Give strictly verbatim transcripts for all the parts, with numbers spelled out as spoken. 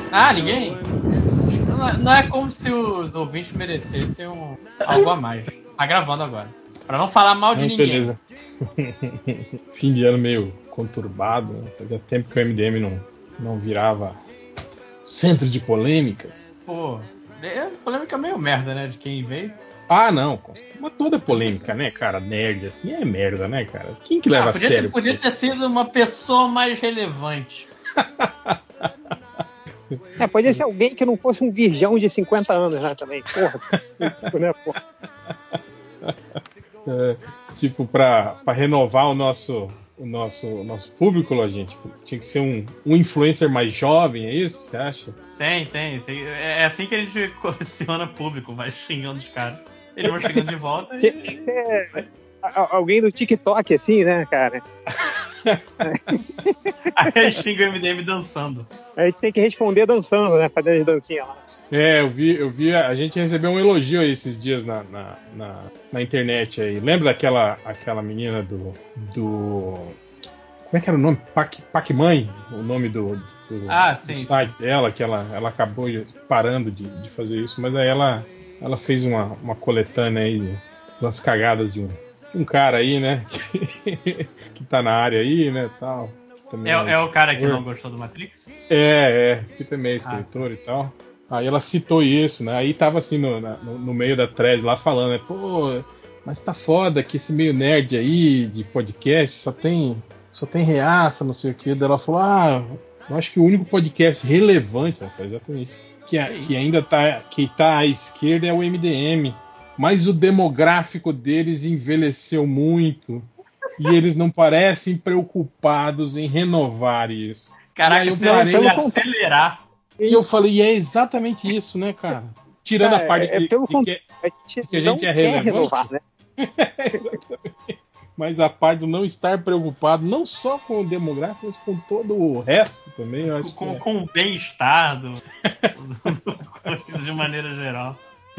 Ah, ninguém? Não é, não é como se os ouvintes merecessem um, algo a mais. Tá gravando agora. Pra não falar mal de Não, ninguém. beleza. Fim de ano meio conturbado, né? Fazia tempo que o M D M não, não virava centro de polêmicas. Pô, é polêmica meio merda, né? De quem veio. Ah, não. Mas toda polêmica, né, cara? Nerd assim é merda, né, cara? Quem que Ah, leva a podia ter, sério? podia ter sido uma pessoa mais relevante. É, podia ser alguém que não fosse um virgão de cinquenta anos, né, também. Porra. Né, porra. É, tipo, pra, pra renovar o nosso, o nosso, o nosso público, gente, tipo, tinha que ser um, um influencer mais jovem, é isso? Você acha? Tem, tem, tem. É assim que a gente coleciona público, vai xingando os caras. Eles vão xingando de volta e. Tinha que ser alguém do TikTok, assim, né, cara? Aí xinga o M D M dançando. A gente tem que responder dançando, né? Fazendo as dancinhas lá. É, eu vi, eu vi, a gente recebeu um elogio aí esses dias na, na, na, na internet aí. Lembra daquela aquela menina do. do. Como é que era o nome? Pac, Pac-Mãe? O nome do, do, Ah, do sim, site sim. dela, que ela, ela acabou parando de, de fazer isso, mas aí ela, ela fez uma, uma coletânea aí de umas cagadas de um, de um cara aí, né? Que, que tá na área aí, né? Tal. É, Também é é o cara que escritor. não gostou do Matrix? É, é, que também é Ah, escritor e tal. Aí ela citou isso, né? Aí tava assim no, na- no, no meio da thread lá falando, né? Pô, mas tá foda que esse meio nerd aí de podcast só tem só tem reaça, não sei o que. Daí ela falou, ah, eu acho que o único podcast relevante, né, exatamente isso, que, a, que que isso? ainda tá, que tá à esquerda é o M D M. Mas o demográfico deles envelheceu muito e eles não parecem preocupados em renovar isso. E aí Caraca, eu você Não, é viu parei ele pelo contrário. acelerar. e eu falei, e é exatamente isso, né, cara? Tirando a Cara, parte é, é de, pelo de que, contrário. A gente de que a gente não é quer renovar, relevante, né? mas a parte do não estar preocupado, não só com o demográfico, mas com todo o resto também, eu acho que Com, é. com o bem-estar do, do coisa de maneira geral.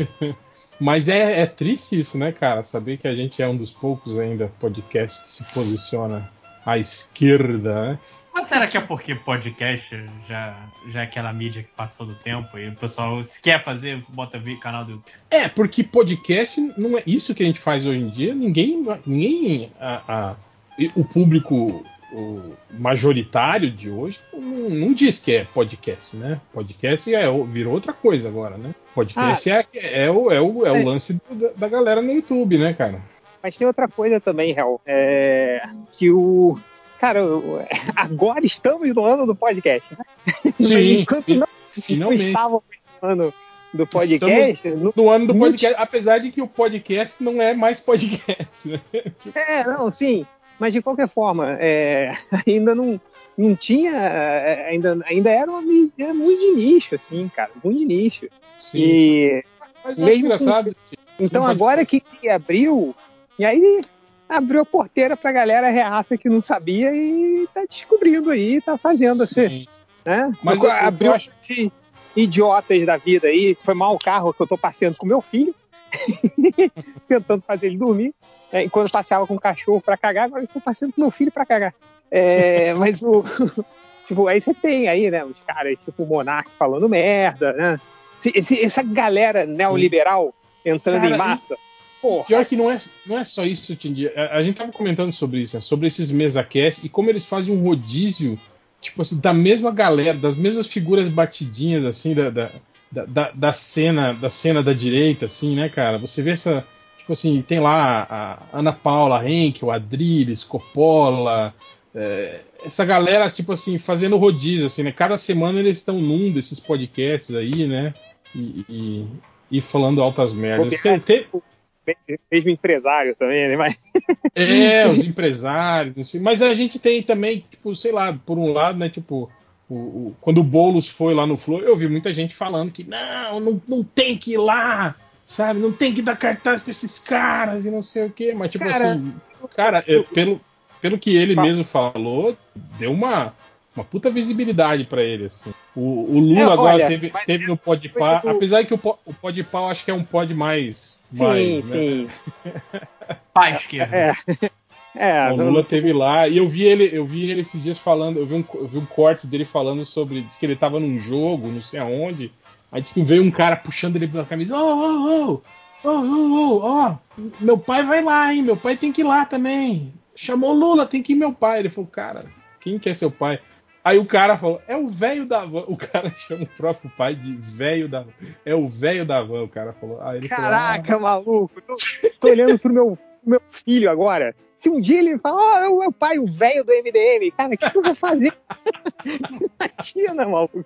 Mas é, é triste isso, né, cara? Saber que a gente é um dos poucos ainda podcasts que se posiciona à esquerda, né? Mas será que é porque podcast já, já é aquela mídia que passou do tempo e o pessoal, se quer fazer, bota vídeo canal do YouTube? É, porque podcast não é isso que a gente faz hoje em dia. Ninguém, ninguém a, a, o público o majoritário de hoje não, não diz que é podcast, né? Podcast é, virou outra coisa agora, né? Ah, Podcast é, é, o, é, o, é o mas, lance da, da galera no YouTube, né, cara? mas tem outra coisa também, Hel. É que o. Cara, o- agora estamos no ano do podcast, né? Sim, Enquanto fi, não, não finalmente. estávamos no ano do Estamos podcast, não, no ano do não podcast, apesar de que o podcast não é mais podcast, né? É, não, sim. Mas de qualquer forma, é, ainda não, não tinha. é, Ainda, ainda era uma mídia muito de nicho, assim, cara, muito de nicho. Sim, sim. E Mas eu acho mesmo com. engraçado que um Então agora podcast. que, que abriu, e aí abriu a porteira pra galera reaça que não sabia e tá descobrindo aí, tá fazendo assim, Sim. né? Mas eu- o que eu Abriu acho. esses idiotas da vida aí, foi mal o carro que eu tô passeando com meu filho. Tentando fazer ele dormir. É, enquanto eu passeava com o cachorro pra cagar, agora eu estou passeando com meu filho pra cagar. É, mas o. Tipo, aí você tem aí, né? Os caras, tipo o Monark falando merda, né? Esse, essa galera neoliberal entrando em Cara, e, massa. e Porra. pior que não é, não é só isso, Tindy. A, a gente tava comentando sobre isso, né? Sobre esses mesa-cast e como eles fazem um rodízio, tipo assim, da mesma galera, das mesmas figuras batidinhas, assim, da, da, da, da- da cena, da cena da direita, assim, né, cara? Você vê essa. Tipo assim, tem lá a Ana Paula Henkel, a Adriles, Coppola. É, essa galera, tipo assim, fazendo rodízio, assim, né? Cada semana eles estão num desses podcasts aí, né? E, e, e falando altas merdas. Bobear, Quer- Tem, tipo, mesmo empresário também, né? Mas, é, os empresários, não sei, mas a gente tem também, tipo, sei lá, por um lado, né, tipo, o, o- quando o Boulos foi lá no Flow, eu vi muita gente falando que não, não, não tem que ir lá, sabe, não tem que dar cartaz pra esses caras e não sei o quê, mas tipo cara, assim, cara, é, pelo, pelo que ele mesmo falou, deu uma, uma puta visibilidade pra ele, assim. O, o é, Lula agora olha, teve, mas teve no coisa Podpah, do. apesar que o, Po- o Podpah eu acho que é um pod mais, Sim, mais, né, sim. Pá, esquerda. É, É, O Lula teve lá, e eu vi ele, eu vi ele esses dias falando, eu vi um, eu vi um corte dele falando sobre, diz que ele tava num jogo, não sei aonde, aí disse que veio um cara puxando ele pela camisa, ô, ô, ô, ô, ô, ó, meu pai vai lá, hein, meu pai tem que ir lá também, chamou o Lula, tem que ir meu pai. Ele falou, cara, quem que é seu pai? Aí o cara falou, é o velho da van. O cara chama o próprio pai de velho da van. É o velho da van, o cara falou. Aí ele Caraca, falou, ah, maluco. Tô, tô olhando pro meu, meu filho agora. Se um dia ele fala, ó, oh, meu pai, o velho do M D M, cara, o que, que eu vou fazer? Imagina, maluco.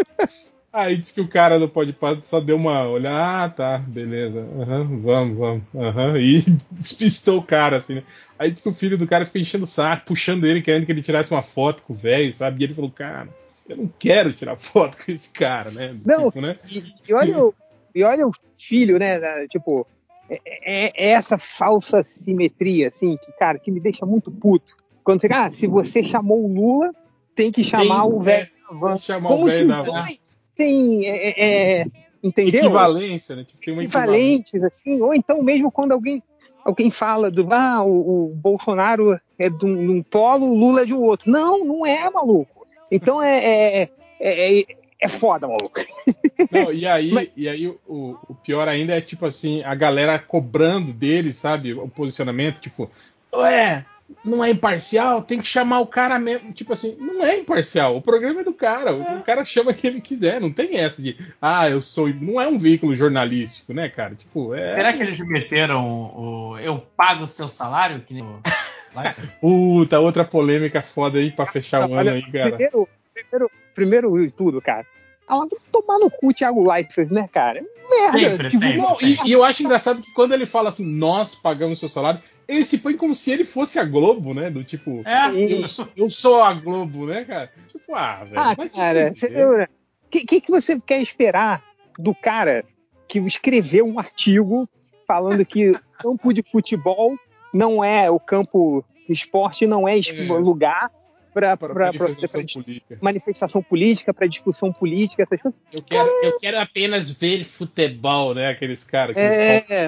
Aí disse que o cara do Podpah só deu uma olhada, ah, tá, beleza, uhum, vamos, vamos, uhum, e despistou o cara, assim, né? Aí disse que o filho do cara ficou enchendo o saco, puxando ele, querendo que ele tirasse uma foto com o velho, sabe? E ele falou, cara, eu não quero tirar foto com esse cara, né? Não, tipo, né? E, e, olha o, e olha o filho, né? Da, tipo, é, é, é essa falsa simetria, assim, que, cara, que me deixa muito puto. Quando você, ah, se você chamou o Lula, tem que chamar Tem, o velho é, da van. chamar Como o se velho da os van. dois têm, é, é, é, entendeu? Equivalência, né? Tipo, tem uma equivalência. Equivalentes, assim, ou então mesmo quando alguém, alguém fala do, ah, o, o Bolsonaro é de um, de um polo, o Lula é de um outro. Não, não é, maluco. Então é, é, é, é, é foda, maluco. Não, e aí, Mas, e aí o, o pior ainda é, tipo assim, a galera cobrando dele, sabe? O posicionamento, tipo, ué, não é imparcial? Tem que chamar o cara mesmo. Tipo assim, não é imparcial. O programa é do cara. O, o cara chama quem ele quiser. Não tem essa de, ah, eu sou. Não é um veículo jornalístico, né, cara? Tipo, é. Será que eles meteram o eu pago o seu salário? Que nem o... Puta, outra polêmica foda aí pra fechar o ano olha, aí, cara. primeiro, primeiro, primeiro de tudo, cara. Ela vai tomar no cu o Thiago Leifert, né, cara? Merda. Sempre, tipo, sempre. Não, e, e eu acho engraçado que quando ele fala assim, nós pagamos seu salário, ele se põe como se ele fosse a Globo, né? Do tipo, É, eu, eu sou a Globo, né, cara? Tipo, ah, velho. Ah, vai te cara, fuder. o que, que, que você quer esperar do cara que escreveu um artigo falando que o campo de futebol não é o campo esporte, não é, É. lugar para Para manifestação política. manifestação política, para discussão política, essas coisas. Eu quero, eu quero apenas ver futebol, né? Aqueles caras. É.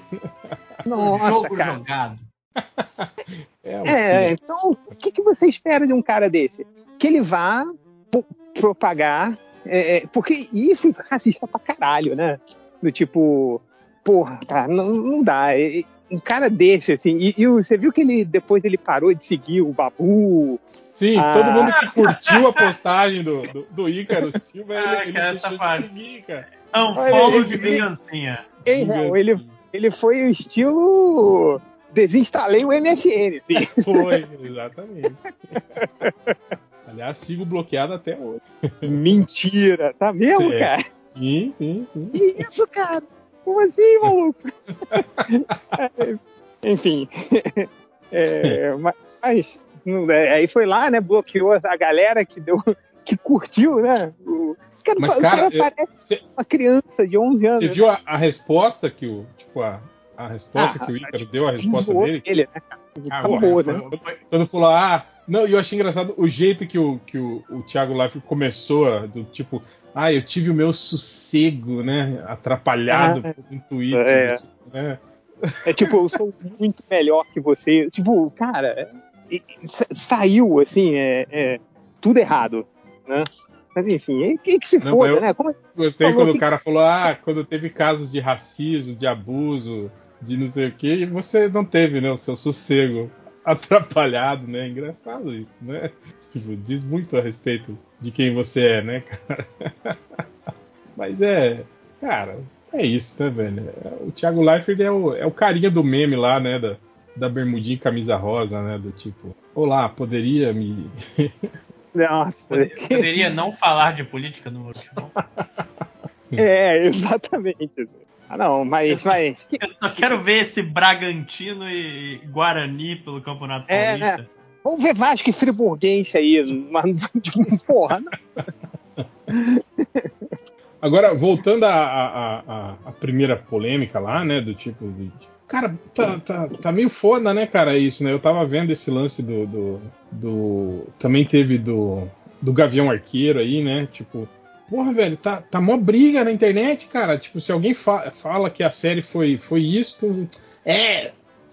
Nossa, jogo cara. jogado. É, um É, filho. então, o que, que você espera de um cara desse? Que ele vá pro- propagar, é, é, porque isso é racista pra caralho, né? Do tipo, porra, cara, não, não dá. É, é, um cara desse, assim, e, e você viu que ele depois ele parou de seguir o Babu? Sim, Ah. todo mundo que curtiu a postagem do, do, do Ícaro Silva, ele, Ah, ele cara, deixou essa de parte. seguir, cara. Unfollow Ele- de vingancinha. Hein, Raul? Ele, ele foi o estilo. Desinstalei o M S N, assim. Foi, exatamente. Aliás, sigo bloqueado até hoje. Mentira, tá mesmo, É. cara? Sim, sim, sim. Que isso, cara? Como assim, maluco? Enfim. É, mas mas, não, é, aí foi lá, né? Bloqueou a galera que deu, que curtiu, né? O cara, Mas, o cara, cara parece você uma criança de onze anos. viu a, a resposta que o. Tipo, a, a resposta Ah, que o Ícaro deu, a resposta Zoou dele? ele, né, cara? Ah, Acabou, foi- né? foi- Quando falou, ah. Não, e eu achei engraçado o jeito que o, que o, o Thiago Leifert começou, a- do tipo, ah, eu tive o meu sossego, né? Atrapalhado Ah, por um tweet. é. do tipo, né? É tipo, eu sou muito melhor que você. Tipo, cara, e- e sa- saiu, assim, é, é, tudo errado, né? Mas enfim, que, que se Não, foda, eu né? Como gostei falou quando que- o cara falou, ah, quando teve casos de racismo, de abuso, de não sei o que, e você não teve, né, o seu sossego atrapalhado, né? Engraçado isso, né? Tipo, diz muito a respeito de quem você é, né, cara? Mas é, cara, é isso, né, velho? O Thiago Leifert é o, é o carinha do meme lá, né, da, da bermudinha e camisa rosa, né, do tipo, olá, poderia me... Nossa, Pod- Poderia não falar de política no futebol? é, exatamente. Ah, não, Eu mas, só, mas eu só quero ver esse Bragantino e Guarani pelo Campeonato é, Paulista. vamos ver Vasco e Friburguense aí, mas, porra, não. Agora, voltando à, à, à, à primeira polêmica lá, né, do tipo de... Cara, tá, tá, tá meio foda, né, cara, isso, né? Eu tava vendo esse lance do... do, do... Também teve do, do Gavião Arqueiro aí, né, tipo... Porra, velho, tá, tá mó briga na internet, cara. Tipo, se alguém fa fala que a série foi, foi isso, tu... é...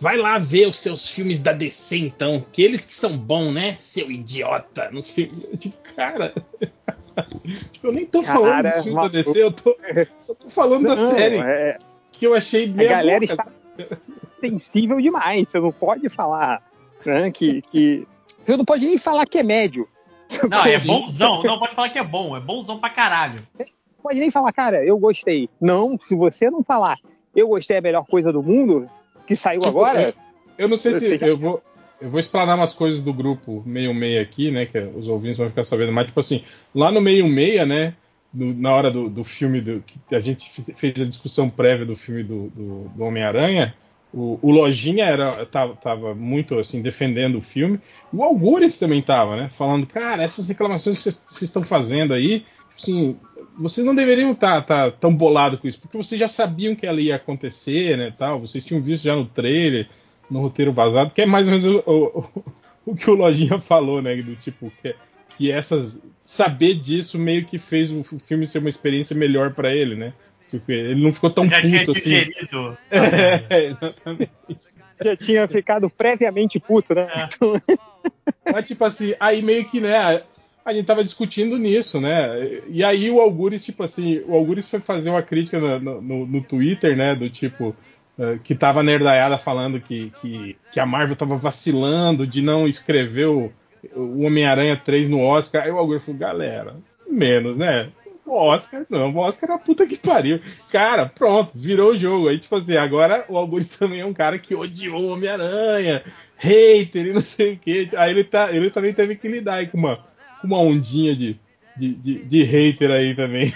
vai lá ver os seus filmes da D C, então, que eles que são bons, né, seu idiota, não sei, tipo, cara, tipo, eu nem tô cara, falando dos filmes da D C, eu tô, só tô falando não, da série, é... que eu achei meio a galera boca. Está sensível demais, você não pode falar, né, que, que, você não pode nem falar que é médio. Não, é bonzão, não pode falar que é bom, é bonzão pra caralho. Pode nem falar, cara, eu gostei. Não, se você não falar, eu gostei, é a melhor coisa do mundo, que saiu tipo, agora... Eu, eu não sei se... Já... Eu vou, eu vou explanar umas coisas do grupo meio meia aqui, né, que os ouvintes vão ficar sabendo, mas tipo assim, lá no meio meia, né, no, na hora do, do filme, do, que a gente fez a discussão prévia do filme do, do, do Homem-Aranha, o, o Lojinha era, tava, tava muito, assim, defendendo o filme, o Algures também tava, né, falando, cara, essas reclamações que vocês estão fazendo aí, assim... Vocês não deveriam estar tá, tá, tão bolados com isso, porque vocês já sabiam que ela ia acontecer, né, tal. Vocês tinham visto já no trailer, no roteiro vazado, que é mais ou menos o, o, o que o Lojinha falou, né, do tipo, que, que essas... Saber disso meio que fez o filme ser uma experiência melhor para ele, né. Tipo, ele não ficou tão já puto assim. Digerido. É, exatamente. Já tinha ficado previamente puto, né. É. Então... Mas tipo assim, aí meio que, né... A gente tava discutindo nisso, né? E aí o Algures, tipo assim, o Algures foi fazer uma crítica no, no, no Twitter, né? Do tipo, uh, que tava nerdaiada falando que, que, que a Marvel tava vacilando de não escrever o, o Homem-Aranha três no Oscar. Aí o Algures falou, galera, menos, né? O Oscar não, o Oscar é a puta que pariu. Cara, pronto, virou o jogo. Aí, tipo assim, agora o Algures também é um cara que odiou o Homem-Aranha, hater e não sei o quê. Aí ele, tá, ele também teve que lidar aí com uma... uma ondinha de, de, de, de hater aí também.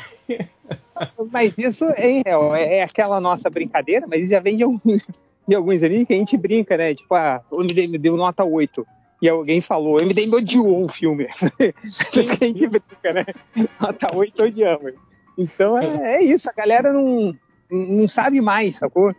Mas isso é, é aquela nossa brincadeira, mas isso já vem de alguns, de alguns ali que a gente brinca, né? Tipo, ah, o M D M deu nota oito. E alguém falou, o M D M odiou o filme. Que a gente brinca, né? Nota oito odiamos. Então é, é isso, a galera não, não sabe mais, sacou?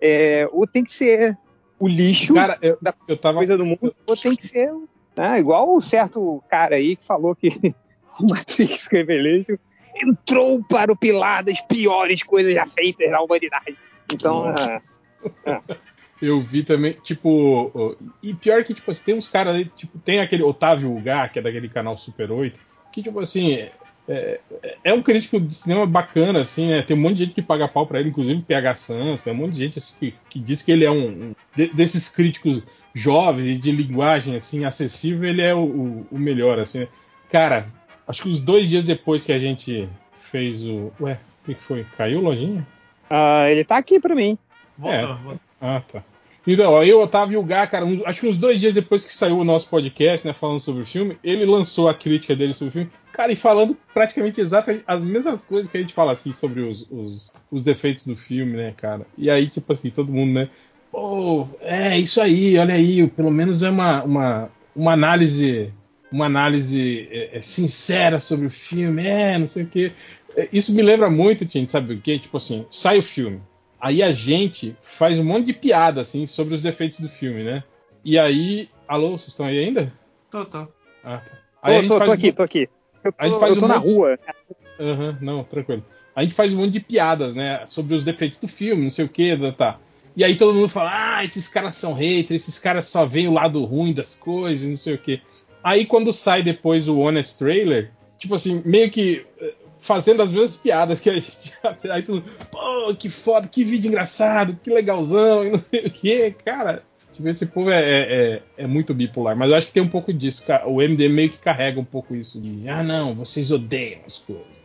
É, ou tem que ser o lixo cara, eu, da eu tava... coisa do mundo, ou tem que ser... Ah, igual um certo cara aí que falou que o Matrix Revelation entrou para o pilar das piores coisas já feitas na humanidade. Então, ah, ah. eu vi também, tipo, e pior que, tipo, tem uns caras aí, tipo, tem aquele Otávio Ugá, que é daquele canal Super oito, que, tipo assim, é, é um crítico de cinema bacana, assim, né? Tem um monte de gente que paga pau pra ele, inclusive P H Santos, tem um monte de gente assim, que, que diz que ele é um, um de, desses críticos jovens e de linguagem, assim, acessível, ele é o, o, o melhor, assim. Cara, acho que uns dois dias depois que a gente fez o... Ué, o que, que foi? Caiu, Lojinha? Ah, ele tá aqui pra mim. Voltou, é. voltou. Ah, tá. Então, ó, eu, Otávio Gá, cara, um, acho que uns dois dias depois que saiu o nosso podcast, né, falando sobre o filme, ele lançou a crítica dele sobre o filme, cara, e falando praticamente exatamente as mesmas coisas que a gente fala, assim, sobre os, os, os defeitos do filme, né, cara. E aí, tipo assim, todo mundo, né, pô, é isso aí, olha aí, pelo menos é uma, uma, uma análise, uma análise é, é, sincera sobre o filme, é, não sei o quê. Isso me lembra muito, gente, sabe o quê? Tipo assim, sai o filme. Aí a gente faz um monte de piada, assim, sobre os defeitos do filme, né? E aí... Alô, vocês estão aí ainda? Tô, tô. Ah, tá. Aí Tô, a gente tô, faz tô um aqui, monte... tô aqui. Eu tô, a gente faz eu tô um na monte... rua. Aham, uhum, não, tranquilo. A gente faz um monte de piadas, né? Sobre os defeitos do filme, não sei o que, tá. E aí todo mundo fala, ah, esses caras são haters, esses caras só veem o lado ruim das coisas, não sei o que. Aí quando sai depois o Honest Trailer, tipo assim, meio que... fazendo as mesmas piadas que a gente. Aí tudo, pô, que foda, que vídeo engraçado, que legalzão, e não sei o que, cara. Tipo, esse povo é, é, é muito bipolar, mas eu acho que tem um pouco disso. O M D M meio que carrega um pouco isso de, ah, não, vocês odeiam as coisas.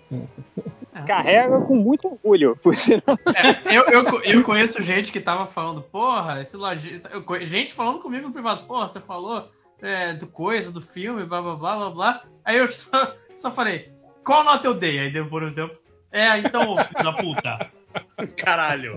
Carrega com muito orgulho. É, eu, eu, eu conheço gente que tava falando, porra, esse lojinha. Gente falando comigo no privado, porra, você falou é, do coisa, do filme, blá blá blá blá blá. Aí eu só, só falei. Qual nota eu dei? Aí deu por um tempo. É, então, filho da puta. Caralho.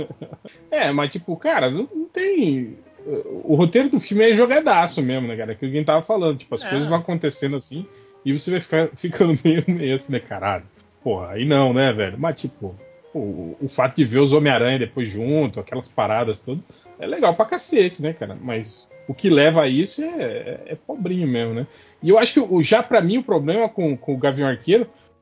É, mas tipo, cara, não, não tem. O roteiro do filme é jogadaço mesmo, né, cara? É aquilo que a gente tava falando. Tipo, as é. coisas vão acontecendo assim e você vai ficar ficando meio, meio assim, né, caralho? Porra, aí não, né, velho? Mas tipo, o, o fato de ver os Homem-Aranha depois junto, aquelas paradas todas, é legal pra cacete, né, cara? Mas o que leva a isso é, é, é pobrinho mesmo, né? E eu acho que o, já pra mim o problema com, com o Gavião Arqueiro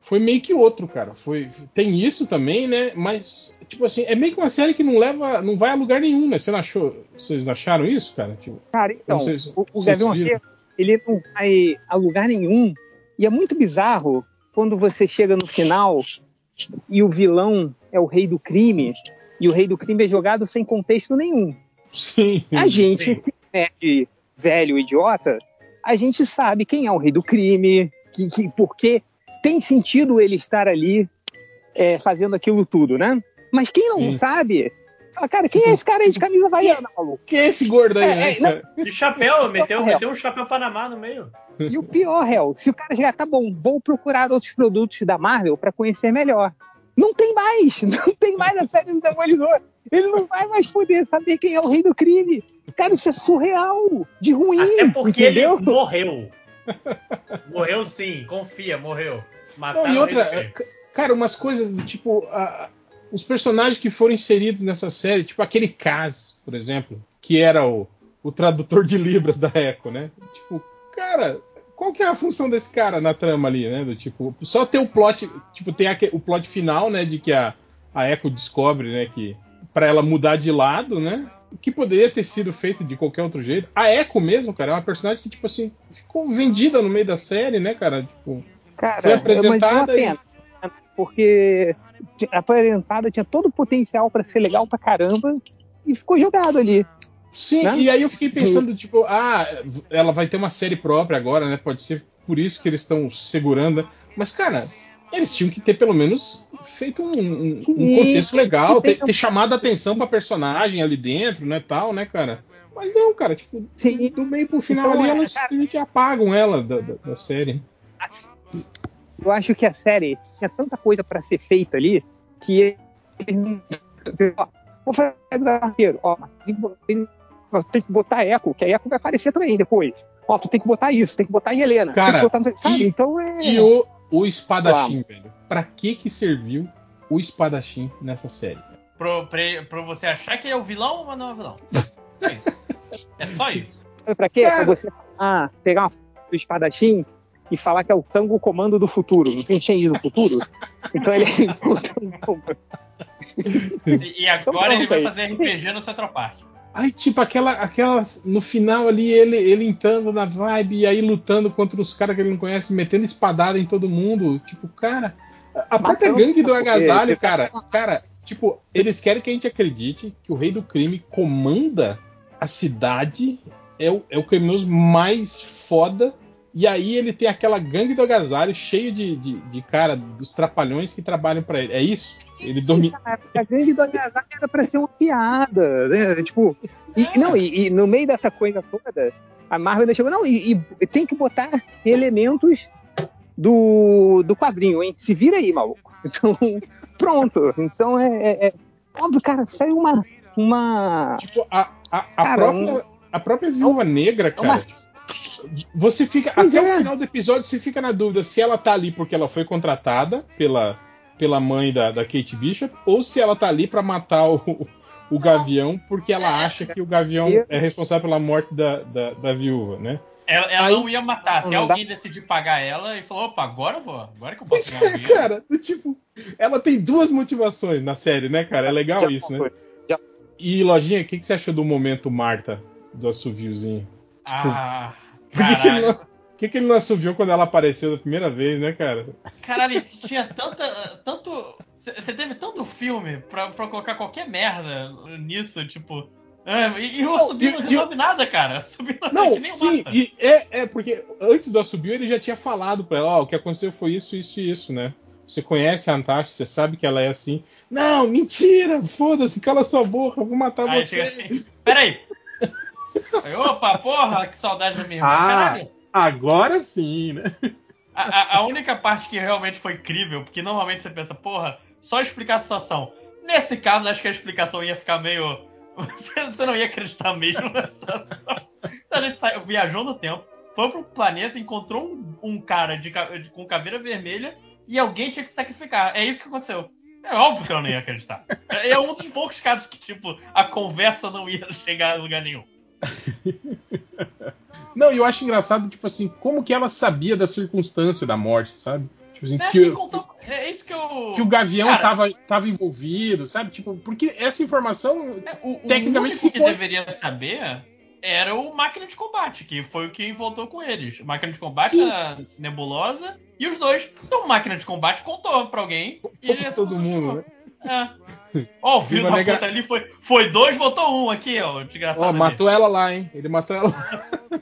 foi meio que outro, cara. Foi, tem isso também, né? Mas, tipo assim, é meio que uma série que não leva, não vai a lugar nenhum, né? Você não achou, vocês não acharam isso, cara? Tipo, cara, então, se, o, o Gavião Arqueiro, ele não vai a lugar nenhum. E é muito bizarro quando você chega no final e o vilão é o rei do crime, e o rei do crime é jogado sem contexto nenhum. Sim. A gente, Sim. né, de velho idiota, a gente sabe quem é o rei do crime, que, que, porque tem sentido ele estar ali é, fazendo aquilo tudo, né? Mas quem não Sim. sabe, fala, cara, quem é esse cara aí de camisa havaiana, maluco? Quem é esse gordo aí, É, né? é, não, cara? De chapéu, meteu, Real. meteu um chapéu Panamá no meio. E o pior, Hel, se o cara chegar, tá bom, vou procurar outros produtos da Marvel pra conhecer melhor. Não tem mais, não tem mais a série do Demolidor. Ele não vai mais poder saber quem é o rei do crime. Cara, isso é surreal, de ruim, Até porque entendeu? ele morreu. Morreu sim, confia, morreu. Mataram Não, e o rei do outra, crime. c- cara, umas coisas do tipo. a- os personagens que foram inseridos nessa série, tipo aquele Kaz, por exemplo, que era o, o tradutor de Libras da Echo, né? Tipo, cara, qual que é a função desse cara na trama ali, né? Do tipo, só ter o plot. Tipo, tem aque- o plot final, né? De que a, a Echo descobre, né? Que pra ela mudar de lado, né? Que poderia ter sido feito de qualquer outro jeito. A Echo mesmo, cara, é uma personagem que, tipo assim, ficou vendida no meio da série, né, cara? Tipo. Cara, Foi mas é uma apresentada pena, porque a apresentada tinha todo o potencial pra ser legal pra caramba e ficou jogado ali. Sim, né? e aí eu fiquei pensando, tipo, ah, ela vai ter uma série própria agora, né? Pode ser por isso que eles estão segurando. Né? Mas, cara, eles tinham que ter pelo menos feito um, um, Sim, um contexto legal, ter, tem- ter chamado a atenção pra personagem ali dentro, né, tal, né, cara? Mas não, cara, tipo, Sim. do meio pro final Então, ali, é, elas cara, simplesmente apagam ela da, da, da série. eu acho que a série tinha tanta coisa pra ser feita ali que ele, ó, vou fazer do arqueiro, ó, tem que bo- tem- ó, tem que botar Echo, que a Echo vai aparecer também depois. Ó, tu tem que botar isso, tem que botar em Helena, Cara, tem que botar, sabe? e- Então é. E o, o espadachim, velho? Pra que que serviu o espadachim nessa série? Pro, pra, pra você achar que ele é o vilão, mas não é o vilão. É isso. É só isso. Sabe pra quê? Cara. Pra você ah, pegar uma foto do espadachim e falar que é o Tango Comando do Futuro. Não tem Shenji do futuro? Então ele é o Tango Comando. E, e agora Então, ele vai aí. fazer R P G no Central Park. Aí, tipo, aquela, aquela. No final ali, ele, ele entrando na vibe e aí lutando contra os caras que ele não conhece, metendo espadada em todo mundo. Tipo, cara. A própria Matando, gangue do porque agasalho, você tá- cara. Cara, tipo, eles querem que a gente acredite que o rei do crime comanda a cidade, é o, é o criminoso mais foda. E aí ele tem aquela gangue do agasalho cheio de, de, de cara, dos trapalhões que trabalham pra ele. É isso? Ele domina. Cara, a gangue do agasalho era pra ser uma piada, né? Tipo, e, não, e, e no meio dessa coisa toda, a Marvel ainda chegou, não, e, e tem que botar elementos do, do quadrinho, hein? Se vira aí, maluco. Então, pronto. Então é, é, é óbvio, cara, saiu uma. uma Tipo, a, a, a Cara, própria, um- a própria Viúva Negra, é uma. cara. Você fica. Pois até é. o final do episódio, você fica na dúvida se ela tá ali porque ela foi contratada pela, pela mãe da, da Kate Bishop, ou se ela tá ali pra matar o, o Gavião, porque ela acha que o Gavião é responsável pela morte da, da, da viúva, né? Ela, ela Aí- não ia matar, até Não dá- alguém decidir pagar ela e falou: opa, agora eu vou. Agora que eu Pois posso ganhar é, dinheiro. cara. do Tipo, ela tem duas motivações na série, né, cara? É legal Já isso, né? foi. Já- E, Lojinha, o que, que você achou do momento Marta, do assoviozinho? Ah, Por que, que, ele não, caralho. por que, que ele não assoviou quando ela apareceu da primeira vez, né, cara? Caralho, tinha tanta. Tanto. Você teve tanto filme pra, pra colocar qualquer merda nisso, tipo. ah, e, e o Não, Assobio e- não e- resolve nada, cara. Assobio não, é Não, que nem o sim, Massa. e é, é porque antes do assobio ele já tinha falado pra ela, ó, o que aconteceu foi isso, isso e isso, né? Você conhece a Antasha, você sabe que ela é assim. Não, mentira, foda-se, cala sua boca, eu vou matar Aí você. chega assim, peraí. Aí, opa, porra, que saudade da minha irmã. Ah, Caralho. agora sim, né? A, a- a única parte que realmente foi crível, porque normalmente você pensa, porra, só explicar a situação. Nesse caso, acho que a explicação ia ficar meio. Você, você não ia acreditar mesmo na situação. Então a gente saiu, viajou no tempo, foi pro planeta, encontrou um, um cara de, ca- de- com caveira vermelha e alguém tinha que sacrificar. É isso que aconteceu. É óbvio que eu não ia acreditar. É é um dos poucos casos que, tipo, a conversa não ia chegar a lugar nenhum. Não, e eu acho engraçado, tipo assim, como que ela sabia da circunstância da morte, sabe? Tipo Tipo assim, É, que, quem contou- é isso que eu. que o Gavião Cara, tava, tava envolvido, sabe? Tipo, porque essa informação é, o, o tecnicamente único que ficou. deveria saber era o Máquina de Combate, que foi o que voltou com eles. O Máquina de Combate, Sim. a Nebulosa e os dois. Então o Máquina de Combate contou pra alguém. E Contou ele pra todo mundo, né? É. Ó, o filho Viva da Negra- puta ali foi, foi dois, votou um aqui, ó. o Desgraçado Ó, ali. matou ela lá, hein? Ele matou ela lá.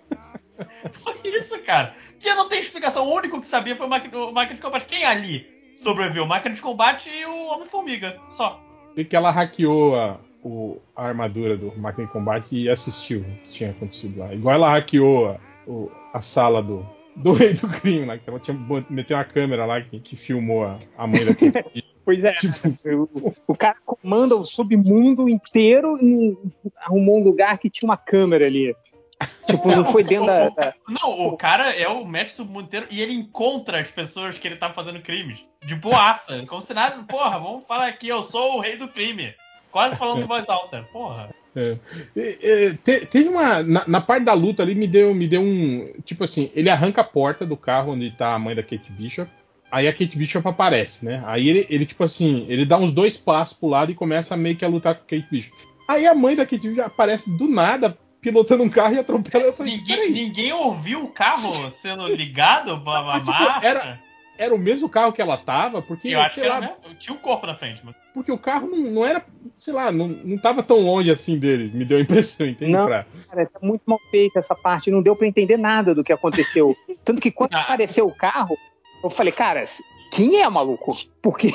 Foi isso, cara. Que não tem explicação. O único que sabia foi o Máquina, o Máquina de Combate. Quem ali sobreviveu? O Máquina de Combate e o Homem-Formiga. Só. E que ela hackeou a, o- a armadura do Máquina de Combate e assistiu o que tinha acontecido lá. Igual ela hackeou a, o- a sala do, do Rei do Crime, lá, que ela tinha bot- meteu uma câmera lá que, que filmou a, a mãe da Kate. Pois é, Tipo- o, o cara comanda o submundo inteiro e arrumou um lugar que tinha uma câmera ali. Tipo, não foi dentro o, da. o, ca- Não, o cara é o mestre submundo inteiro e ele encontra as pessoas que ele tá fazendo crimes. De boaça. Como se nada. Porra, vamos falar aqui, eu sou o rei do crime. Quase falando em voz alta. Porra. É. E, e, te- teve uma. Na, na parte da luta ali me deu, me deu um. Tipo assim, ele arranca a porta do carro onde tá a mãe da Kate Bishop. Aí a Kate Bishop aparece, né? Aí ele, ele, tipo assim, ele dá uns dois passos pro lado e começa meio que a lutar com a Kate Bishop. Aí a mãe da Kate Bishop aparece do nada, pilotando um carro e atropela. Eu falei, Ninguém, peraí. ninguém ouviu o carro sendo ligado pra Ah, tipo, marcha? era- Era o mesmo carro que ela tava? Porque, Eu acho sei que lá, era mesmo. Tinha um corpo na frente, mas. porque o carro não, não era, sei lá, não, não tava tão longe assim deles, me deu a impressão, entende? Não. Pra- Cara, tá muito mal feita essa parte, não deu pra entender nada do que aconteceu. Tanto que quando Ah. apareceu o carro, eu falei, cara, quem é, maluco? Porque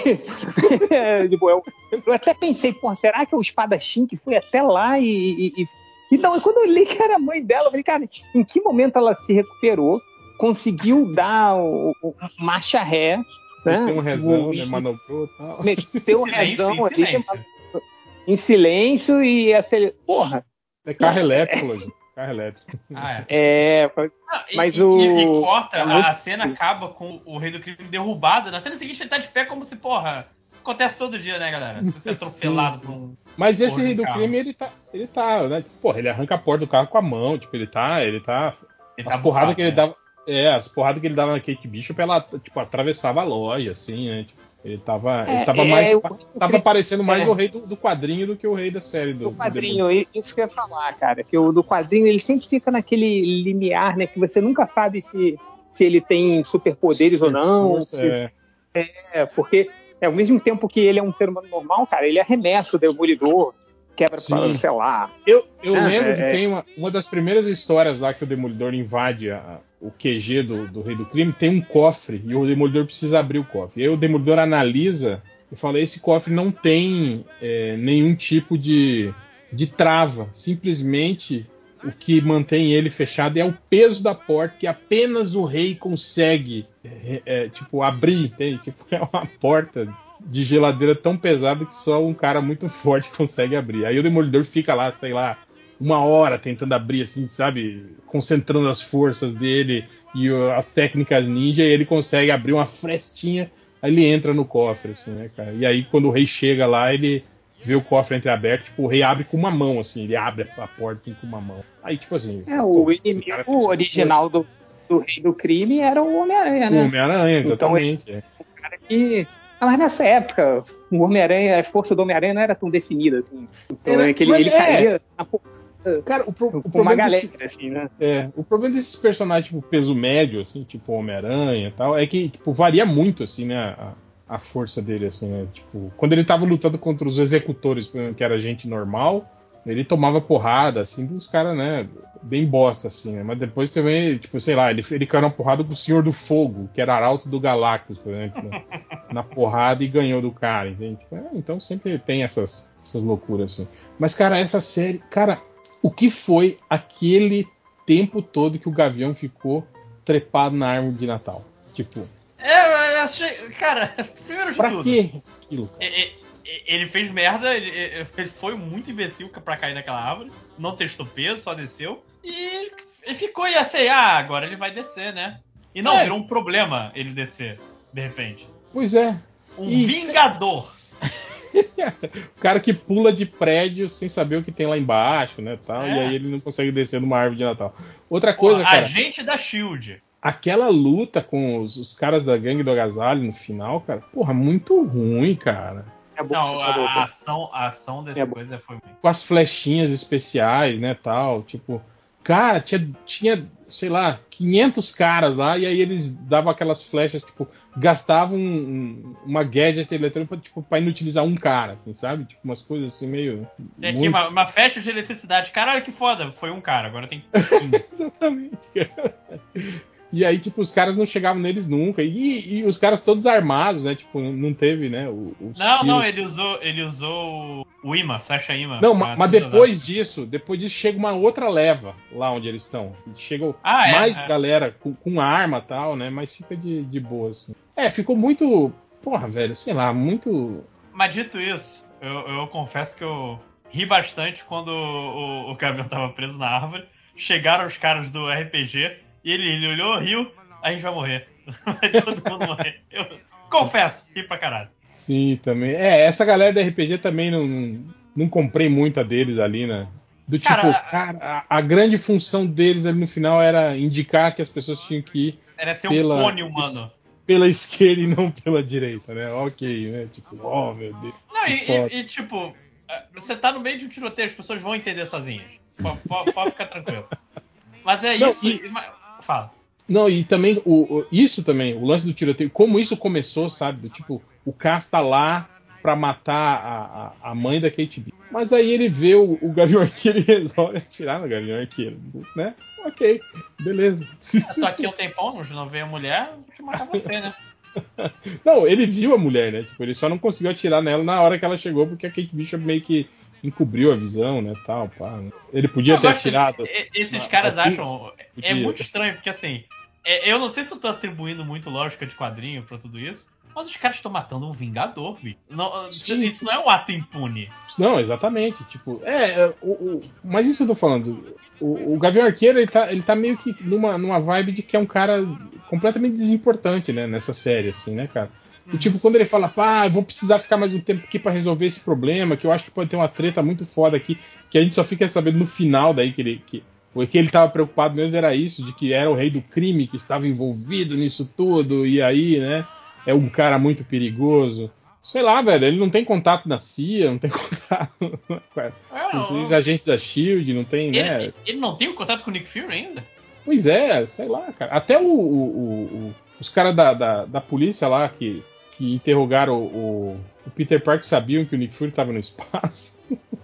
tipo, eu, eu até pensei, pô, será que é o espadachim que foi até lá e, e, e... Então, e quando eu li que era a mãe dela, eu falei, cara, em que momento ela se recuperou, conseguiu dar o, o marcha ré, né? Tem um rezão, O- né? Manobrou e tal. Meteu o Silêncio, rezão em ali, silêncio. em silêncio e acelerou. Porra, É carro elétrico, Lojinha. Carro elétrico. Ah, é. é. Ah, e, Mas e- o- e- e corta, é a- muito- a cena acaba com o rei do crime derrubado. Na cena seguinte ele tá de pé como se, porra, acontece todo dia, né, galera? Você ser atropelado Sim, sim. por um. Mas esse Porra, rei do do carro. crime, ele tá, ele tá, né? Porra, ele arranca a porta do carro com a mão, tipo, ele tá, ele tá... Ele as tá porradas borrado, que ele né? dava... É, as porradas que ele dava na Kate Bishop, ela, tipo, atravessava a loja, assim, né? Tipo, ele tava, ele É, tava é, mais... eu- tava parecendo mais é. o rei do, do quadrinho do que o rei da série. Do, Do do quadrinho, isso que eu ia falar, cara, que o do quadrinho ele sempre fica naquele limiar, né, que você nunca sabe se, se ele tem superpoderes ou não, Força, se- é. é, porque é, ao mesmo tempo que ele é um ser humano normal, cara, ele arremessa o Demolidor, quebra, Sim. sei lá. Eu, eu Ah, lembro é, que é. tem uma, uma das primeiras histórias lá que o Demolidor invade a- o Q G do, do Rei do Crime, tem um cofre e o Demolidor precisa abrir o cofre. E aí o Demolidor analisa e fala, esse cofre não tem é, nenhum tipo de, de trava, simplesmente o que mantém ele fechado é o peso da porta que apenas o rei consegue é, é, tipo, abrir, entende? Tipo, é uma porta de geladeira tão pesada que só um cara muito forte consegue abrir. Aí o Demolidor fica lá, sei lá, uma hora tentando abrir, assim, sabe? Concentrando as forças dele e uh, as técnicas ninja, e ele consegue abrir uma frestinha, aí ele entra no cofre, assim, né, cara? E aí quando o rei chega lá, ele vê o cofre entreaberto, tipo, o rei abre com uma mão, assim, ele abre a porta assim, com uma mão. Aí, tipo assim... É, pô, o esse inimigo cara tem super original do, do Rei do Crime era o Homem-Aranha, força. né? O Homem-Aranha, Então, exatamente. é. Cara que... Ah, mas nessa época, o Homem-Aranha, a força do Homem-Aranha não era tão definida, assim. Então Era- é que ele, mas ele é. caía na porra Cara, o, pro, o com uma problema galera, desse, assim, né? é, o problema desses personagens, tipo, peso médio, assim, tipo Homem-Aranha e tal, é que, tipo, varia muito, assim, né, a, a força dele, assim, né, tipo, quando ele tava lutando contra os executores, por exemplo, que era gente normal, ele tomava porrada, assim, dos caras, né, bem bosta, assim, né, mas depois você vê, tipo, sei lá, ele, ele caiu na porrada com o Senhor do Fogo, que era arauto do Galactus, por exemplo, né, na porrada e ganhou do cara, entende? Tipo, é, então sempre tem essas, essas loucuras, assim. Mas, cara, essa série, cara, o que foi aquele tempo todo que o Gavião ficou trepado na árvore de Natal? Tipo, É, eu achei. Cara, primeiro de pra tudo. que aquilo, cara? e- e- Ele fez merda, ele, ele foi muito imbecil pra cair naquela árvore. Não testou peso, só desceu. E ele ficou e assim, ah, agora ele vai descer, né? E não, É. virou um problema ele descer, de repente. Pois é. Um E vingador. o cara que pula de prédio sem saber o que tem lá embaixo, né, tal, É. e aí ele não consegue descer numa árvore de Natal. Outra coisa, Porra, cara... agente da Shield. aquela luta com os, os caras da gangue do agasalho no final, cara, porra, muito ruim, cara. É bom, Não, é a, bom, a ação, a ação dessa É bom. coisa foi muito. Com as flechinhas especiais, né, tal, tipo, cara, tinha, tinha, sei lá, quinhentos caras lá, e aí eles davam aquelas flechas, tipo, gastavam um, um, uma gadget eletrônica, tipo, pra inutilizar um cara, assim, sabe? Tipo, umas coisas assim, meio... Tem aqui muito... uma, uma festa de eletricidade. Caralho, que foda. Foi um cara, agora tem quinze. Exatamente, cara. E aí, tipo, os caras não chegavam neles nunca. E, e os caras todos armados, né? Tipo, não teve, né? o- Os Não, tiros. não, ele usou, ele usou o imã, flecha imã. Não, pra ma- mas todas depois disso, depois disso chega uma outra leva lá onde eles estão. Chega Ah, é, mais é. galera com, com arma e tal, né? Mas fica de, de boa, assim. É, ficou muito. Porra, velho, sei lá, muito. Mas dito isso, eu, eu confesso que eu ri bastante quando o, o, o Gavião tava preso na árvore. Chegaram os caras do R P G e ele, ele olhou, riu, a gente vai morrer. Vai todo mundo morrer. Eu confesso, ri pra caralho. Sim, também. É, essa galera do R P G também não, não, não comprei muita deles ali, né? Do tipo, Cara, cara, a, a grande função deles ali no final era indicar que as pessoas tinham que ir era ser um pela, clone humano. es- pela esquerda e não pela direita, né? Ok, né? Tipo, oh meu Deus. Não, que e, foda. e- e, tipo, você tá no meio de um tiroteio, as pessoas vão entender sozinhas. Pode, pode, pode ficar tranquilo. Mas é Não, isso. e- e- mas- Fala. Não, e também o, o- isso também, o lance do tiroteio, como isso começou, sabe? Do tipo, o Cass tá lá pra matar a, a, a mãe da Kate B. Mas aí ele vê o, o Gavião Arqueiro e resolve atirar no Gavião Arqueiro, né? Ok, beleza. Eu tô aqui um tempão, não veio a mulher, vou te matar você, né? Não, ele viu a mulher, né? Tipo, ele só não conseguiu atirar nela na hora que ela chegou, porque a Kate Bishop meio que encobriu a visão, né? Tal, pá, né? Ele podia Eu ter gosto de- atirado. e- Esses na- caras nas acham. duas. É Podia. muito estranho, porque assim. é- Eu não sei se eu tô atribuindo muito lógica de quadrinho pra tudo isso, mas os caras estão matando um Vingador, bicho. Não, Sim. isso não é um ato impune. Não, exatamente. Tipo, é, é, o, o- mas isso que eu tô falando. O, o Gavião Arqueiro, ele tá, ele tá meio que numa, numa vibe de que é um cara completamente desimportante, né? Nessa série, assim, né, cara? E Uhum. tipo, quando ele fala, pá, eu vou precisar ficar mais um tempo aqui pra resolver esse problema, que eu acho que pode ter uma treta muito foda aqui, que a gente só fica sabendo no final daí que ele. Que, o que ele tava preocupado mesmo era isso, de que era o rei do crime que estava envolvido nisso tudo, e aí, né? É um cara muito perigoso. Sei lá, velho, ele não tem contato na C I A, não tem contato É, com os não- agentes da Shield, não tem, né? ele, ele não tem o contato com o Nick Fury ainda? Pois é, sei lá, cara. Até o, o- o- os caras da, da, da polícia lá que, que interrogaram o, o, o Peter Parker sabiam que o Nick Fury estava no espaço.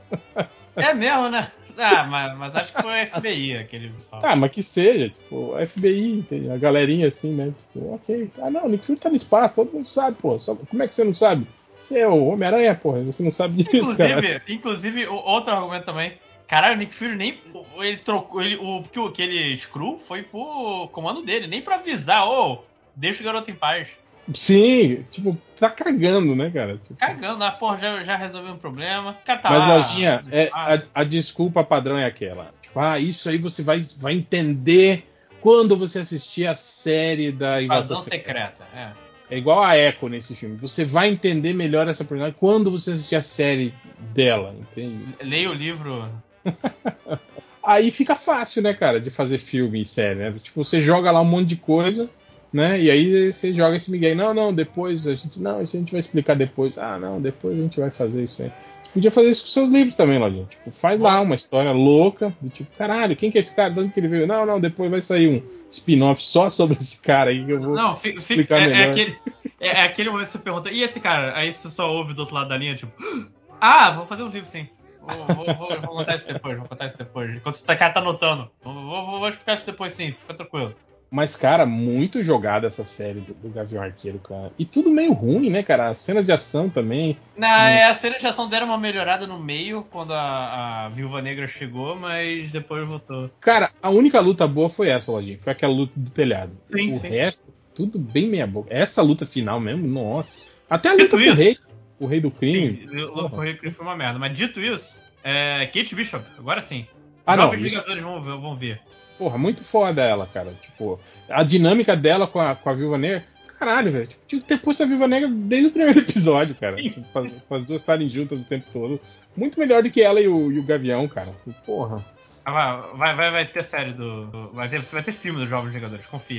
É mesmo, né? Ah, mas, mas acho que foi o F B I aquele pessoal. Ah, mas que seja, tipo, a F B I, tem a galerinha assim, né? Tipo, ok. Ah, não, o Nick Fury tá no espaço, todo mundo sabe, pô. Só, como é que você não sabe? Você é o Homem-Aranha, porra, você não sabe disso, cara. Inclusive, inclusive, o- outro argumento também. Caralho, o Nick Fury nem. Ele trocou. Ele, o, que o- aquele Screw foi pro comando dele, nem pra avisar, ô, deixa o garoto em paz. Sim, tipo, tá cagando, né, cara? Tipo, Cagando, ah, porra, já, já resolveu um problema. O cara tá mas, lá. Lojinha, é, a, a desculpa padrão é aquela. Tipo, ah, isso aí você vai, vai entender quando você assistir a série da Invasão Invasão Secreta. secreta, é. É igual a Echo nesse filme. Você vai entender melhor essa personagem quando você assistir a série dela, entende? Leia o livro. Aí fica fácil, né, cara, de fazer filme e série, né? Tipo, você joga lá um monte de coisa, né? E aí você joga esse Miguel. Não, não, depois a gente. Não, isso a gente vai explicar depois. Ah, não, depois a gente vai fazer isso aí. Você podia fazer isso com seus livros também, Lojinha. Tipo, faz lá uma história louca, do tipo, caralho, quem que é esse cara? De onde que ele veio? Não, não, depois vai sair um spin-off só sobre esse cara aí que eu vou Não, fica, explicar é, melhor. é, aquele, é, é aquele momento que você pergunta, e esse cara? Aí você só ouve do outro lado da linha, tipo, ah, vou fazer um livro sim. Vou, vou, vou, vou contar isso depois, vou contar isso depois. Enquanto esse cara tá anotando. Vou, vou, vou explicar isso depois sim, fica tranquilo. Mas, cara, muito jogada essa série do, do Gavião Arqueiro, cara. E tudo meio ruim, né, cara? As cenas de ação também. Na, Hum. é, a cena de ação deram uma melhorada no meio, quando a, a Viúva Negra chegou, mas depois voltou. Cara, a única luta boa foi essa, Lojinha. Foi aquela luta do telhado. Sim, o sim. resto, tudo bem meia boca. Essa luta final mesmo, nossa. Até a Dito luta com o isso- rei. O rei do crime. Sim, o Correio foi uma merda. Mas dito isso, é, Kate Bishop, agora sim. Ah, Jovens não, isso- Vingadores vão, ver- vão ver. Porra, muito foda ela, cara. Tipo, a dinâmica dela com a, com a Viúva Negra. Caralho, velho. Tipo, tinha que ter posto a Viúva Negra desde o primeiro episódio, cara. Tipo, pra, pra as duas estarem juntas o tempo todo. Muito melhor do que ela e o, e o Gavião, cara. Porra. Ah, vai, vai, vai, vai ter série do. do- Vai ter, vai ter filme dos Jovens Vingadores, confia.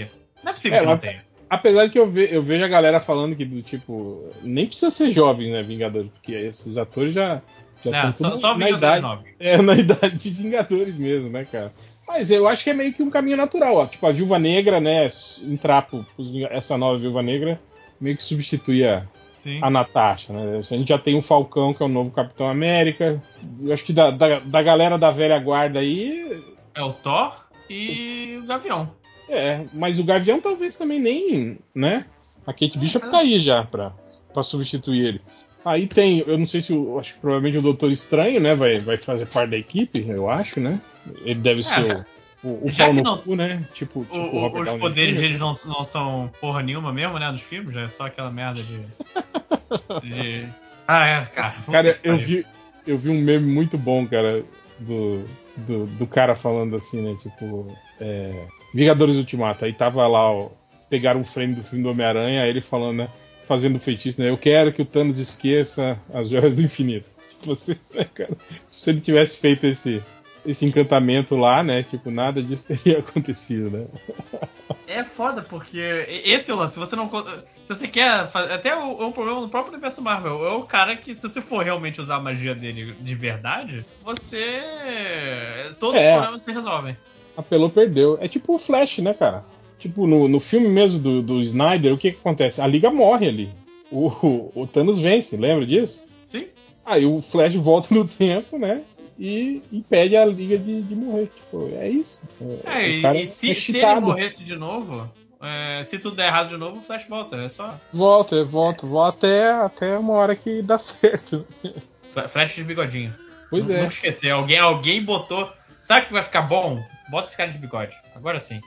Não é possível É, que não mas- tenha. Apesar que eu, ve- eu vejo a galera falando que do tipo. Nem precisa que eu, ve- eu vejo a galera falando que do tipo. Nem precisa ser jovem, né, Vingadores? Porque esses atores já já estão É, só, tudo só na Vingadores idade. novos. É, na idade de Vingadores mesmo, né, cara? Mas eu acho que é meio que um caminho natural, ó. Tipo, a Viúva Negra, né? Entrar pro, pros Vinga- essa nova Viúva Negra meio que substitui a, Sim. a Natasha, né? A gente já tem o Falcão, que é o novo Capitão América. Eu acho que da, da, da galera da velha guarda aí. É o Thor e o Gavião. É, mas o Gavião talvez também nem, né? A Kate Bishop tá aí já pra, pra substituir ele. Aí tem, eu não sei se o, acho que provavelmente o Doutor Estranho, né, vai, vai fazer parte da equipe, eu acho, né? Ele deve ser o, o, o Já pau que no não- cu, né? Tipo, O- tipo o- Robert os Downey poderes Júnior deles não, não são porra nenhuma mesmo, né? Nos filmes, né? É só aquela merda de. de... Ah, é, cara. puta Cara, que eu pariu. vi, eu vi um meme muito bom, cara, do, do, do cara falando assim, né? Tipo, é, Vingadores Ultimato. Aí tava lá, ó, pegaram um frame do filme do Homem-Aranha, aí ele falando, né? Fazendo feitiço, né? Eu quero que o Thanos esqueça as joias do infinito. Tipo assim, né, cara? Se ele tivesse feito esse, esse encantamento lá, né? Tipo, nada disso teria acontecido, né? É foda, porque esse é o lance. Se você não. Se você quer. Fazer, até o, o problema do próprio universo Marvel. É o cara que, se você for realmente usar a magia dele de verdade, você. Todos É. os problemas se resolvem. Apelou, perdeu. É tipo o Flash, né, cara? Tipo, no, no filme mesmo do, do Snyder, o que, que acontece? A Liga morre ali. O, o, o Thanos vence, lembra disso? Sim. Aí o Flash volta no tempo, né? E impede a Liga de, de morrer. Tipo, é isso. É, o e, cara e se, é se ele cheatado. morresse de novo, é, se tudo der errado de novo, o Flash volta. É só. Volta, volta, volta até, até uma hora que dá certo. Flash de bigodinho. Pois Nunca é. esquecer. Alguém, alguém botou. Sabe o que vai ficar bom? Bota esse cara de bigode. Agora sim.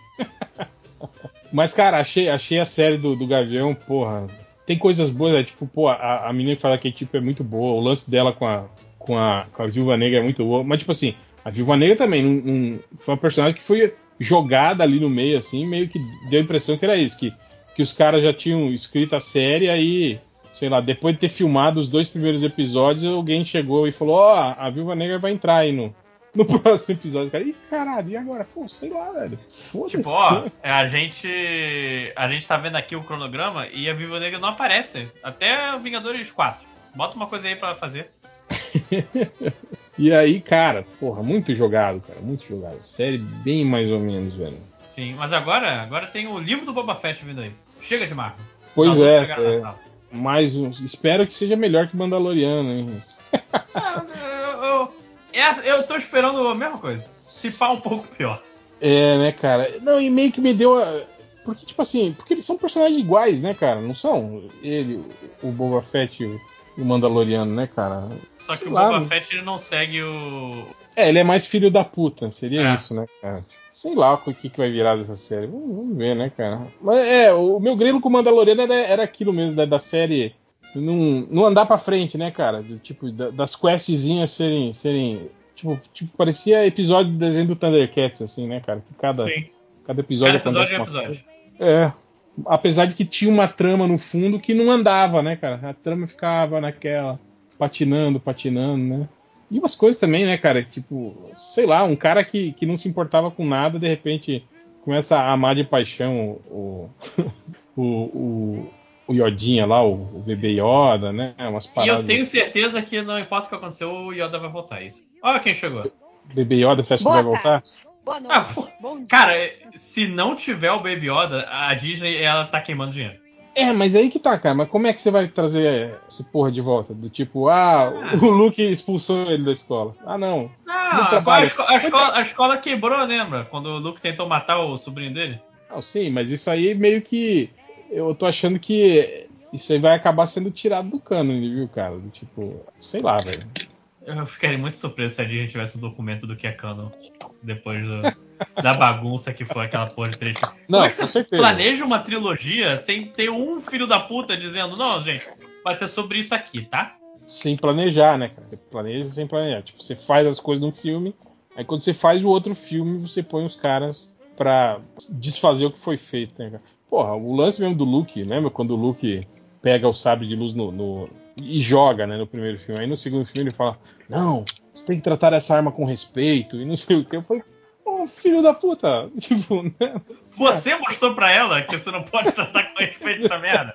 Mas, cara, achei, achei a série do, do Gavião, porra. Tem coisas boas, né? Tipo, pô, a, a menina que fala que tipo é muito boa. O lance dela com a, com a, com a Viúva Negra é muito boa. Mas, tipo assim, a Viúva Negra também não, não, foi uma personagem que foi jogada ali no meio, assim, meio que deu a impressão que era isso, que, que os caras já tinham escrito a série, aí, sei lá, depois de ter filmado os dois primeiros episódios, alguém chegou e falou, ó, oh, a Viúva Negra vai entrar aí no, no próximo episódio. Cara, e caralho, e agora? Pô, sei lá, velho. Foda-se. Tipo, ó, a gente. A gente tá vendo aqui o cronograma e a Viúva Negra não aparece. Até o Vingadores quatro. Bota uma coisa aí pra fazer. E aí, cara, porra, muito jogado, cara, muito jogado. Série bem mais ou menos, velho. Sim, mas agora, agora tem o livro do Boba Fett vindo aí. Chega de Marvel. Pois Os adultos é, chegaram na é sala. mais um. Espero que seja melhor que Mandaloriano, hein? Ah, eu, eu, essa- eu tô esperando a mesma coisa. Se pá um pouco pior. É, né, cara? Não, e meio que me deu a. Porque, tipo assim, porque eles são personagens iguais, né, cara? Não são? Ele, o Boba Fett e o, o Mandaloriano, né, cara? Só que Sei o lá, Boba né? Fett ele não segue o. É, ele é mais filho da puta, seria É. isso, né, cara? Sei lá o que, que vai virar dessa série. Vamos, vamos ver, né, cara? Mas é, o meu grilo com o Mandaloriano era, era aquilo mesmo, né, da série não, não andar pra frente, né, cara? Do, tipo, da, das questzinhas serem. serem tipo, tipo, parecia episódio do desenho do Thundercats, assim, né, cara? Que cada, Sim. cada episódio Cada episódio é acontece uma episódio. coisa. É. Apesar de que tinha uma trama no fundo que não andava, né, cara? A trama ficava naquela, patinando, patinando, né? E umas coisas também, né, cara? Tipo, sei lá, um cara que, que não se importava com nada, de repente começa a amar de paixão o, o, o, o Yodinha lá, o, o bebê Yoda, né? Umas E paradas eu tenho assim. certeza que não importa o que aconteceu, o Yoda vai voltar. Isso. Olha quem chegou. Bebê Yoda, você acha Boa que vai voltar? tarde. Boa noite. Ah, pô, Bom dia. cara, se não tiver o Baby Yoda, a Disney ela tá queimando dinheiro. É, mas aí que tá, cara. Mas como é que você vai trazer esse porra de volta? Do tipo, ah, Ah. o Luke expulsou ele da escola. Ah, não. Não, No a, trabalho. esco- a escola, a escola quebrou, lembra? Quando o Luke tentou matar o sobrinho dele. Não, sim, mas isso aí meio que. Eu tô achando que isso aí vai acabar sendo tirado do cânone, viu, cara? Do tipo, sei lá, velho. Eu ficaria muito surpreso se a Disney tivesse um documento do que é canon depois do, da bagunça que foi aquela porra de trecho. Não, Como é que com você certeza. planeja uma trilogia sem ter um filho da puta dizendo, não, gente, vai ser sobre isso aqui, tá? Sem planejar, né, cara? Você planeja sem planejar. Tipo, você faz as coisas num filme, aí quando você faz o outro filme, você põe os caras pra desfazer o que foi feito, né, cara? Porra, o lance mesmo do Luke, lembra quando o Luke pega o sabre de luz no, no- e joga, né, no primeiro filme. Aí no segundo filme ele fala, não, você tem que tratar essa arma com respeito e não sei o que. Eu falei, Ô, filho da puta! Tipo, né? Você mostrou pra ela que você não pode tratar com respeito essa merda?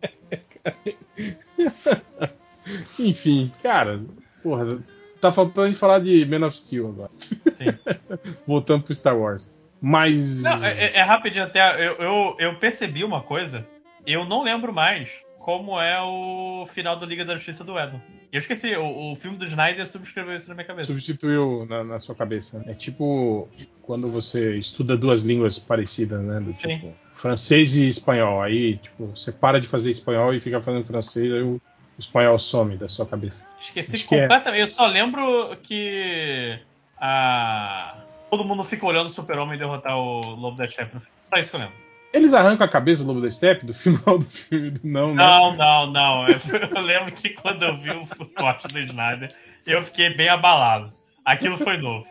Enfim, cara, porra, tá faltando a gente falar de Man of Steel agora. Sim. Voltando pro Star Wars. Mas. Não, é, é rapidinho até. Eu, eu, eu percebi uma coisa. Eu não lembro mais como é o final do Liga da Justiça do Whedon. Eu esqueci, o, o filme do Snyder subscreveu isso na minha cabeça. Substituiu na, na sua cabeça. É tipo quando você estuda duas línguas parecidas, né? Do Sim. tipo francês e espanhol. Aí, tipo, você para de fazer espanhol e fica fazendo francês, aí o, o espanhol some da sua cabeça. Esqueci Acho que é. completamente. Eu só lembro que a... todo mundo fica olhando o Super-Homem derrotar o Lobo da Steppe. Só isso que eu lembro. Eles arrancam a cabeça do Lobo da Steppe do final do filme? Não, né? Não, não, não. Eu, eu lembro que quando eu vi o corte do Snyder, eu fiquei bem abalado. Aquilo foi novo.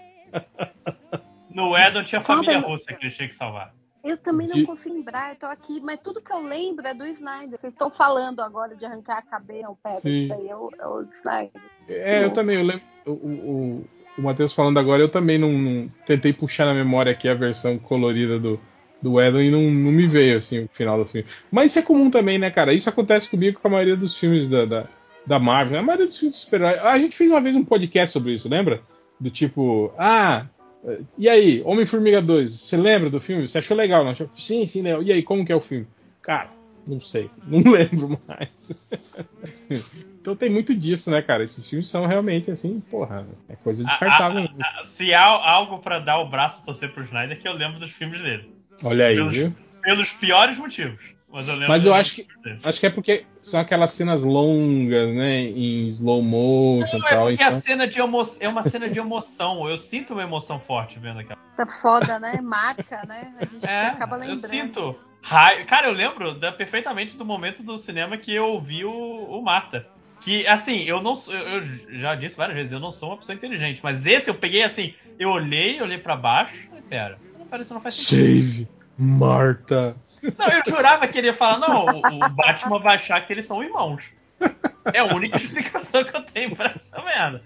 No Whedon tinha a família russa que eles tinham que salvar. Eu também não De- consigo lembrar, eu tô aqui, mas tudo que eu lembro é do Snyder. Vocês estão falando agora de arrancar a cabeça, o pé, Sim. isso aí é o, é o Snyder. É, eu também, eu lembro. O, o, o Matheus falando agora, eu também não, não- tentei puxar na memória aqui a versão colorida do, do Whedon e não, não me veio assim o final do filme. Mas isso é comum também, né, cara? Isso acontece comigo com a maioria dos filmes da, da, da Marvel, a maioria dos filmes de super-herói. A gente fez uma vez um podcast sobre isso, lembra? Do tipo, ah, e aí, Homem-Formiga dois, você lembra do filme? Você achou legal? Não achou? Sim, sim, legal. E aí, como que é o filme? Cara, não sei, não lembro mais. Então tem muito disso, né, cara? Esses filmes são realmente assim, porra, é coisa descartável. A, a, a, se há algo pra dar o braço a torcer pro Snyder, é que eu lembro dos filmes dele. Olha aí, pelos, viu? pelos piores motivos. Mas eu lembro Mas eu dos acho que, filmes dele. acho que é porque são aquelas cenas longas, né, em slow motion e Não, é tal. porque Então... a cena de emo... é uma cena de emoção. Eu sinto uma emoção forte vendo aquela. Tá foda, né? Marca, né? A gente É, acaba eu lembrando. sinto raio. Cara, eu lembro da, perfeitamente do momento do cinema que eu ouvi o, o Marta. Que, assim, eu não sou. Eu, eu já disse várias vezes, eu não sou uma pessoa inteligente. Mas esse eu peguei assim, eu olhei, olhei pra baixo. E, pera, pera, isso não faz sentido. Save Marta. Não, eu jurava que ele ia falar, não, o, o Batman vai achar que eles são irmãos. É a única explicação que eu tenho pra essa merda.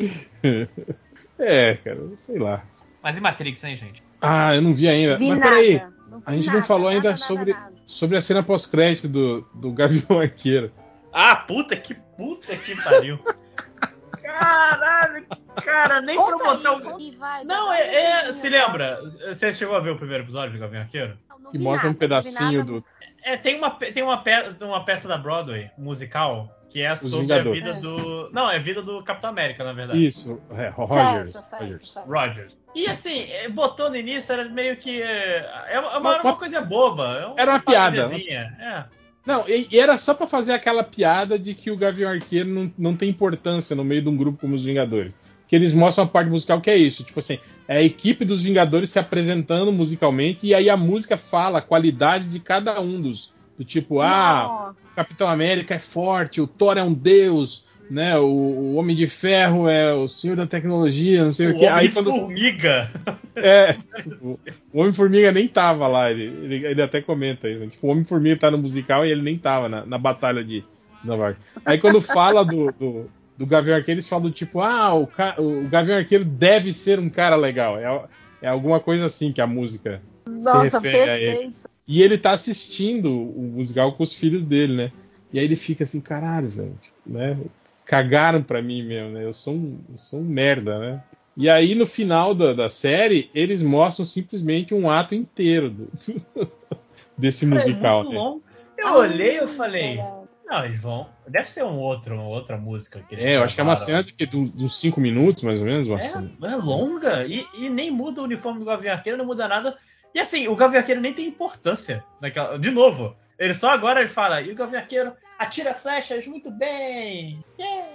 É, cara, sei lá. Mas e Matrix, hein, gente? Ah, eu não vi ainda. Vi Mas nada, peraí, não vi a gente nada, não falou nada, ainda nada, sobre, nada. sobre a cena pós-crédito do, do Gavião Arqueiro. Ah, puta que puta que pariu. Caralho, cara, nem Conta pra botar aí, o. conta aí, vai, Não, dá é, é- um se resuminho, lembra? Você chegou a ver o primeiro episódio do Gavião Arqueiro? Não, não Que vi mostra um nada, não vi pedacinho nada, do. É, tem uma, pe- tem uma, pe- uma peça da Broadway, musical, que é sobre a Vingadores. vida É. do. Não, é a vida do Capitão América, na verdade. Isso, é, Rogers. Certo, certo, Rogers. certo. Rogers. E assim, é, botou no início, era meio que. É, é uma, Uma- era uma uma- coisa boba. É uma Era uma piada. parodiazinha, É. Não, e, e era só pra fazer aquela piada de que o Gavião Arqueiro não, não tem importância no meio de um grupo como os Vingadores. Que eles mostram a parte musical que é isso. Tipo assim, é a equipe dos Vingadores se apresentando musicalmente e aí a música fala a qualidade de cada um dos. Do tipo, ah, Nossa. o Capitão América é forte, o Thor é um deus, né? O, o Homem de Ferro é o senhor da tecnologia, não sei o, O que. Aí quando Homem-Formiga. é, tipo, o Homem-Formiga nem tava lá, ele, ele, ele até comenta isso. Né? Tipo, o Homem-Formiga tá no musical e ele nem tava na, na batalha de Nova York. Aí quando fala do, do, do Gavião Arqueiro, eles falam tipo, ah, o, ca, o Gavião Arqueiro deve ser um cara legal. É, é alguma coisa assim que a música se Nossa, refere a ele. perfeito. E ele tá assistindo o musical com os filhos dele, né? E aí ele fica assim, caralho, velho, né? Cagaram pra mim mesmo, né? Eu sou um, eu sou um merda, né? E aí, no final da, da série, eles mostram simplesmente um ato inteiro do, desse musical. É muito né? longo. Eu Ah, olhei e falei. caralho. Não, eles vão. Deve ser um outro, uma outra música. Que eles É, eu acho que é uma gravaram. cena de, que, de uns cinco minutos, mais ou menos. Uma cena. É, é longa e, e nem muda o uniforme do Gavião Arqueiro, não muda nada. E assim, o Gavião Arqueiro nem tem importância naquela. De novo, ele só agora ele fala, e o Gavião Arqueiro atira flechas muito bem. Yeah.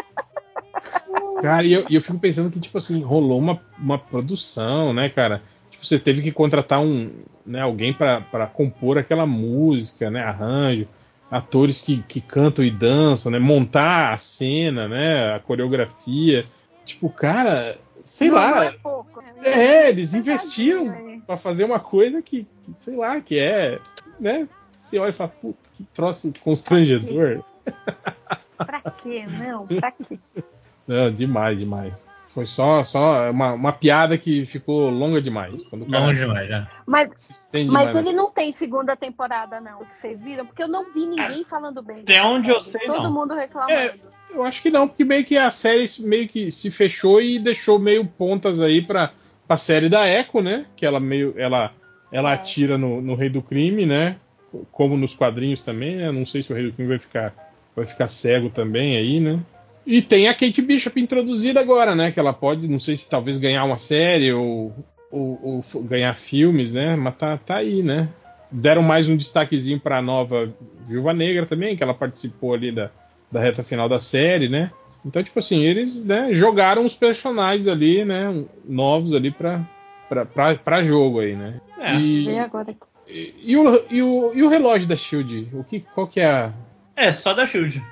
Cara, e eu, e eu fico pensando que, tipo assim, rolou uma, uma produção, né, cara? Tipo, você teve que contratar um, né, alguém pra, pra compor aquela música, né, arranjo, atores que, que cantam e dançam, né, montar a cena, né, a coreografia. Tipo, cara, sei Não, lá. não é pouco. É, eles Verdade, investiram né? pra fazer uma coisa que, que, sei lá, que é, né? Você olha e fala, puta, que troço constrangedor. Pra quê? Não, pra quê? Não, demais, demais. Foi só, só uma, uma piada que ficou longa demais. Quando o cara Longe demais, né? se Mas, estende mas demais. ele não tem segunda temporada, não. Que vocês viram? Porque eu não vi ninguém falando bem. Até dessa onde eu série. sei, Todo não. mundo reclamando. Eu acho que não, porque meio que a série meio que se fechou e deixou meio pontas aí pra, pra série da Echo, né? Que ela meio. Ela, ela É. atira no, no Rei do Crime, né? Como nos quadrinhos também, né? Não sei se o Rei do Crime vai ficar, vai ficar cego também aí, né? E tem a Kate Bishop introduzida agora, né? Que ela pode, não sei se talvez ganhar uma série ou, ou, ou f- ganhar filmes, né? Mas tá, tá aí, né? Deram mais um destaquezinho pra nova Viúva Negra também, que ela participou ali da, da reta final da série, né? Então, tipo assim, eles, né, jogaram os personagens ali, né? Novos ali pra, pra, pra, pra jogo aí, né? É. E, Vê agora. e, e o, e, o, e o relógio da Shield? O que, qual que é a. É, só da Shield.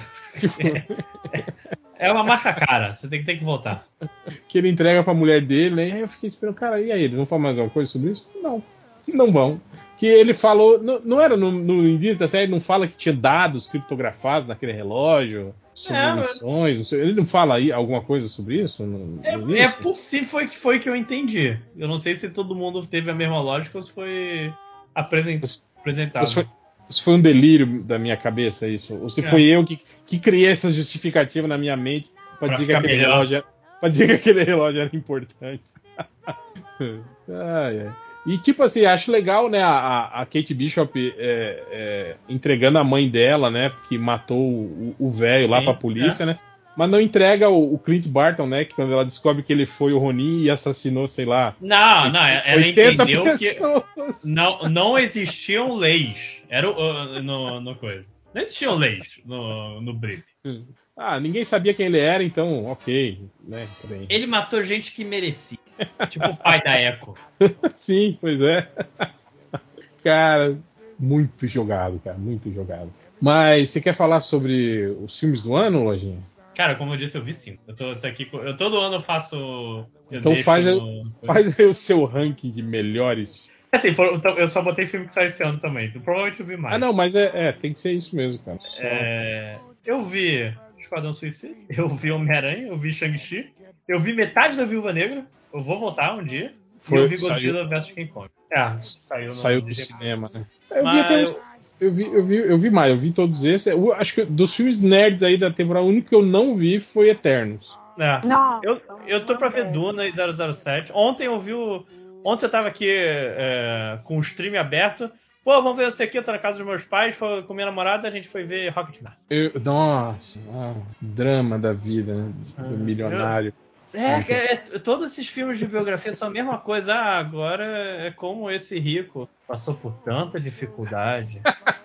É uma marca cara, você tem que, tem que voltar. Que ele entrega pra mulher dele, né? E aí eu fiquei esperando, cara, e aí, eles vão falar mais alguma coisa sobre isso? Não, não vão. Que ele falou, não, não era no, no início da série, não fala que tinha dados criptografados naquele relógio, sobre É, missões, não sei, ele não fala aí alguma coisa sobre isso no, no É, início? é possível foi que foi que eu entendi. Eu não sei se todo mundo teve a mesma lógica ou se foi apresen- Isso- apresentado. Isso foi, isso foi um delírio da minha cabeça, isso. Ou se É. foi eu que, que criei essa justificativa na minha mente pra, Pra dizer que ficar aquele melhor. relógio era, pra dizer que aquele relógio era importante. Ai, ai. E tipo assim, acho legal, né, a, a Kate Bishop é, é, entregando a mãe dela, né, que matou o velho lá Sim, pra polícia, né, mas não entrega o, o Clint Barton, né, que quando ela descobre que ele foi o Ronin e assassinou, sei lá, Não, não, ela oitenta entendeu pessoas. que não, não existiam leis. Era o, o- no, no coisa. Não existiam leis no, no brief. Ah, ninguém sabia quem ele era, então, ok, né, tudo bem. Ele matou gente que merecia. Tipo o pai da Echo. Sim, pois é. Cara, muito jogado, cara, muito jogado. Mas você quer falar sobre os filmes do ano, Lojinha? Cara, como eu disse, eu vi cinco. Eu tô, tô aqui. com- Eu todo ano faço. Eu Então deixo, faz, faz aí o seu ranking de melhores. Assim, for- então, eu só botei filme que sai esse ano também. Então, provavelmente eu vi mais. Ah, não, mas é, é, tem que ser isso mesmo, cara. Só... É, eu vi Esquadrão Suicida, eu vi Homem-Aranha, eu vi Shang-Chi, eu vi metade da Viúva Negra, eu vou voltar um dia, Foi- e eu vi saiu- Godzilla versus King Kong. É, saiu no Saiu pro Disney+. cinema, né? Eu vi Mas até uns. Eu vi, eu, vi, eu vi mais, eu vi todos esses. Eu acho que dos filmes nerds aí da temporada, o único que eu não vi foi Eternos. É, Nossa, eu, eu tô pra ver é. Duna e zero zero sete. Ontem eu vi o... Ontem eu tava aqui é, com o stream aberto. Pô, vamos ver isso aqui, eu tô na casa dos meus pais, foi com minha namorada, a gente foi ver Rocketman. Eu- nossa, ah, drama da vida, né? Do milionário. É, é, é, todos esses filmes de biografia são a mesma coisa. Ah, agora é como esse rico passou por tanta dificuldade.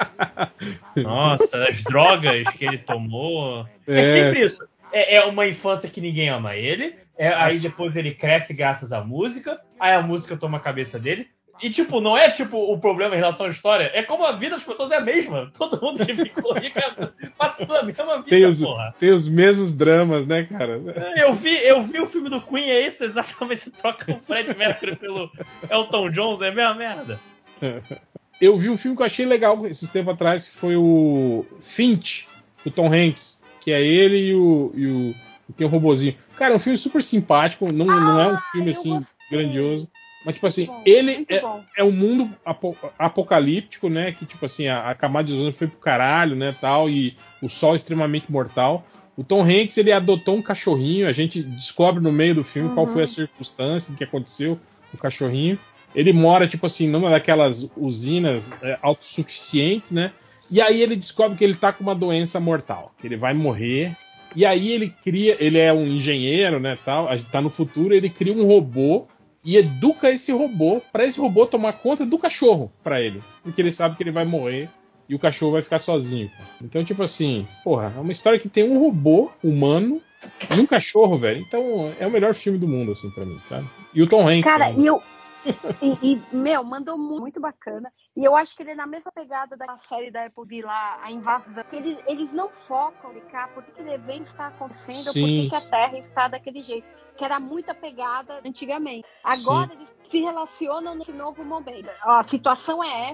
Nossa, as drogas que ele tomou. É, É. sempre isso. É, é uma infância que ninguém ama ele. É, aí Nossa. depois ele cresce graças à música. Aí a música toma a cabeça dele. E, tipo, não é, tipo, o problema em relação à história. É como a vida das pessoas é a mesma. Todo mundo que ficou rico é- passa pela mesma vida, Tem os, porra. tem os mesmos dramas, né, cara? Eu vi, eu vi o filme do Queen, é esse exatamente. Você troca o Fred Mercury pelo Elton John, é a mesma merda. Eu vi um filme que eu achei legal esses tempos atrás, que foi o Finch, do Tom Hanks, que é ele e o, e o e tem um robozinho. Cara, é um filme super simpático, não, não é um filme eu assim gostei. grandioso, mas tipo assim, Muito bom, ele muito é, bom. é um mundo apo- apocalíptico, né, que tipo assim, a, a camada de ozônio foi pro caralho, né, tal, e o sol é extremamente mortal. O Tom Hanks, ele adotou um cachorrinho, a gente descobre no meio do filme qual Uhum. foi a circunstância, o que aconteceu com o cachorrinho. Ele mora, tipo assim, numa daquelas usinas é, autossuficientes, né? E aí ele descobre que ele tá com uma doença mortal, que ele vai morrer. E aí ele cria, ele é um engenheiro, né, tal, a gente tá no futuro, ele cria um robô e educa esse robô para esse robô tomar conta do cachorro para ele, porque ele sabe que ele vai morrer e o cachorro vai ficar sozinho. Então, tipo assim, porra, é uma história que tem um robô humano e um cachorro, velho. Então, é o melhor filme do mundo, assim, pra mim, sabe? E o Tom Hanks. Cara, ainda. e eu. E, e, meu, mandou mu- muito bacana. E eu acho que ele é na mesma pegada da série da Apple V lá, a invasão. Que eles, eles não focam em cá por que aquele evento está acontecendo ou por Sim. que que a Terra está daquele jeito. Que era muita pegada antigamente. Agora Sim. eles se relacionam nesse novo momento. Ó, a situação é essa,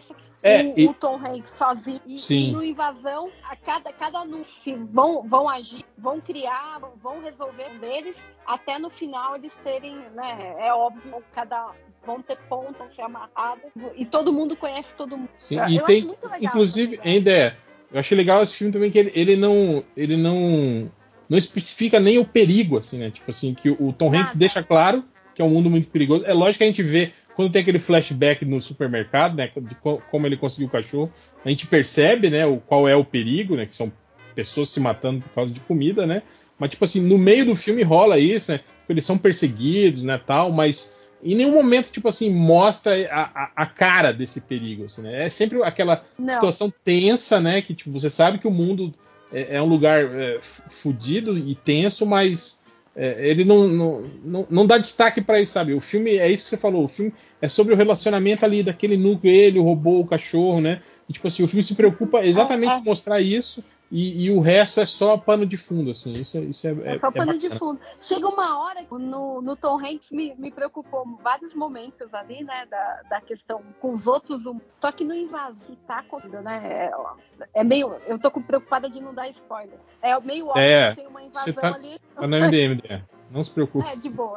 É, o, e- o Tom Hanks sozinho. E, Sim. e no Invasão, a cada, cada anúncio vão, vão agir, vão criar, vão resolver um deles, até no final eles terem, né? É óbvio, cada vão ter pontos, vão ser amarrados, e todo mundo conhece todo mundo. Sim, eu e eu tem, acho muito legal. inclusive, essa pegada. ainda é. Eu achei legal esse filme também que ele, ele não, ele não, não especifica nem o perigo, assim, né? Tipo assim, que o Tom Hanks Nada. deixa claro que é um mundo muito perigoso. É lógico que a gente vê quando tem aquele flashback no supermercado, né? De co- como ele conseguiu o cachorro, a gente percebe, né? O, qual é o perigo, né? Que são pessoas se matando por causa de comida, né? Mas tipo assim, no meio do filme rola isso, né? Eles são perseguidos, né? Tal, mas em nenhum momento, tipo assim, mostra a, a, a cara desse perigo, assim, né? É sempre aquela Não. situação tensa, né? Que tipo, você sabe que o mundo é, é um lugar é, fudido e tenso, mas é, ele não, não, não, não dá destaque pra isso, sabe? O filme, é isso que você falou, o filme é sobre o relacionamento ali daquele núcleo, ele, o robô, o cachorro, né? E tipo assim, o filme se preocupa exatamente É, é. em mostrar isso e, e o resto é só pano de fundo, assim. Isso, é- isso é, É é, só é pano de bacana. fundo. Chega uma hora que no, no Tom Hanks me, me preocupou vários momentos ali, né? Da, da questão com os outros humanos. Só que no Invasão que tá acontecendo, né? É, é meio. Eu tô preocupada de não dar spoiler. É meio óbvio É, que tem uma você invasão tá, ali. tá no M D M, né? Não se preocupe. É, de boa.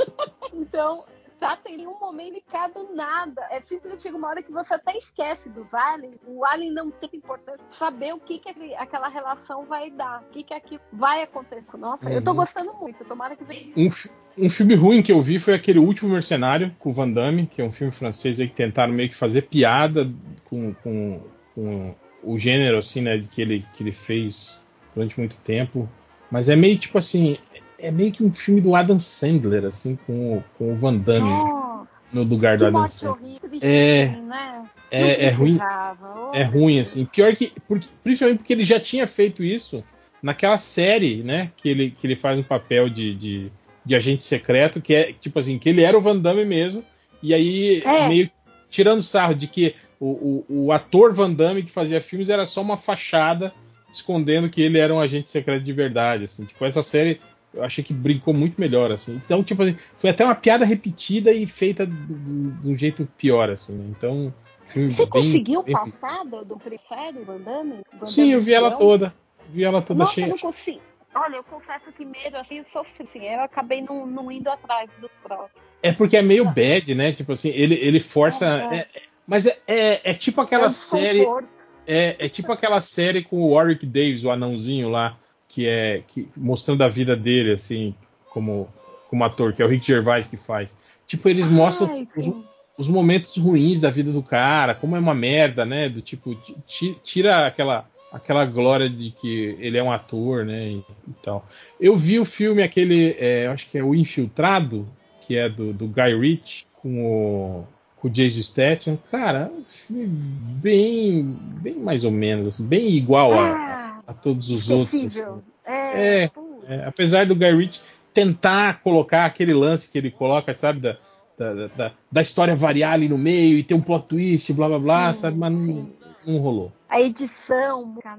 Então, tá, tem nenhum momento indicado nada. É simplesmente chega uma hora que você até esquece dos aliens. O alien não tem importância. Saber o que, que aquele- aquela relação vai dar. O que, que aqui vai acontecer. Nossa, eu tô Uhum. gostando muito. Tomara que venha. Um, fi- um filme ruim que eu vi foi aquele Último Mercenário, com o Van Damme, que é um filme francês aí que tentaram meio que fazer piada com, com, com o gênero, assim, né, que ele, que ele fez durante muito tempo. Mas é meio tipo assim, é meio que um filme do Adam Sandler, assim, com, o- com o Van Damme Nossa, no lugar do que Adam morte Sandler. horrível. É, Né? é, Não é ruim, precisava. Oh, é meu ruim, Deus. assim. Pior que, porque, principalmente porque ele já tinha feito isso naquela série, né? Que ele, que ele faz um papel de, de, de agente secreto, que é tipo assim, que ele era o Van Damme mesmo, e aí É. meio tirando sarro de que o, o, o ator Van Damme que fazia filmes era só uma fachada escondendo que ele era um agente secreto de verdade, assim. Tipo, essa série eu achei que brincou muito melhor, assim. Então, tipo assim, foi até uma piada repetida e feita de de um jeito pior, assim, né? Então, filme Você bem, conseguiu bem ruim. passar do, do prefere, Van Damme? Van Sim, Damme eu vi ela espião? toda. Vi ela toda Nossa, eu cheia. não consigo. Olha, eu confesso que mesmo assim, eu sofri. Assim, eu acabei não, não indo atrás do próximo. É porque é meio Não. bad, né? Tipo assim, ele, ele força. É, é. é- é- mas é, é, é tipo É aquela um série. desconforto. É, é tipo aquela série com o Warwick Davis, o anãozinho lá, que é que, mostrando a vida dele, assim, como, como ator, que é o Rick Gervais que faz. Tipo, eles mostram Ai, os, sim. os momentos ruins da vida do cara, como é uma merda, né? Do tipo, ti- tira aquela, aquela glória de que ele é um ator, né? E, e tal. Eu vi o filme, aquele, é, eu acho que é O Infiltrado, que é do, do Guy Ritchie, com o, com o Jason Statham. Cara, é um filme bem, bem mais ou menos, assim, bem igual a, Ah, a, a todos os outros. Assim. esquecível. É, É, putz. é, apesar do Guy Ritchie tentar colocar aquele lance que ele coloca, sabe, da, da, da, da história variar ali no meio e ter um plot twist, blá blá blá, Sim, sabe, mas não, sim. não rolou. A edição, né?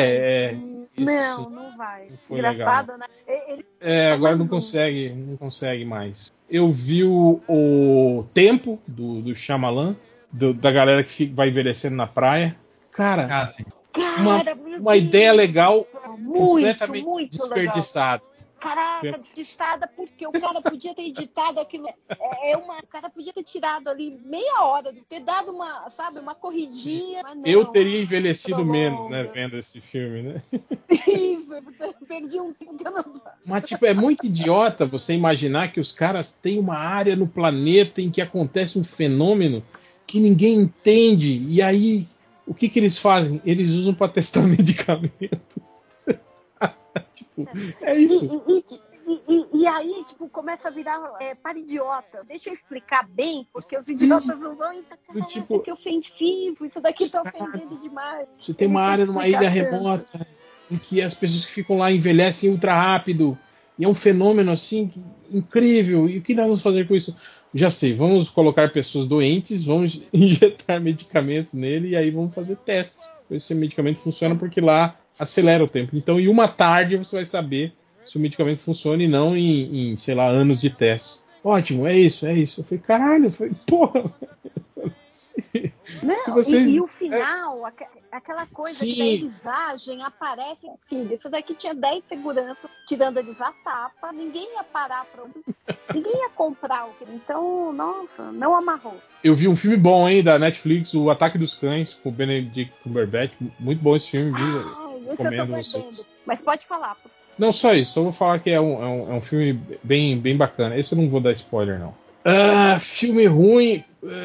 É, é, Hum, isso sim, Não, não vai. não foi legal, não. Engraçado, né? Ele É, só agora mais não um. consegue, não consegue mais. Eu vi o, o Tempo do, do Shyamalan, do- da galera que fica- vai envelhecendo na praia. Cara, Ah, sim. uma, Cara, meu uma ideia Deus! legal Muito, completamente muito legal. desperdiçada. Caraca, desestada, porque o cara podia ter editado aquilo. É, é uma, o cara podia ter tirado ali meia hora, ter dado uma, sabe, uma corridinha, mas não. Eu teria envelhecido menos, né, prolonga. vendo esse filme, né? Isso, eu perdi um tempo que eu não. Mas, tipo, é muito idiota você imaginar que os caras têm uma área no planeta em que acontece um fenômeno que ninguém entende. E aí, o que, que eles fazem? Eles usam para testar medicamentos. Tipo, é E, isso. e, e, e, e aí, tipo, começa a virar é, para idiota. Deixa eu explicar bem, porque os idiotas não vão entender. Do Caraca, tipo, que ofensivo, isso daqui tá ofendendo demais. você tem Ele uma tem que área numa explicar ilha tanto. remota em que as pessoas que ficam lá envelhecem ultra rápido. E é um fenômeno assim que- incrível. E o que nós vamos fazer com isso? Já sei, vamos colocar pessoas doentes, vamos injetar medicamentos nele e aí vamos fazer testes. Esse medicamento funciona porque lá acelera o tempo. Então, em uma tarde você vai saber se o medicamento funciona e não em, em sei lá, anos de teste. Ótimo, é isso, é isso. Eu falei, caralho, eu falei, porra. Não, Se vocês... e, e o final, é... aquela coisa Sim. que da visagem aparece, filho, isso daqui tinha dez seguranças tirando eles a tapa, ninguém ia parar pronto, ninguém ia comprar o que. Então, nossa, não amarrou. Eu vi um filme bom, hein, da Netflix, O Ataque dos Cães, com o Benedict Cumberbatch. Muito bom esse filme, viu? Ah, esse eu tô Recomendo perdendo. vocês. Mas pode falar. Não, só isso. Só vou falar que é um, é um, é um filme bem, bem bacana. Esse eu não vou dar spoiler, não. Ah, filme ruim.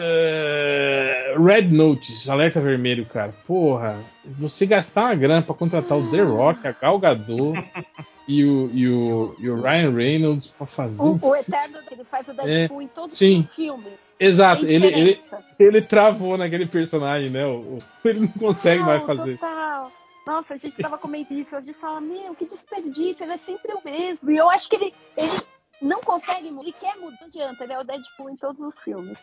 Uh, Red Notice, Alerta Vermelho, cara. Porra, você gastar uma grana pra contratar o The Rock, a Gal Gadot e o, e o, e o Ryan Reynolds pra fazer um O, o Eterno, ele faz o Deadpool É, em todos sim. os filmes. Exato, Tem ele, ele, diferença. ele travou naquele personagem, né? O- o- Ele não consegue Não, mais fazer. Total. Nossa, a gente tava comentando isso hoje e fala, meu, que desperdício, ele é sempre o mesmo. E eu acho que ele, ele não consegue mudar, ele quer mudar, não adianta, ele é o Deadpool em todos os filmes.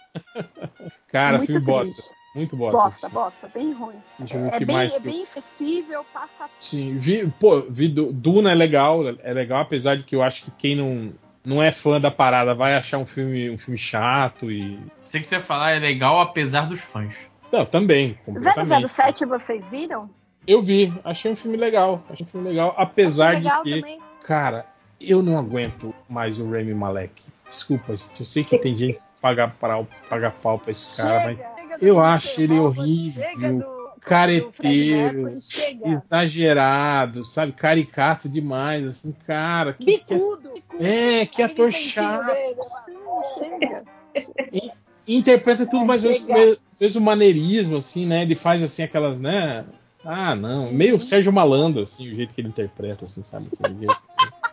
Cara, Muito filme triste. bosta. Muito bosta. esse Bosta, filme. bosta, bem ruim. Deixa eu ver o É que bem, mais é que eu- bem acessível, passa. Sim, vi, pô, vi Du- Duna é legal, é legal, apesar de que eu acho que quem não, não é fã da parada vai achar um filme, um filme chato e. Sei que você ia falar é legal apesar dos fãs. Não, também, zero completamente. zero sete vocês viram? Eu vi, achei um filme legal. Achei um filme legal, apesar Achei legal de que, também. cara, eu não aguento mais o Rami Malek. Desculpa, gente. Eu sei que tem gente que paga pau, paga pau pra esse cara, mas Chega, chega do eu Mister acho ele Robot, horrível, chega do- do Fred careteiro, Mercury, chega. exagerado, sabe? Caricato demais, assim, cara. Que, que, Bicudo, bicudo. é, que Aquele ator peitinho chato. dele. Hum, chega. E, e interpreta tudo É, mais ou menos com o chega. mesmo, mesmo maneirismo, assim, né? Ele faz assim aquelas, né? Ah, não. Meio Uhum. Sérgio Malandro, assim, o jeito que ele interpreta, assim, sabe? Aquele jeito.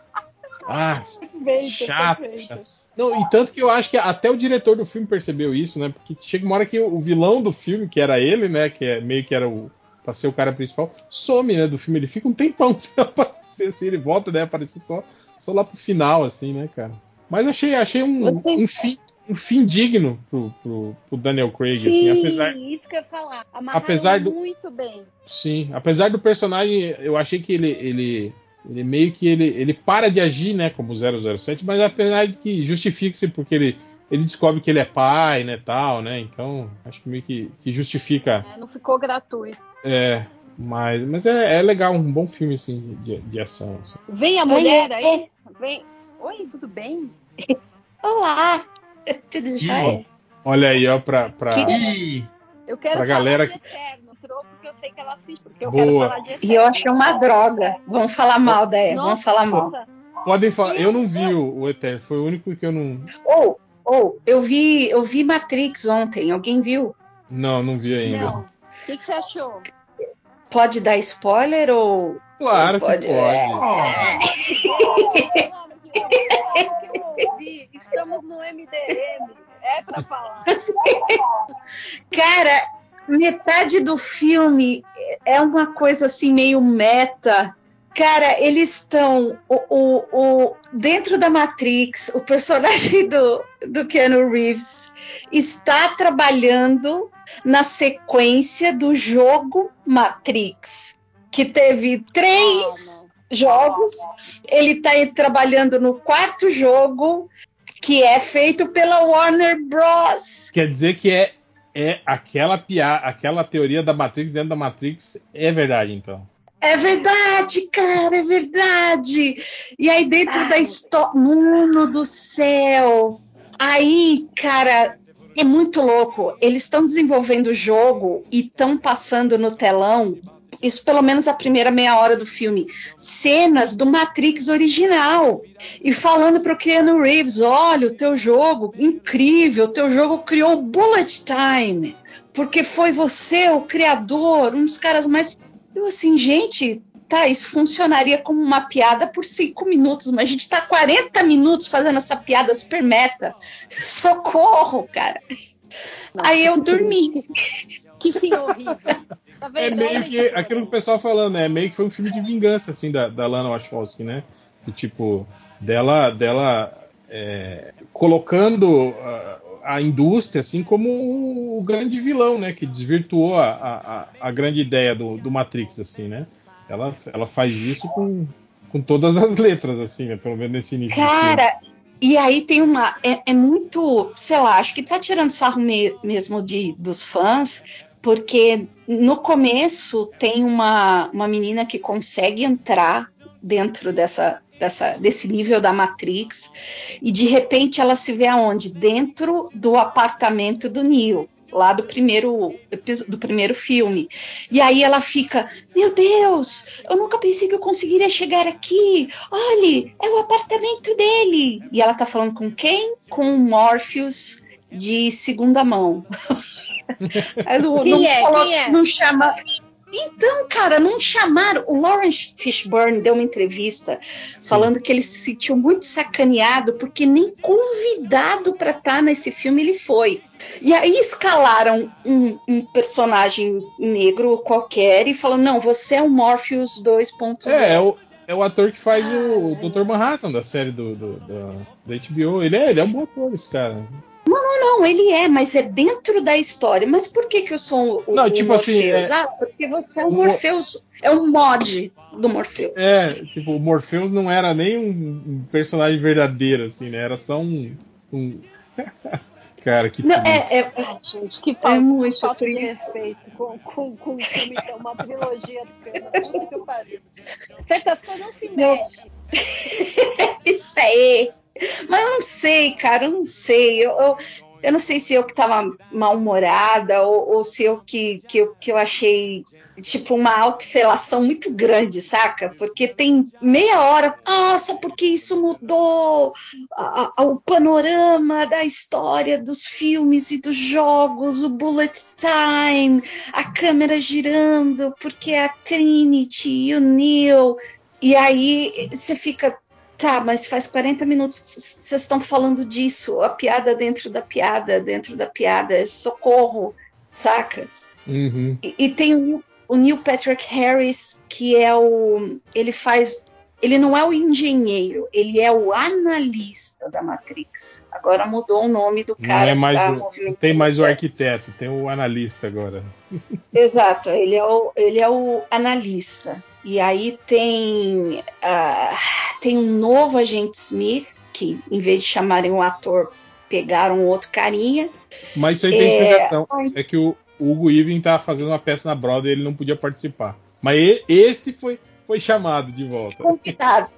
Ah, Perfeito, chato, perfeito. chato. Não, e tanto que eu acho que até o diretor do filme percebeu isso, né? Porque chega uma hora que o vilão do filme, que era ele, né? Que é meio que era o. Pra ser o cara principal, some, né? Do filme. Ele fica um tempão sem aparecer, assim, ele volta, né? Aparecer só, só lá pro final, assim, né, cara? Mas achei, achei um, Você- um, fim, um fim digno pro, pro, pro Daniel Craig, assim, Sim, apesar. isso que eu ia falar. Amarraram Apesar do- muito bem. Sim, apesar do personagem, eu achei que ele, ele, ele meio que ele, ele para de agir, né, como zero zero sete, mas apesar de que justifica-se porque ele, ele descobre que ele é pai, né, tal, né, então acho que meio que, que justifica, Né? Não ficou gratuito. é, mas, mas é, é legal, um bom filme, assim, de, de ação, assim. Vem a Oi, mulher é. aí. Vem. Oi, tudo bem? Olá! Tudo jóia? Olha aí, ó, pra, pra, Que- Ih, Eu quero Pra falar galera de Eterno. Entrou porque eu sei que ela assiste. Porque eu Boa. quero falar de Eterno. E eu achei uma droga. Vamos falar mal daí, Nossa, vamos falar mal. podem falar, eu não vi o, o Eterno, foi o único que eu não, Ou, ou, eu vi, eu vi Matrix ontem. Alguém viu? não, não vi ainda. Não. O que, que você achou? Pode dar spoiler ou Claro que Pode- pode. Pelo amor de Deus, pelo que eu ouvi, estamos no M D M. É pra falar. Cara, metade do filme é uma coisa assim meio meta. Cara, eles estão o, o, o, dentro da Matrix, o personagem do, do Keanu Reeves está trabalhando na sequência do jogo Matrix, que teve três jogos. Ele está trabalhando no quarto jogo, que é feito pela Warner Bros. Quer dizer que é, é aquela piada, aquela teoria da Matrix dentro da Matrix é verdade, então. É verdade, cara, é verdade. E aí dentro da história, mano do céu. Aí, cara, é muito louco. Eles estão desenvolvendo o jogo e estão passando no telão, isso pelo menos a primeira meia hora do filme, cenas do Matrix original. E falando pro Keanu Reeves, olha, o teu jogo, incrível, o teu jogo criou Bullet Time, porque foi você o criador, um dos caras mais... Eu assim, gente, tá, isso funcionaria como uma piada por cinco minutos, mas a gente tá quarenta minutos fazendo essa piada super meta. Socorro, cara. Nossa, Aí eu que dormi. triste. Que fim horrível. Tá É vendo? meio que aquilo que o pessoal falando, né? É meio que foi um filme de vingança, assim, da, da Lana Wachowski, né? Do tipo, dela, dela é, colocando a, a indústria, assim, como o, o grande vilão, né? Que desvirtuou a, a, a grande ideia do, do Matrix, assim, né? Ela, ela faz isso com, com todas as letras, assim, né? Pelo menos nesse início do filme. Cara, E aí tem uma. É, é muito, sei lá, acho que tá tirando sarro me, mesmo de, dos fãs, porque no começo tem uma, uma menina que consegue entrar dentro dessa, dessa, desse nível da Matrix, e de repente ela se vê aonde? Dentro do apartamento do Neo, lá do primeiro, do primeiro filme. E aí ela fica, meu Deus, eu nunca pensei que eu conseguiria chegar aqui. Olha, é o apartamento dele. E ela tá falando com quem? Com o Morpheus de segunda mão. não, Quem não, é? coloca, Quem é? não chama... Então, cara, não chamaram. O Lawrence Fishburne deu uma entrevista Sim. falando que ele se sentiu muito sacaneado porque nem convidado para estar nesse filme ele foi. E aí escalaram um, um personagem negro qualquer e falaram: não, você é o Morpheus dois ponto zero. É, é o, é o ator que faz ah, o doutor Manhattan da série do, do, do, da H B O. Ele é, ele é um bom ator, esse cara. Não, não, não, ele é, mas é dentro da história. Mas por que que eu sou o, não, o tipo Morpheus? Assim, é... Ah, porque você é o Morpheus, é um mod do Morpheus. É, tipo, o Morpheus não era nem um, um personagem verdadeiro, assim, né? Era só um... um... Cara, que não, triste. É, é, Ai, gente, que falta, é muito falta de triste. respeito com, com, com um filme que é uma trilogia do filme. Puta que pariu. Certas coisas não se mexe. Isso aí. Mas eu não sei, cara, eu não sei. Eu, eu, eu não sei se eu que tava mal-humorada ou, ou se eu que, que, eu, que eu achei tipo uma autofelação muito grande, saca? Porque tem meia hora, nossa, porque isso mudou a, a, o panorama da história dos filmes e dos jogos, o bullet time, a câmera girando, porque a Trinity e o Neo. E aí você fica... Tá, mas faz quarenta minutos que vocês estão falando disso, a piada dentro da piada, dentro da piada, socorro, saca? Uhum. E, e tem o, o Neil Patrick Harris, que é o... Ele faz... Ele não é o engenheiro, ele é o analista da Matrix. Agora mudou o nome do cara. Não é mais tá o, não tem mais o arquiteto, tem o analista agora. Exato, ele é o, ele é o analista. E aí tem, uh, tem um novo agente Smith, que em vez de chamarem um ator, pegaram outro carinha. Mas isso aí tem é... explicação. É que o Hugo Weaving tá fazendo uma peça na Broadway e ele não podia participar. Mas esse foi, foi chamado de volta. Convidado.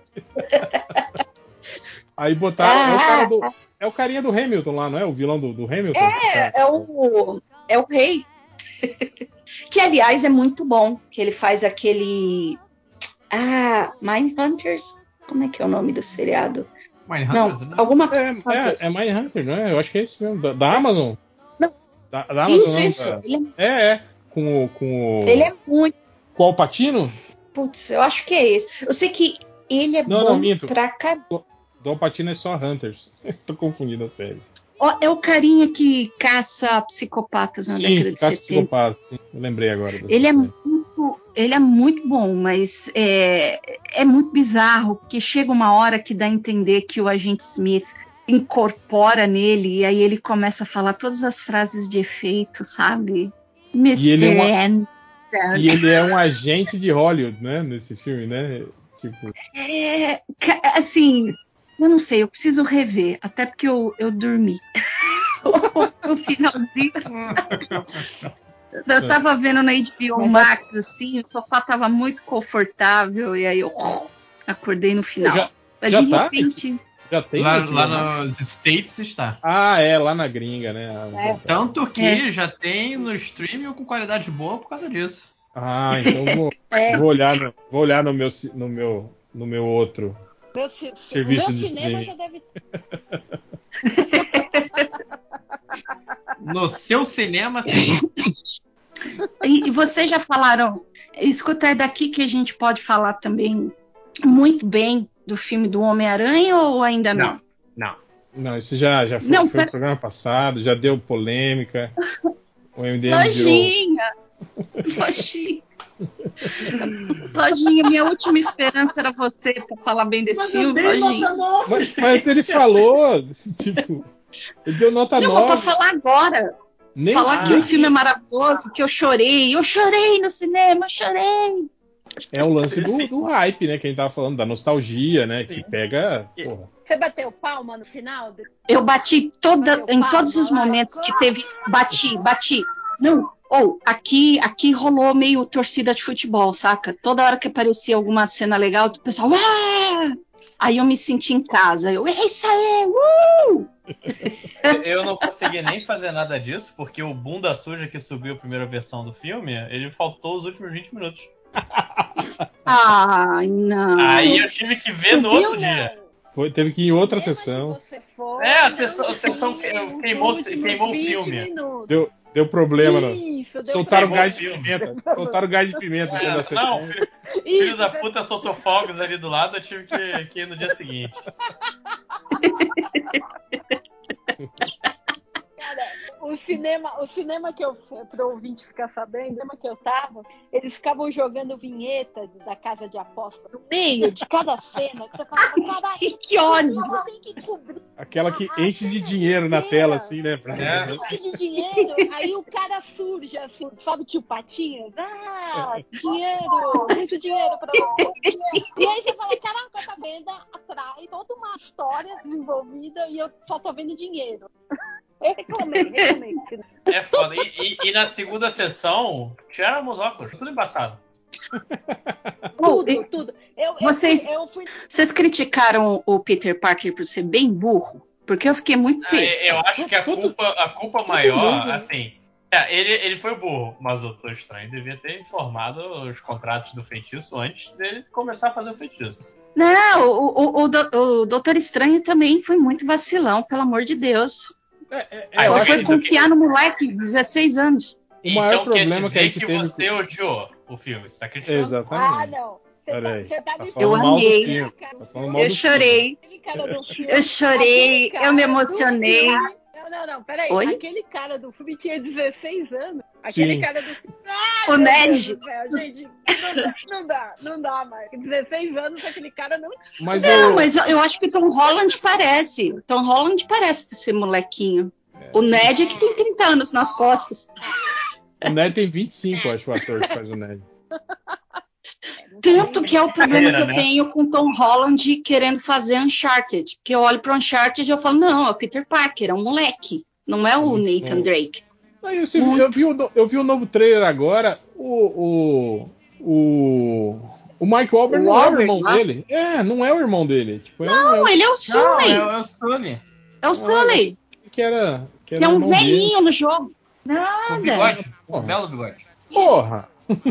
Aí botaram. Ah, é, o cara do, é o carinha do Hamilton lá, não é? O vilão do, do Hamilton? É, é o, é o rei. Que, aliás, é muito bom. Que ele faz aquele... Ah, Mindhunters? Como é que é o nome do seriado? Mindhunters? Não, né? alguma É, é, é Mindhunter, não é? Eu acho que é esse mesmo. Da, da Amazon? Não. Da, da Amazon, isso, não, isso. Da... Ele é... é, é. Com o, com o... Ele é muito... Com o Al Pacino? Putz, eu acho que é esse. Eu sei que ele é não, bom não, minto. pra caramba. Do Al Pacino é só Hunters. Tô confundindo as séries. É o carinha que caça psicopatas na sim, década de caça setenta. Psicopatas, sim. Eu lembrei agora. Ele é, muito, ele é muito bom, mas é, é muito bizarro, porque chega uma hora que dá a entender que o agente Smith incorpora nele e aí ele começa a falar todas as frases de efeito, sabe? mister E ele, é uma, Anderson. e ele é um agente de Hollywood, né? Nesse filme, né? Tipo... É, assim... Eu não sei, eu preciso rever, até porque eu, eu dormi. o, o finalzinho. Eu tava vendo na H B O Max, assim, o sofá tava muito confortável, e aí eu acordei no final. Já, Mas já de tá? repente. Já tem? Lá, lá nos States está. Ah, é, lá na gringa, né? É, tanto que é. já tem no streaming com qualidade boa por causa disso. Ah, então vou, é. vou olhar, no, vou olhar no, meu, no, meu, no meu outro. Meu ci- serviço meu de cinema streaming. já deve. No seu cinema tem. E, e vocês já falaram, escuta, é daqui que a gente pode falar também muito bem do filme do Homem-Aranha ou ainda não? Não. Não, isso já, já foi, não, foi pera... no programa passado, já deu polêmica. O M D M Lojinha! virou... Lojinha! Lojinha, minha última esperança era você pra falar bem desse mas filme, eu dei Lojinha. nota nove, mas, mas ele falou, tipo, ele deu nota não, nove. Não, pra falar agora. Nem, falar ah, que o filme é maravilhoso, que eu chorei. Eu chorei no cinema, eu chorei. É o lance Sim, do, sim. do hype, né? Que a gente tava falando, da nostalgia, né? Sim. Que pega. Porra. Você bateu palma no final? Eu bati toda, Bateu em palma todos os lá? momentos que teve. Bati, bati. Não, ou aqui, aqui rolou meio torcida de futebol, saca? Toda hora que aparecia alguma cena legal, o pessoal. Ué! Aí eu me senti em casa. Eu, é isso aí! Uh! Eu não consegui nem fazer nada disso, porque o bunda suja que subiu a primeira versão do filme, ele faltou os últimos vinte minutos. Ai, não. Aí eu tive que ver no Subiu, outro dia. não. Foi, teve que ir em outra Cinema sessão. que você foi, É, a não sessão- a sessão tinha que- os queimou- últimos queimou o vinte filme. minutos. Deu, deu problema, não. Isso, deu Soltaram problema. gás de pimenta. Soltaram gás de pimenta dentro da É, sessão. não, filho, filho da puta soltou fogos ali do lado, eu tive que, que ir no dia seguinte. Cara, o cinema, o cinema que eu fui, pro ouvinte ficar sabendo, o cinema que eu tava, eles ficavam jogando vinhetas da casa de aposta no meio de cada cena, que você falava, caralho, Que ódio! você tem que cobrir. Aquela que a- a enche de cena dinheiro na inteira. tela, assim, né? É. Enche de dinheiro, aí o cara surge assim, sabe, tio Patinhas? Ah, dinheiro, muito dinheiro pra você. E aí você fala, caraca, essa venda atrai toda uma história desenvolvida e eu só tô vendo dinheiro. Eu reclamei, reclamei. É foda. E, e- e na segunda sessão, tiraram os óculos, tudo embaçado. Oh, Tudo, e- tudo. Eu, eu Vocês- fui, eu fui Vocês criticaram o Peter Parker por ser bem burro? Porque eu fiquei muito Ah, pé. eu acho que a Todo- culpa, a culpa todo maior, mundo. assim. É, ele, ele foi burro, mas o Doutor Estranho devia ter informado os contratos do feitiço antes dele começar a fazer o feitiço. Não, o, o, o, do- o Doutor Estranho também foi muito vacilão, pelo amor de Deus. É, é, Ah, é, eu eu Só acho foi achei- que confiar no moleque de dezesseis anos. O maior então problema quer que a dizer gente que, teve você com- odiou o filme, você tá criticando? Ah, Exatamente. não. Você Olha tá, aí. você tá Tá me falando Eu mal do amei. filme. Tá falando mal Eu do chorei, Aquele cara do filme, eu chorei, aquele cara eu me do emocionei. filme- Não, não, não, peraí. Oi? Aquele cara do filme tinha dezesseis anos. Aquele Sim. cara do filme. O Meu Ned. Deus do céu, gente, não dá, não dá, não dá mais. dezesseis anos, aquele cara não. Mas Não, o, mas eu, eu acho que o Tom Holland parece. O Tom Holland parece ser molequinho. O Ned é que tem trinta anos nas costas. o Ned tem vinte e cinco, eu acho, o ator que faz o Ned. Tanto que é o problema Carreira, que eu né? tenho com Tom Holland querendo fazer Uncharted. Porque eu olho pro Uncharted e eu falo, não, é o Peter Parker, é um moleque. Não é o Muito Nathan bom. Drake. Aí você viu- eu, vi o, no- eu vi o novo trailer agora. O. O. O, o Mike Wahlberg O não é o Wahlberg irmão lá? dele. É, não é o irmão dele. Tipo, é, Não, é, ele é o Não, Sully. é, é o Sully. É o Sully. que era. Que Que era é o um irmão dele. velhinho no jogo. Com Nada. bigode, com Porra. belo bigode. Porra!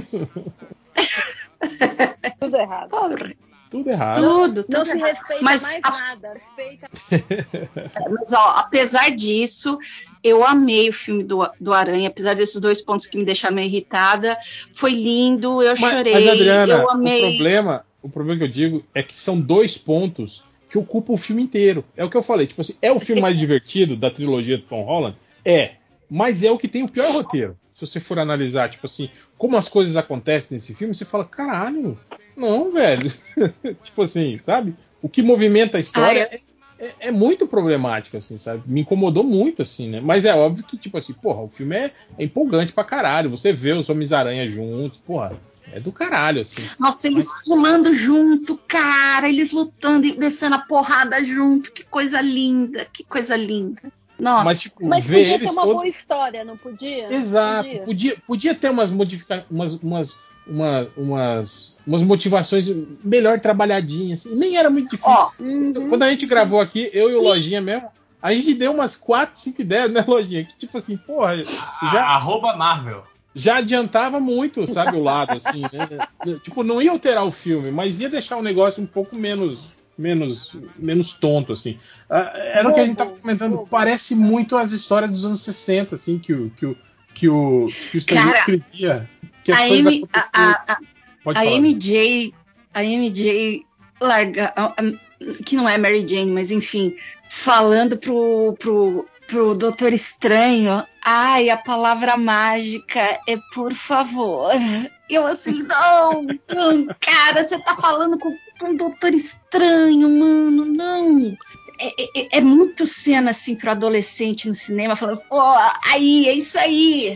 Tudo errado. Porra, Tudo errado. tudo, Não tudo se errado. respeita Mas mais a- nada. Respeita. Mas, ó, apesar disso, eu amei o filme do, do Aranha, apesar desses dois pontos que me deixaram meio irritada. Foi lindo, eu Mas, chorei, mas, Adriana, eu o amei. problema, o problema que eu digo é que são dois pontos que ocupam o filme inteiro. É o que eu falei, tipo assim, é o filme mais divertido da trilogia do Tom Holland? É. Mas é o que tem o pior roteiro. Se você for analisar, tipo assim, como as coisas acontecem nesse filme, você fala, caralho, não, velho. Tipo assim, sabe? O que movimenta a história Ah, é, é- é muito problemático, assim, sabe? Me incomodou muito, assim, né? Mas é óbvio que, tipo assim, porra, o filme é, é empolgante pra caralho. Você vê os Homens-Aranha juntos, porra, é do caralho, assim. Nossa, eles pulando junto, cara, eles lutando e descendo a porrada junto, que coisa linda, que coisa linda. Nossa, Mas, tipo, Mas ver podia ter eles uma todos. boa história, não podia? Exato, Podia. podia, podia ter umas modificações, umas, umas, uma- umas, umas motivações melhor trabalhadinhas. Assim. Nem era muito difícil. ó, Uhum. Quando a gente gravou aqui, eu e o Lojinha mesmo, a gente deu umas quatro, cinco ideias, né, Lojinha? Que tipo assim, porra, Já... já, Arroba Marvel. já adiantava muito, sabe, o lado, assim, né? Tipo, não ia alterar o filme, mas ia deixar o negócio um pouco menos. Menos, menos tonto, assim. Ah, era o que a gente tava comentando. bobo. Parece muito as histórias dos anos sessenta, assim, que o, que o, que o, que o Stan Lee Cara, escrevia. Que as a, coisas M, a, aconteciam. a, a, Pode a falar. M J, a M J larga, a- a- que não é Mary Jane, mas enfim, falando pro, pro, pro Doutor Estranho, ai, a palavra mágica é por favor. Eu assim, não, não, cara, você tá falando com, com o Doutor Estranho, mano, não. É, é, é muito cena assim pro adolescente no cinema falando, pô, aí, é isso aí.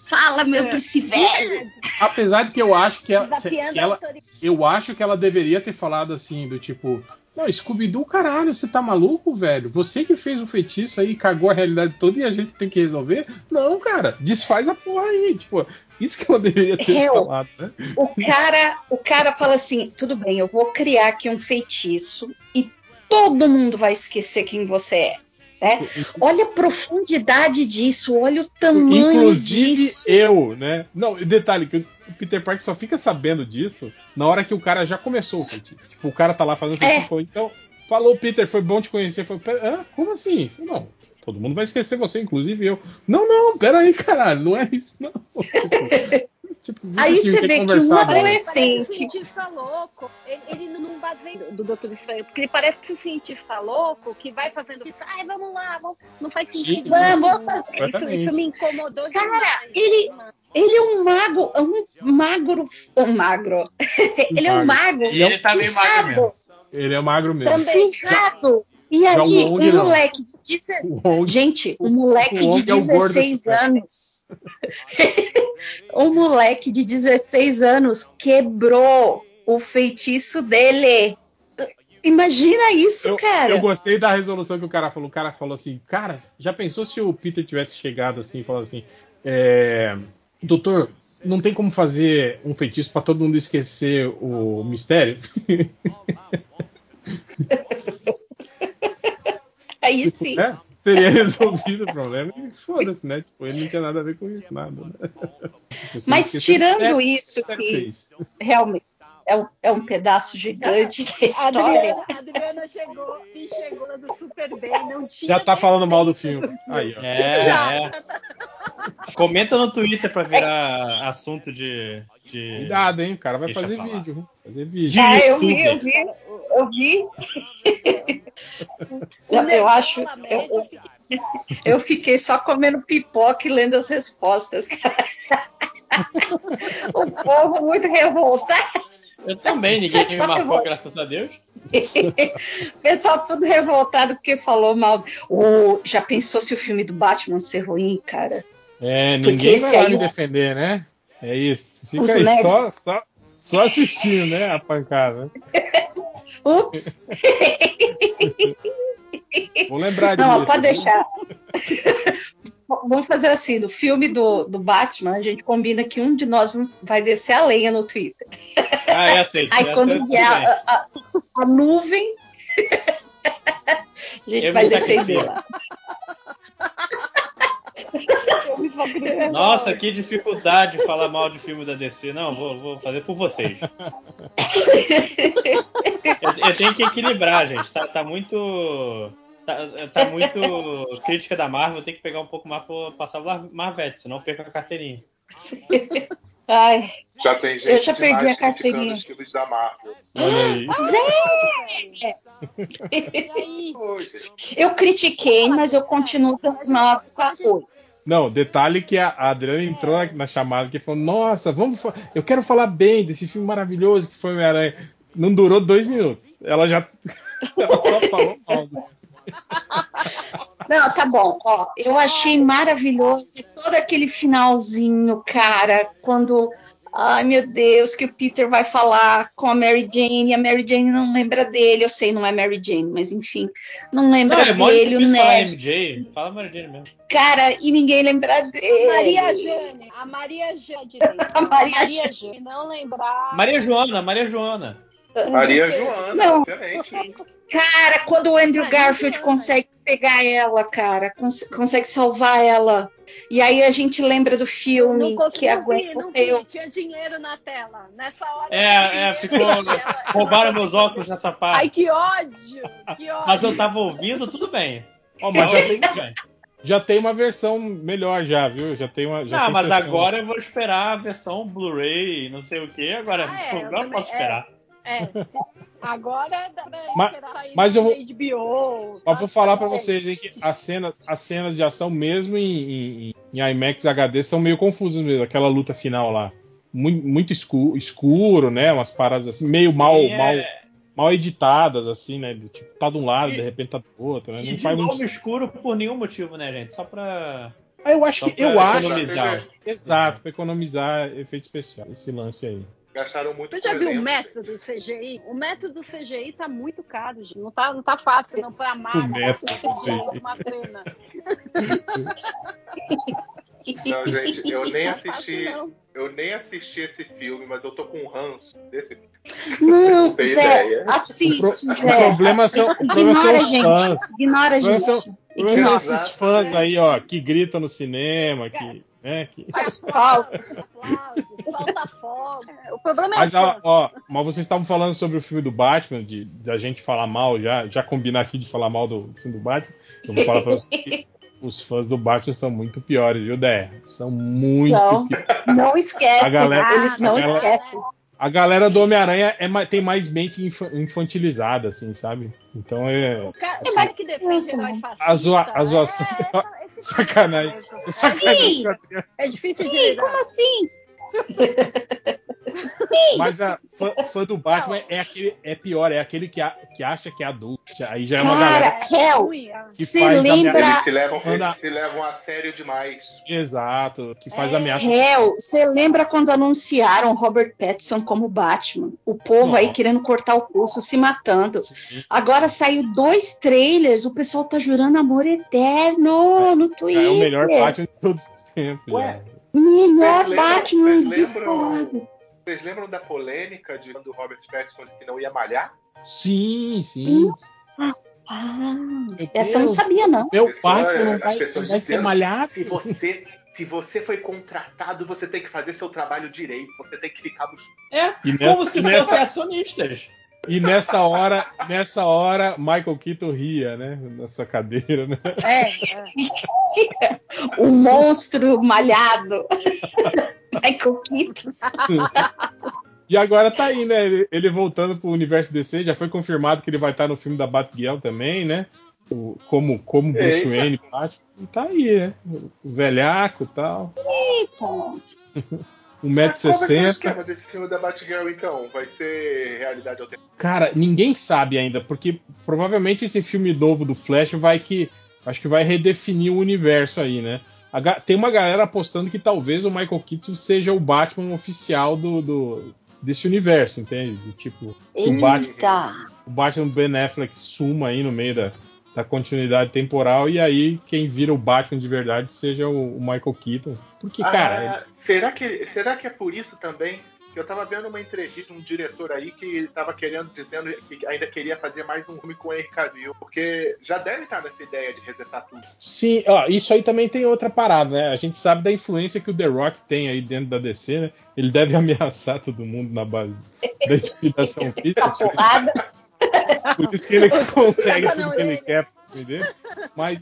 Fala, meu Bruce velho. Apesar de que eu acho que ela, Desafiando que a ela autoridade. eu acho que ela deveria ter falado assim, do tipo, não, Scooby-Doo, caralho, você tá maluco, velho? Você que fez o feitiço aí, cagou a realidade toda e a gente tem que resolver? Não, cara, desfaz a porra aí, tipo, isso que ela deveria ter Hell, falado, né? O cara, o cara fala assim, tudo bem, eu vou criar aqui um feitiço e todo mundo vai esquecer quem você é. Né? Olha a profundidade disso, olha o tamanho Inclusive disso. eu, né? Não, e detalhe, que o Peter Parker só fica sabendo disso na hora que o cara já começou o feitiço. Tipo, o cara tá lá fazendo o feitiço É. e falou, então, falou, Peter, foi bom te conhecer. Falei, Hã? Como assim? Falei, não, todo mundo vai esquecer você, inclusive eu. Não, não, peraí, caralho, não é isso, não. Tipo, tipo, Aí tinha você vê que um conversar, né? Parece um adolescente. cientista louco. Ele, ele não baseia do Doutor Estranho, porque ele parece um cientista louco que vai fazendo isso. Ai, vamos lá, vamos. Não faz sentido. Vamos, nenhum. vamos Isso, isso me incomodou Cara, demais. ele- Ele é um mago, é um magro, um magro. Ele é um mago. E ele tá meio magro mesmo. Ele é magro mesmo. Também. Ferrado. E Já aí, o Wong um não. moleque de dezesseis... O Wong- Gente, um moleque o Wong de é o gordo dezesseis super. anos. Um moleque de dezesseis anos quebrou o feitiço dele. Imagina isso, Eu, cara. eu gostei da resolução que o cara falou. O cara falou assim, cara, já pensou se o Peter tivesse chegado assim e falado assim, é, doutor, não tem como fazer um feitiço pra todo mundo esquecer o mistério? Aí sim. É, teria resolvido o problema e foda-se, né? Tipo, ele não tinha nada a ver com isso, nada. Né? Tipo, se Mas esquecer do tirando mistério, isso, o mistério que fez. realmente é um, é um pedaço gigante da história. Adriana, Adriana chegou e chegou do super bem, não tinha. Já tá falando mal do defeito filme. Aí, ó. É, Já, é. Comenta no Twitter pra virar assunto de. de... Cuidado, hein? O cara vai Deixa fazer pra lá. vídeo. Fazer vídeo. De Ah, eu vi, eu YouTube. vi, eu vi. O Eu, eu Nerdola acho. Eu, médio, eu, eu fiquei só comendo pipoca e lendo as respostas, cara. O povo muito revoltado. Eu também, ninguém me Só que eu marcou, vou- graças a Deus. Pessoal tudo revoltado porque falou mal. Ô, já pensou se o filme do Batman ser ruim, cara? É, Porque ninguém esse vai lá aí, me o- defender, né? É isso. Fica Os aí nerds. só, só, só assistindo, né? A pancada. Ups! Vou lembrar Não, disso. pode viu? deixar. Vamos fazer assim, no filme do, do Batman, a gente combina que um de nós vai descer a lenha no Twitter. Ah, é aceito. Aí Essa quando eu vier também. a, a- a nuvem, a gente Eu vai me defender sacrifico. lá. eu me sacrifico. Nossa, que dificuldade falar mal de filme da D C. Não, vou, vou fazer por vocês. Eu, eu tenho que equilibrar, gente. Tá, tá muito. Tá, tá muito crítica da Marvel. Eu tenho que pegar um pouco mais pra passar o Marvete, senão eu perco a carteirinha. Ai, Já tem gente eu já demais perdi a criticando carteirinha. os filmes da Marvel. Olha aí. E aí? Oi, gente. Eu critiquei, mas eu continuo dando nota oito. Não, detalhe que a a Adriana entrou na, na chamada que falou: Nossa, vamos fa- eu quero falar bem desse filme maravilhoso que foi Homem-Aranha. Não durou dois minutos. Ela já. Ela só falou mal. Não, tá bom. Ó, eu achei maravilhoso todo aquele finalzinho, cara, quando. Ai, meu Deus, que o Peter vai falar com a Mary Jane e a Mary Jane não lembra dele. Eu sei, não é Mary Jane, mas enfim, não lembra Não, é mó dele, o difícil falar Ned. M J. Fala Mary Jane mesmo. Cara, e ninguém lembra dele. Maria Jane, a Maria Jane direito. A Maria Maria Jane, não lembrar. Maria Joana, Maria Joana. Maria Joana, Não. excelente. Cara, quando o Andrew Maria Garfield Joana. consegue pegar ela, cara, cons- consegue salvar ela. E aí a gente lembra do filme Não que a consegui, Gwen não morreu. vi, tinha dinheiro na tela. Nessa hora. É, tinha é, dinheiro ficou. na tela. Roubaram meus óculos nessa Ai, parte. que ódio! Que ódio! Mas eu tava ouvindo, tudo bem. Ó, mas já tem, Tudo bem. já tem uma versão melhor, já, viu? Já tem uma. Já Não, tem mas sessão. agora eu vou esperar a versão Blu-ray, não sei o que. Agora, Ah, é, eu agora eu também- posso esperar. É. Agora dá pra Mas- esperar aí mas eu na vou- H B O. Mas vou falar pra É. vocês aí que as cenas, as cenas de ação, mesmo em, em, em IMAX H D, são meio confusas mesmo. Aquela luta final lá. Muito, muito escuro, escuro, né? Umas paradas assim, meio mal, Sim, é. mal, mal editadas, assim, né? Do tipo, tá de um lado, E- de repente tá do outro, né? E Não de faz novo muito. escuro por nenhum motivo, né, gente? Só pra. Ah, eu acho Só que eu pra acho. economizar. Exato, pra economizar efeito especial. Esse lance aí. Gastaram muito Você com já viu o elenco. método C G I? O método C G I tá muito caro, gente. Não tá, não tá fácil, não, pra máquina. O método pra C G I. uma trena. Não, gente, eu nem Não é assisti. fácil, não. Eu nem assisti esse filme, mas eu tô com um ranço desse filme. Não, tem Zé, ideia. assiste, O Zé. problema são, o problema são Ignora a os gente. fãs. Ignora a O problema são, gente. o problema são Ignora. esses fãs aí, ó, que gritam no cinema, que, né, que... Faz falta. Aplausos, solta fogo. É, o problema é Mas, o ó, fã. ó, mas vocês estavam falando sobre o filme do Batman, de da gente falar mal, já, já combinar aqui de falar mal do filme do Batman. Eu vou falar pra vocês que os fãs do Batman são muito piores, viu, Dé? São muito Então, piores. não esquece. A galera- Eles não a galera- esquecem. A galera do Homem-Aranha é, ma- tem mais mente infa- infantilizada, assim, sabe? Então é. O cara, É, o mas- cara que defende herói Nossa, fascista. a zoa- a zoação- É, é, esse Sacanagem. mesmo. É sacanagem. Ih, É difícil de ih, lidar. como assim? Mas a fã, fã do Batman é, aquele, é pior, é aquele que, a- que acha que é adulto. Aí já é uma galera Cara, Hel, ruim, é. que você faz lembra- Eles se levam, Fã da- eles se levam a sério demais. Exato, que faz É. ameaça. Hel, você lembra quando anunciaram Robert Pattinson como Batman? O povo aí Não. querendo cortar o pulso, se matando. Sim. Agora saiu dois trailers, o pessoal tá jurando amor eterno no Já Twitter. é o melhor Batman de todos os tempos. Ué, já. Melhor Vocês lembram- Batman vocês lembram- disparado. Vocês lembram da polêmica de do Robert Pattinson que não ia malhar? Sim, sim. Ah, Meu essa eu não Deus. sabia, não. Meu Pessoas- Batman não as vai, pessoas não vai ser dizendo, malhado. Se você, se você foi contratado, você tem que fazer seu trabalho direito. Você tem que ficar no... É, E como nessa- se e fossem nessa- acionistas. E nessa hora, nessa hora, Michael Keaton ria, né? Nessa cadeira, né? É, é. O monstro malhado. Michael Keaton. E agora tá aí, né? Ele, ele voltando pro universo D C, já foi confirmado que ele vai estar no filme da Batgirl também, né? O- como, como Bruce Eita. Wayne, Batman. E tá aí, né? O velhaco e tal. Então, um metro e Mas qual vai ser o sessenta. esquema desse filme da Batgirl, então? Vai ser realidade alternativa? Cara, ninguém sabe ainda, porque provavelmente esse filme novo do Flash vai que. Acho que vai redefinir o universo aí, né? A ga- tem uma galera apostando que talvez o Michael Keaton seja o Batman oficial do, do- desse universo, entende? Do tipo, que o Batman, eita. o Batman do Ben Affleck suma aí no meio da, da continuidade temporal e aí quem vira o Batman de verdade seja o, o Michael Keaton. Porque, cara, Ah, será, que, será que é por isso também? Que eu tava vendo uma entrevista de um diretor aí que tava querendo, dizendo que ainda queria fazer mais um filme com o Henry Cavill. Porque já deve estar nessa ideia de resetar tudo. sim, ó, isso aí também tem outra parada, né? A gente sabe da influência que o The Rock tem aí dentro da D C, né? Ele deve ameaçar todo mundo na base da intimidação física. Tá porrada. Por isso que ele consegue Tapa tudo na que ele orelha. quer pra se vender. Mas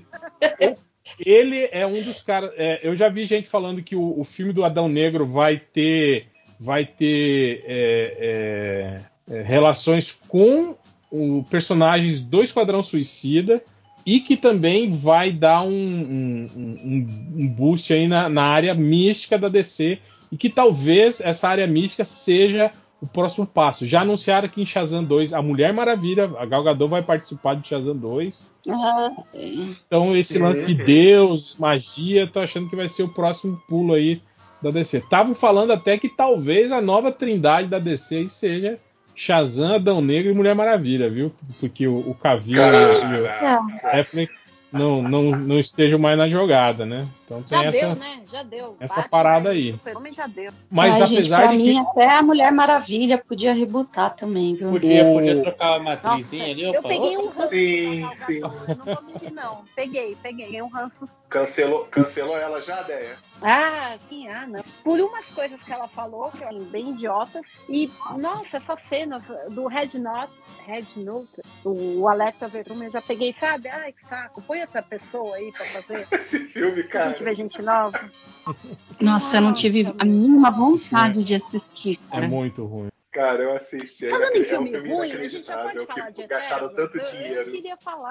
ele é um dos caras. É, eu já vi gente falando que o, o filme do Adão Negro vai ter, vai ter é, é, é, relações com o personagens do Esquadrão Suicida e que também vai dar um, um, um, um boost aí na, na área mística da D C e que talvez essa área mística seja o próximo passo. Já anunciaram que em Shazam dois a Mulher Maravilha, a Gal Gadot vai participar de Shazam dois. Ah, Então esse lance de Deus, magia, tô achando que vai ser o próximo pulo aí da D C. Estavam falando até que talvez a nova trindade da D C aí seja Shazam, Adão Negro e Mulher Maravilha, viu? Porque o, o Cavill e o, o Affleck não, não, não estejam mais na jogada, né? Então tem Já essa, deu, né? Já deu. essa Batman parada e aí. Super-Homem já deu. Mas Ai, gente, apesar pra de mim, que até a Mulher Maravilha podia rebutar também, viu? Podia, O- podia trocar uma Nossa, matrizinha ali. eu Opa, peguei opa. um ranço Sim, da Gal sim. Gadot, eu não vou mentir, não. Peguei, peguei um ranço. Cancelou, cancelou ela já, Deia? Ah, sim, ah, não. Por umas coisas que ela falou, que eu achei bem idiotas. E, nossa, essas cenas do Red Note, Red Note, o Alexa Verum, eu já peguei, sabe? Ai, que saco. Põe outra pessoa aí pra fazer. Esse filme, Pra cara. gente ver gente nova. Nossa, eu não tive a mínima vontade de assistir, é cara. muito ruim. Cara, eu assisti. É, Falando em inacre- é um filme filme ruim, a gente já pode inacreditável. falar de Que gastaram Eternos. tanto Eu, eu dinheiro. queria falar.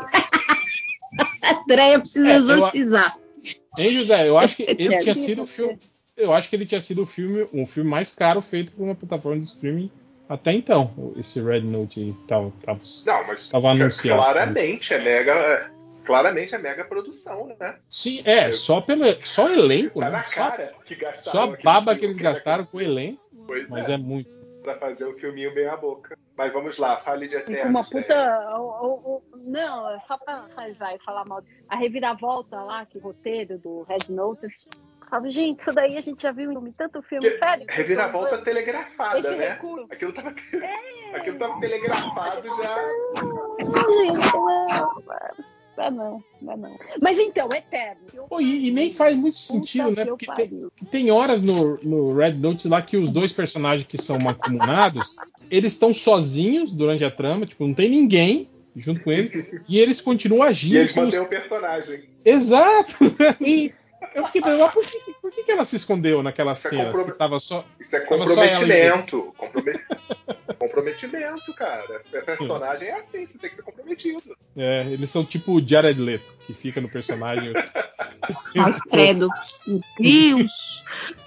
A Andréia precisa É, eu- exorcizar. Hein, José? Eu acho que ele É, tinha sim, sido o você. filme. Eu acho que ele tinha sido o filme, um filme mais caro feito por uma plataforma de streaming até então. Esse Red Note aí tava, tava, Não, mas tava anunciado. claramente é mega. claramente é mega produção, né? Sim, é, só pelo só elenco, Tá né? na Só, cara que gastaram só a aquele baba filme, que eles né? gastaram com o elenco, Pois mas é, é muito. pra fazer um filminho bem a boca. Mas vamos lá, fale de E com uma Eternos. puta. O, o, o, não, é só pra finalizar e falar mal. A reviravolta lá, que o roteiro do Red Notice. Falo, gente, isso daí a gente já viu em tanto filme, Que- sério. Reviravolta Então, telegrafada, esse né? recurso. Aquilo tava, É. aquilo tava telegrafado já. Não, gente, não. Dá não, dá não. Mas então, Eterno. Pô, e, e nem faz muito sentido, né? Porque tem, tem horas no, no Red Notice lá que os dois personagens que são mancomunados, eles estão sozinhos durante a trama, tipo, não tem ninguém junto com eles, e eles continuam agindo. E eles com mantêm os... o personagem. Exato! Isso. Eu fiquei pensando, por que, por que, que ela se escondeu naquela Isso é cena? comprom- Se tava só, Isso é tava só ela e ele. comprometimento. Compromet... comprometimento, cara. O personagem é assim, você tem que ser comprometido. É, eles são tipo o Jared Leto, que fica no personagem. Ai, credo. Meu Deus.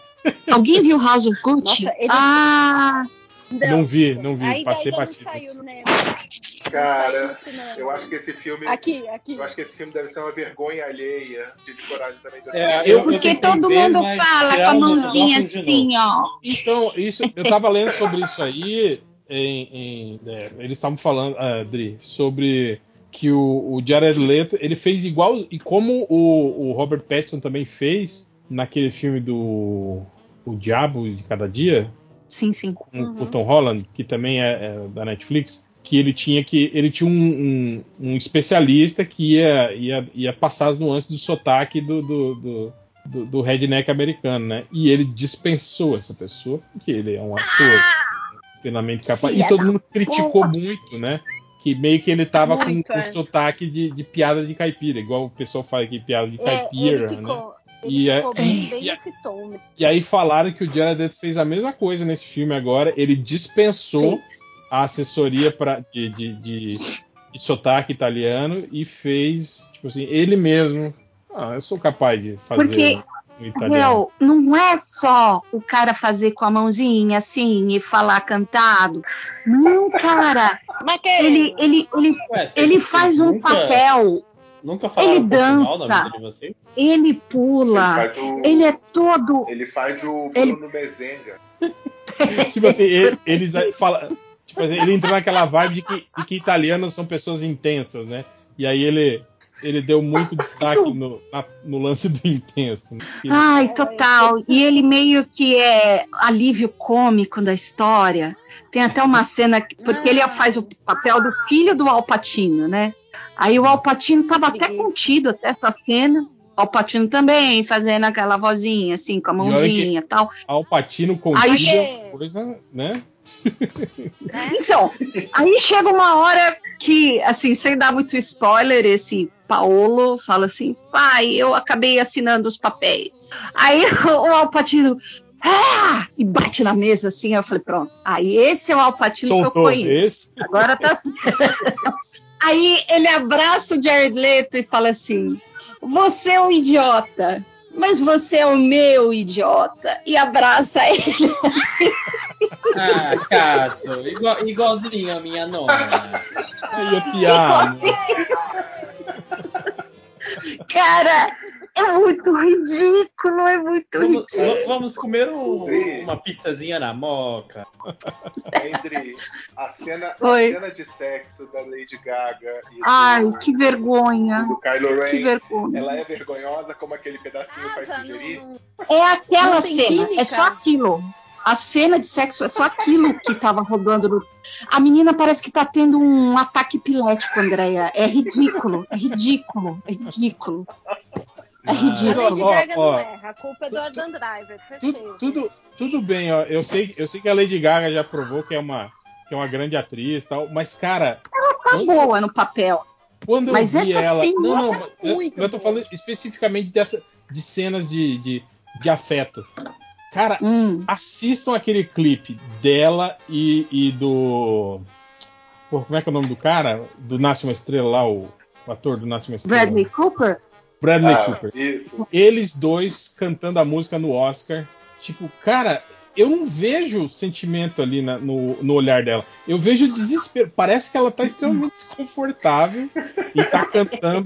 Alguém viu House of Gucci? Nossa, ele- Ah, Não vi, não vi, Ainda, passei ainda batido. não saiu no cinema. Cara, Não saiu no cinema. eu acho que esse filme. Aqui, aqui. Eu acho que esse filme deve ser uma vergonha alheia. Tive coragem também de É, assistir. eu- porque tentei todo ver, mundo mas fala com a tiraram os mãozinha óculos de assim, ó. Então, isso, eu tava lendo sobre isso aí, em, em- é, eles estavam falando, ah, Dri, sobre que o, o Jared Leto, ele fez igual, e como o, o Robert Pattinson também fez naquele filme do O Diabo de Cada Dia, Sim, sim. com Uhum. o Tom Holland, que também é, é da Netflix, que ele tinha que ele tinha um, um, um especialista que ia, ia, ia passar as nuances do sotaque do, do, do, do, do redneck americano, né? E ele dispensou essa pessoa, porque ele é um ator plenamente capaz. Filha E todo da mundo criticou muito, né? Que meio que ele tava Muito, com, com é. sotaque de, de piada de caipira, igual o pessoal fala aqui, piada de É, caipira, ele né? ficou, ele E, ficou é- bem, bem e, é- nesse tom. Né? e aí falaram que o Jared Leto fez a mesma coisa nesse filme agora. Ele dispensou Sim. a assessoria pra, de, de, de, de sotaque italiano e fez, tipo assim, ele mesmo. Ah, eu sou capaz de fazer Porque, um, um italiano. Meu, não é só o cara fazer com a mãozinha assim e falar cantado. Não, cara. Mas que Ele, ele, ele, Ué, vocês- ele vocês faz um nunca, papel. Nunca falaram Ele Portugal dança. na vida de vocês? Ele Ele pula. faz o. Ele é todo. Ele faz o Ele- Bruno Mezenga. Tipo assim, ele, eles fala, tipo assim, ele entrou naquela vibe de que, de que italianos são pessoas intensas, né? E aí ele, ele deu muito destaque no, na- no lance do intenso. Né? Que- Ai, total. E ele meio que é alívio cômico da história. Tem até uma cena que, porque ele faz o papel do filho do Al Pacino, né? Aí o Al Pacino tava até contido até essa cena. O Al Pacino também fazendo aquela vozinha assim com a E olha mãozinha e tal. Al Pacino Aí contido che- é uma coisa, né? né? Então, aí chega uma hora que, assim, sem dar muito spoiler, esse Paolo fala assim, pai, eu acabei assinando os papéis. Aí o Al Pacino, ah! E bate na mesa assim, eu falei, pronto, aí esse é o Al Pacino que eu Soltou conheço. esse. Agora tá assim. Aí ele abraça o Jared Leto e fala assim, você é um idiota, mas você é o meu idiota. E abraça ele assim. Ah, Katsu, igual, igualzinho a minha nona. Aí eu te amo. Cara, é muito ridículo, é muito Vamos, ridículo. va- vamos comer um- uma pizzazinha na moca. Entre a cena, a Oi. cena de sexo da Lady Gaga e Ai, do, que vergonha. do Kylo Que Ren, vergonha. ela é vergonhosa como aquele pedacinho faz Nossa, sugerir. não, não- É aquela Não tem cena, química. é só aquilo. A cena de sexo é só aquilo que tava rodando. No... A menina parece que tá tendo um ataque epilético, Andréia. É ridículo, é ridículo, é ridículo. É A ridículo. Lady Ó, Gaga ó. não erra, a culpa é do Adam Driver, certeza. Tudo, tudo, tudo bem, ó. Eu sei, eu sei que a Lady Gaga já provou que é uma, que é uma grande atriz e tal, mas, cara, Tá boa no papel. quando Mas eu vi essa ela. cena Não, não, tá eu, muito eu tô boa. falando especificamente dessa, de cenas de, de, de afeto. Cara, Hum. assistam aquele clipe dela e, e do. Pô, como é que é o nome do cara? Do Nasce uma Estrela lá, o, o ator do Nasce uma Estrela. Bradley Cooper? Bradley Ah, Cooper. isso. Eles dois cantando a música no Oscar. Tipo, cara, eu não vejo sentimento ali na- no, no olhar dela. Eu vejo desespero. Parece que ela tá extremamente desconfortável e tá cantando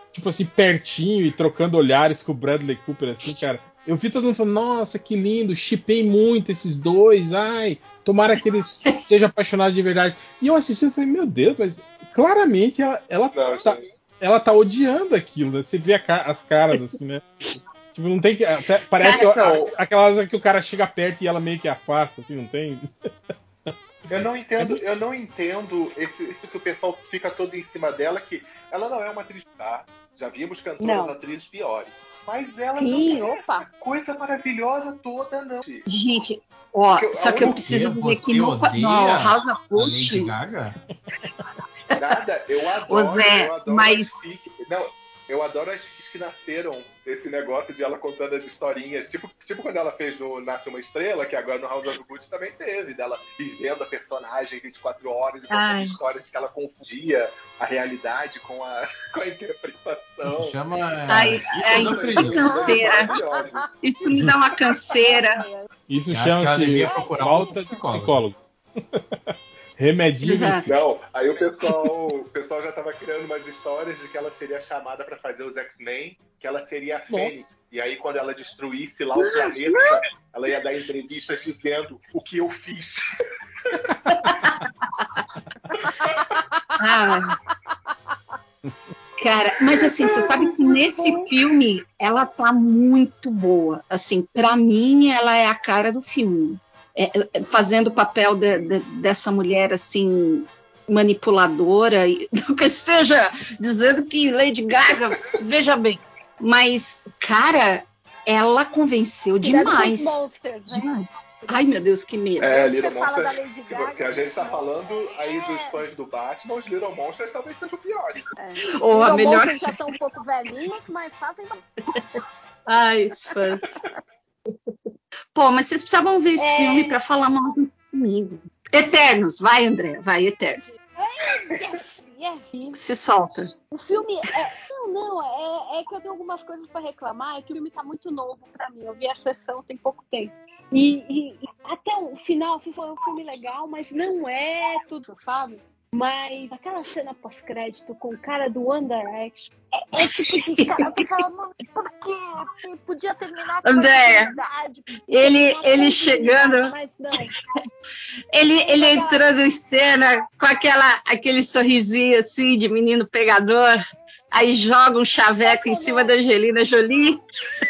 tipo assim, pertinho e trocando olhares com o Bradley Cooper, assim, cara. Eu vi todo mundo falando, nossa, que lindo, shippei muito esses dois, ai, tomara que eles estejam apaixonados de verdade. E eu assistindo e falei, meu Deus, mas claramente ela, ela, Não, tá, ela tá odiando aquilo, né? Você vê a ca- as caras, assim, né? Tipo, não tem que. Até, parece Cara, a- não. aquelas horas que o cara chega perto e ela meio que afasta, assim, não tem? Eu não entendo, É eu não entendo esse, esse que o pessoal fica todo em cima dela, que ela não é uma atriz, tá? Já vimos cantoras Não. atrizes piores. Mas ela Sim, não é opa. essa coisa maravilhosa toda, não. Gente, ó, Porque só a que eu única- preciso dizer que Você no, odeia no House of a Lady Gucci, Gaga? Nada, eu Ô, adoro, Zé, eu adoro mas- as fics. Não, eu adoro as fics que nasceram desse negócio de ela contando as historinhas. Tipo, tipo quando ela fez no Nasce uma Estrela, que agora no House of Gucci também teve, dela vivendo a personagem vinte e quatro horas e contando Ai. histórias que ela confundia a realidade com a, com a interpretação. Se chama Ai, ai, esquizofrenia. canseira. Maravilhosa. isso me dá uma canseira. Isso Eu acho que ela chama-se devia procurar um falta de psicólogo. psicólogo. Remedível. Exato. Não, aí o pessoal, o pessoal já tava criando umas histórias de que ela seria chamada pra fazer os X-Men, que ela seria a Fênix. E aí, quando ela destruísse lá o planeta, ela ia dar entrevistas dizendo o que eu fiz. Ai. Cara, mas assim, você sabe que nesse filme ela tá muito boa. Assim, pra mim ela é a cara do filme. É, é, fazendo o papel de- de- dessa mulher assim manipuladora, e não que eu esteja dizendo que Lady Gaga, veja bem, mas cara, ela convenceu Cuidado com os demais. monsters, né? Demais. Ai, meu Deus, que medo. É, Quando Little você fala da Monsters, Lady se Gaga, você- a gente tá falando aí é. dos fãs do Batman, os Little Monsters talvez sejam piores. Ou a Little melhor. Monsters já estão um pouco velhinhos, mas fazem. Ai, os fãs. Pô, mas vocês precisavam ver esse É. filme pra falar mal comigo. Eternos, vai, André, vai, Eternos. Yes, yes. Se solta. O filme é. Não, não, é, é que eu tenho algumas coisas pra reclamar, é que o filme tá muito novo pra mim. Eu vi a sessão tem pouco tempo. E, e- e até o final assim, foi um filme legal, mas não é tudo, sabe? Mas aquela cena pós-crédito com o cara do One Direction é, é tipo de cara que fala, mano, por quê? Podia terminar com Andréia, a verdade. ele- ele chegando- Mas não. Ele, ele entrando em cena com aquela, aquele sorrisinho assim de menino pegador, aí joga um chaveco em cima da Angelina Jolie.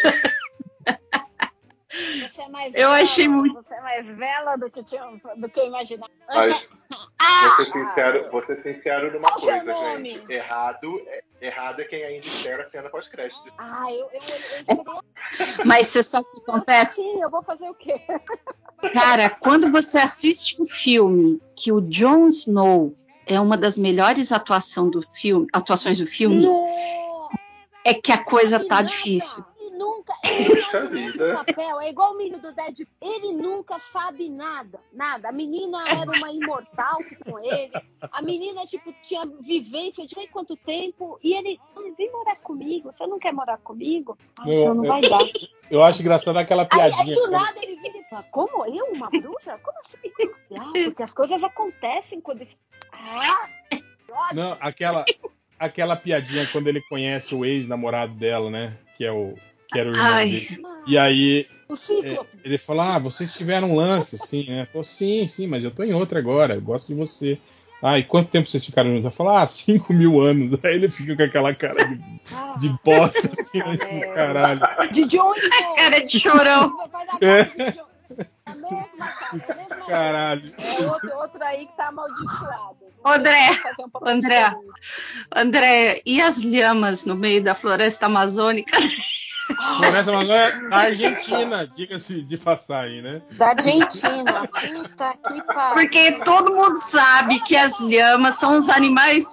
Você é mais Eu vela, achei muito- Você é mais vela do que, tinha, do que eu imaginava. Mas Ah! vou ser sincero, vou ser sincero numa Qual seu coisa, nome? gente. Errado é, errado é quem ainda espera a cena pós-crédito. Ah, eu, eu, eu esperei. Mas você sabe o que acontece? Sim, eu vou fazer o quê? Cara, quando você assiste um filme que o Jon Snow é uma das melhores atuação do filme, atuações do filme, No... é que a coisa tá nada. difícil. E nunca. Ele Puxa não tem vida. papel. É igual o menino do Deadpool. Ele nunca sabe nada. Nada. A menina era uma imortal com ele. A menina, tipo, tinha vivência de não sei quanto tempo. E ele, "Ai, vem morar comigo. Você não quer morar comigo? Ah, Não, então não eu- vai dar. Eu acho engraçado aquela Aí, aí piadinha. do quando- nada ele vira e fala, como eu, uma bruxa? Como assim? Ah, porque as coisas acontecem quando... ele- Ah! Não, aquela, aquela piadinha quando ele conhece o ex-namorado dela, né? Que é o que era o irmão Ai. dele. E aí O é, Cíclope. ele fala: Ah, vocês tiveram um lance, sim, né? Falou: Sim, sim, mas eu tô em outra agora. Eu gosto de você. Ah, e quanto tempo vocês ficaram juntos? Ela falou: Ah, cinco mil anos. Aí ele fica com aquela cara de, Ah, de bosta, assim, puta né? merda. Caralho. De John Snow. Cara de chorão. Vai dar cara de John. A mesma cara, a mesma Caralho. cara. É outro, outro aí que tá amaldiçoado. André, Fazer um papel André. diferente. André, e as lhamas no meio da floresta amazônica? Floresta Amazônica, a Argentina, diga-se de passagem, né? Da Argentina. Puta que pariu. Porque todo mundo sabe que as lhamas são os animais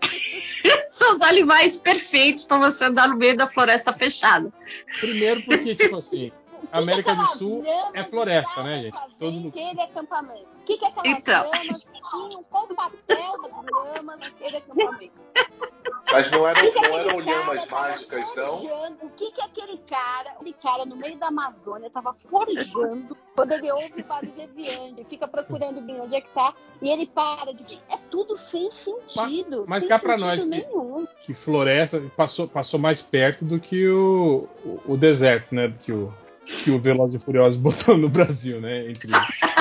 são os animais perfeitos para você andar no meio da floresta fechada. Primeiro porque, tipo assim, O que América que do aquelas Sul lhamas é floresta, estavam né, gente? fazendo Todo... naquele acampamento? O que, que aquelas Então. lhamas tinham? Qual o papel das lhamas naquele acampamento? Mas não O eram, que, que não aquele eram cara lhamas tava mágicas, não? forjando? O que, que aquele cara, aquele cara no meio da Amazônia tava forjando Quando ele ouve o barulho deviante, fica procurando bem onde é que tá, e ele para de... É tudo sem sentido. Mas sem cá pra sentido nós que, nenhum. que Floresta passou, passou mais perto do que o, o, o deserto, né? Do que o, que o Velozes e Furiosos botou no Brasil, né? Entre,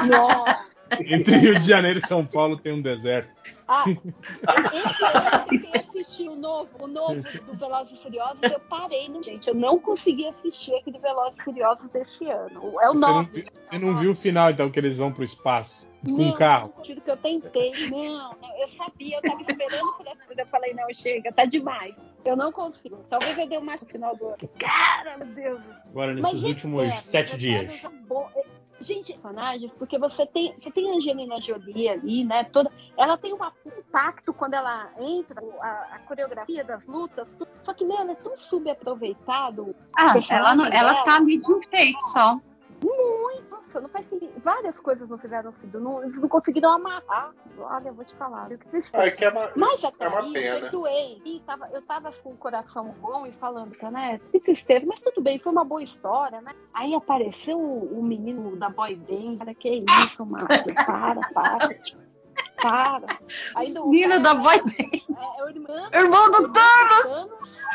entre Rio de Janeiro e São Paulo tem um deserto. Ah, esse ano eu tentei assistir o novo, o novo do Velozes e Furiosos, eu parei, no gente. Eu não consegui assistir aquele Velozes e Furiosos desse ano. É o Você não, nove. viu, você não viu o final, então, que eles vão pro espaço com não, um carro? Não, que eu tentei. Não, não, eu sabia, eu tava esperando por essa coisa. Eu falei, não, chega, tá demais. Eu não consigo. Talvez eu dê mais no final do ano. Cara, meu Deus. Agora, nesses Mas últimos Eternos, sete Eternos dias. é bom. Gente, personagens, porque você tem, você tem a Angelina Jolie ali, né? Toda, ela tem um impacto quando ela entra, a, a coreografia das lutas, tudo, só que, meu, ela é tão subaproveitado. Ah, ela, não, ela tá ali de enfeite só. Muito, nossa, não faz sentido. Várias coisas não fizeram sentido. Não, eles não conseguiram amarrar. Olha, eu vou te falar. Eu que Ah, é que é uma, Mas até é uma aí, pena. eu perdoei. E tava, eu tava com o coração bom e falando, né? Que tristeza, mas tudo bem, foi uma boa história, né? Aí apareceu o, o menino da boy band. Cara, que isso, Márcio? Para, para. Para. Ainda o menino da boy band. É, é o irmão, irmão do Thanos.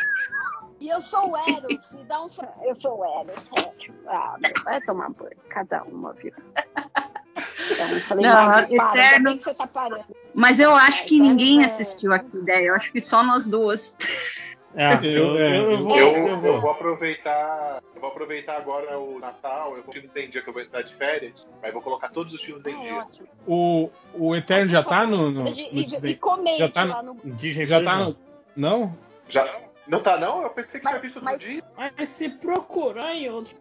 E eu sou o Eros, me dá um. Eu sou o Eros. Ah, vai tomar banho, cada uma, viu? Então, eu falei, não, para, Eternos... que você tá parando. Mas eu acho que Eternos ninguém é... assistiu aqui ideia. Eu acho que só nós duas. É, eu, eu, eu, eu, vou, eu, eu, vou. eu vou aproveitar. Eu vou aproveitar agora o Natal. Eu vou filmes em dia que eu vou entrar de férias. Aí vou colocar todos os filmes em ah, dia. Ótimo. O, o Eterno já tá no, no, no e, Disney? E comente já tá lá no, no... Disney já Plus, tá não. no, não? Já não tá, não? Eu pensei que Mas- tinha visto mas- outro dia. Mas se procurar em outro.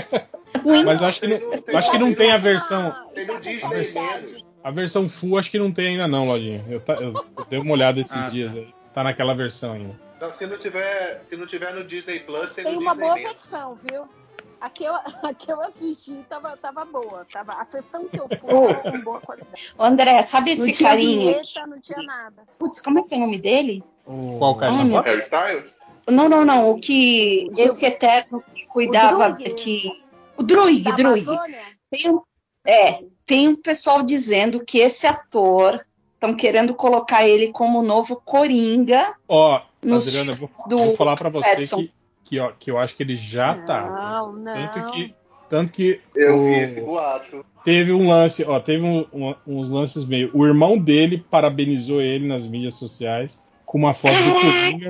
Mas eu acho que não, eu acho que não tem a versão. Ah, Tem e tá no com Disney qualidade. menos. A versão full acho que não tem ainda não, Lojinha. Eu, tá, eu, eu dei uma olhada esses Ah, dias tá. aí. Tá naquela versão ainda. Não, se não tiver, se não tiver no Disney Plus, tem, Tem no uma Disney boa menos. versão, viu? A que eu, a que eu assisti tava, tava boa. Tava, a sessão que eu fui Oh. tava com boa qualidade. Ô, André, sabe esse não tinha carinha? vinheta, não tinha nada. Putz, como é que é o nome dele? O... Qual carinha? Ai, meu... Harry Styles? Não, não, não. O que esse Eterno que cuidava O Druig. que o Druig, Da Druig. Amazônia? Tem um, é, tem um pessoal dizendo que esse ator estão querendo colocar ele como novo Coringa. Ó, Nos Adriana, eu vou, do vou falar pra você Pattinson. que, que, ó, que eu acho que ele já tá. Não, não. Tanto que, tanto que Eu o- vi esse boato. teve um lance, ó, teve um- um- uns lances meio. O irmão dele parabenizou ele nas mídias sociais com uma foto do Coringa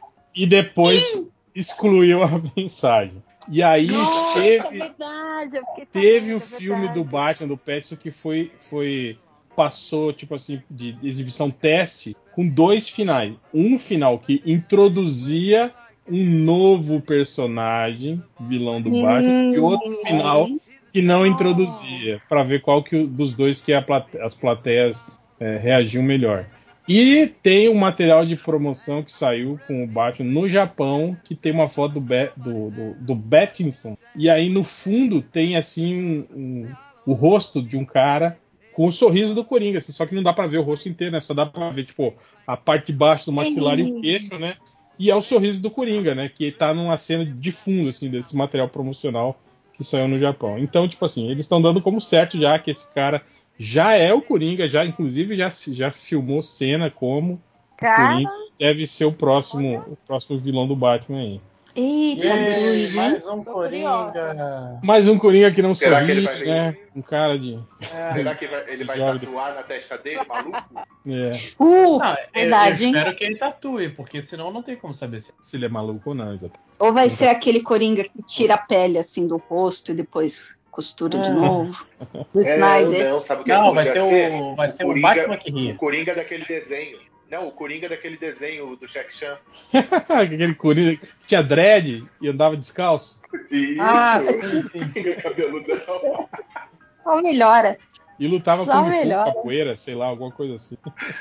e depois excluiu a mensagem. E aí Nossa, é teve, verdade. Eu fiquei teve sabendo, o é filme verdade. do Batman do Pattinson que foi, foi passou tipo assim de exibição teste com dois finais. Um final que introduzia um novo personagem, vilão do Batman, e outro final que não introduzia, para ver qual que o- dos dois que a plate- as plateias é, reagiam melhor. E tem um material de promoção que saiu com o Batman no Japão, que tem uma foto do, Be- do, do, do Pattinson. E aí no fundo tem assim um- um- o rosto de um cara com o sorriso do Coringa, assim, só que não dá pra ver o rosto inteiro, né? Só dá pra ver tipo a parte de baixo do maxilar e o queixo, né? E é o sorriso do Coringa, né? Que tá numa cena de fundo assim desse material promocional que saiu no Japão. Então, tipo assim, eles estão dando como certo já que esse cara já é o Coringa, já inclusive já, já filmou cena como Cara, Coringa, deve ser o próximo, o próximo vilão do Batman aí. Eita, Yay, Druig, hein? mais um Tô Coringa. Mais um Coringa que não Será que sorri, ele vai vir? né? Um cara de. Será que vai- ele vai Jovem tatuar na testa dele, maluco? É, Uh, Não, eu- verdade, eu, hein? espero que ele tatue, porque senão não tem como saber se. se ele é maluco ou não, exato. Ou vai ser aquele Coringa que tira a pele assim do rosto e depois costura de Ah. novo? Do É, Snyder. não, sabe o que Não, vai podia ser o, vai ser o Coringa- Batman que O ri. Coringa daquele desenho. Não, o Coringa daquele desenho do Jack Chan. Aquele Coringa que tinha dread e andava descalço. Isso. Ah, sim, sim. Coringa cabeludão. Ou melhora. E lutava Só com melhor. capoeira, sei lá, alguma coisa assim.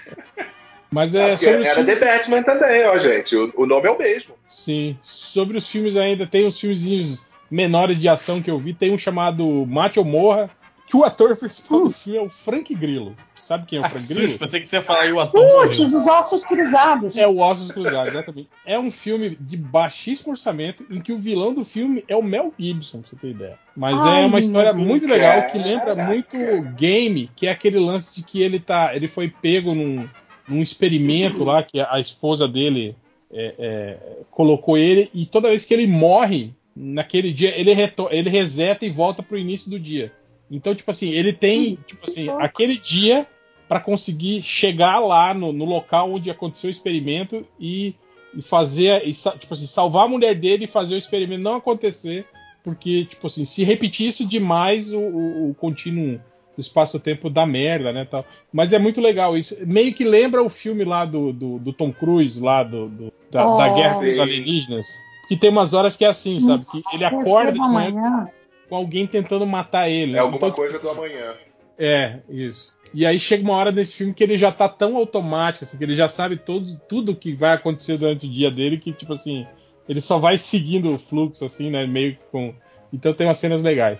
Mas é Porque sobre os era filmes. The Batman também, ó, gente. O, o nome é o mesmo. Sim, sobre os filmes ainda, tem uns filmezinhos menores de ação que eu vi. Tem um chamado Mate ou Morra, que o ator principal Hum. do filme é o Frank Grillo. Sabe quem é o Ah, Frank que Grillo? susto, pensei que você ia falar e o ator morreu. Putz, os ossos cruzados. É o Ossos Cruzados, exatamente. É um filme de baixíssimo orçamento em que o vilão do filme é o Mel Gibson, pra você ter ideia. Mas Ai, é uma história meu Deus. muito legal que lembra Caraca. muito Game, que é aquele lance de que ele tá, ele foi pego num, num experimento lá que a esposa dele é, é, colocou ele e toda vez que ele morre naquele dia ele, reto- ele reseta e volta pro início do dia. Então, tipo assim, ele tem, tipo assim, aquele dia para conseguir chegar lá no, no local onde aconteceu o experimento e, e fazer, e, tipo assim, salvar a mulher dele e fazer o experimento não acontecer, porque, tipo assim, se repetir isso demais, o, o, o contínuo do espaço-tempo dá merda, né, tal. Mas é muito legal isso. Meio que lembra o filme lá do, do, do Tom Cruise, lá do, do da, Oh, da Guerra com os sim. Alienígenas, que tem umas horas que é assim, sabe? Que ele acorda de manhã amanhã. com alguém tentando matar ele. É alguma Então, tipo coisa assim, do amanhã. é, isso. E aí chega uma hora nesse filme que ele já tá tão automático, assim, que ele já sabe todo, tudo que vai acontecer durante o dia dele, que, tipo assim, ele só vai seguindo o fluxo, assim, né? Meio que com. Então tem umas cenas legais.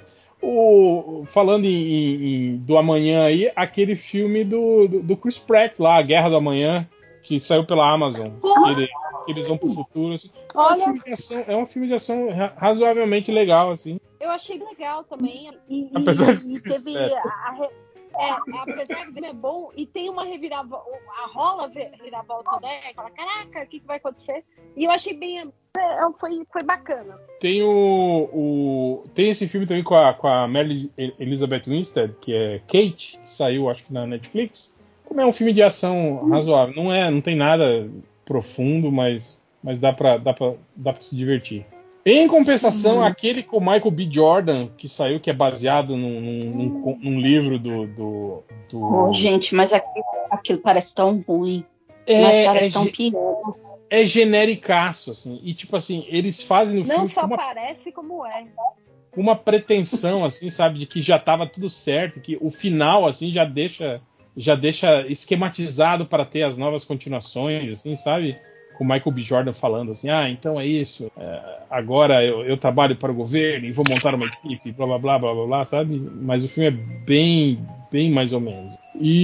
O, falando em, em- em- do amanhã aí, aquele filme do, do, do Chris Pratt lá, A Guerra do Amanhã, que saiu pela Amazon. Que, ele- que eles vão pro futuro. Assim. É, um Olha. filme de ação, é um filme de ação ra- razoavelmente legal, assim. Eu achei legal também. E, Apesar de e, e Chris teve. Pratt. A, a re- é, apesar de é bom, e tem uma reviravolta. A rola ve- reviravolta, né? Fala, caraca, o que, que vai acontecer? E eu achei bem. é, Foi, foi bacana. Tem o, o- tem esse filme também com a, com a Mary Elizabeth Winstead, que é Kate, que saiu acho que na Netflix. Também é um filme de ação razoável. Não é, não tem nada profundo, mas, mas dá pra, dá pra, dá pra se divertir. Em compensação, Uhum. aquele com o Michael B. Jordan, que saiu, que é baseado num, num- num- num livro do. do, do- Oh, gente, mas aquilo, aquilo parece tão ruim. é, mas é, parece tão ge- piegas. é genericaço, assim. E tipo assim, eles fazem no Não filme só com uma parece como é. com uma pretensão, assim, sabe, de que já estava tudo certo, que o final, assim, já deixa, já deixa esquematizado para ter as novas continuações, assim, sabe? Com o Michael B. Jordan falando assim, ah, então é isso, é, agora eu, eu trabalho para o governo e vou montar uma equipe, blá blá blá blá blá blá, sabe? Mas o filme é bem, bem mais ou menos.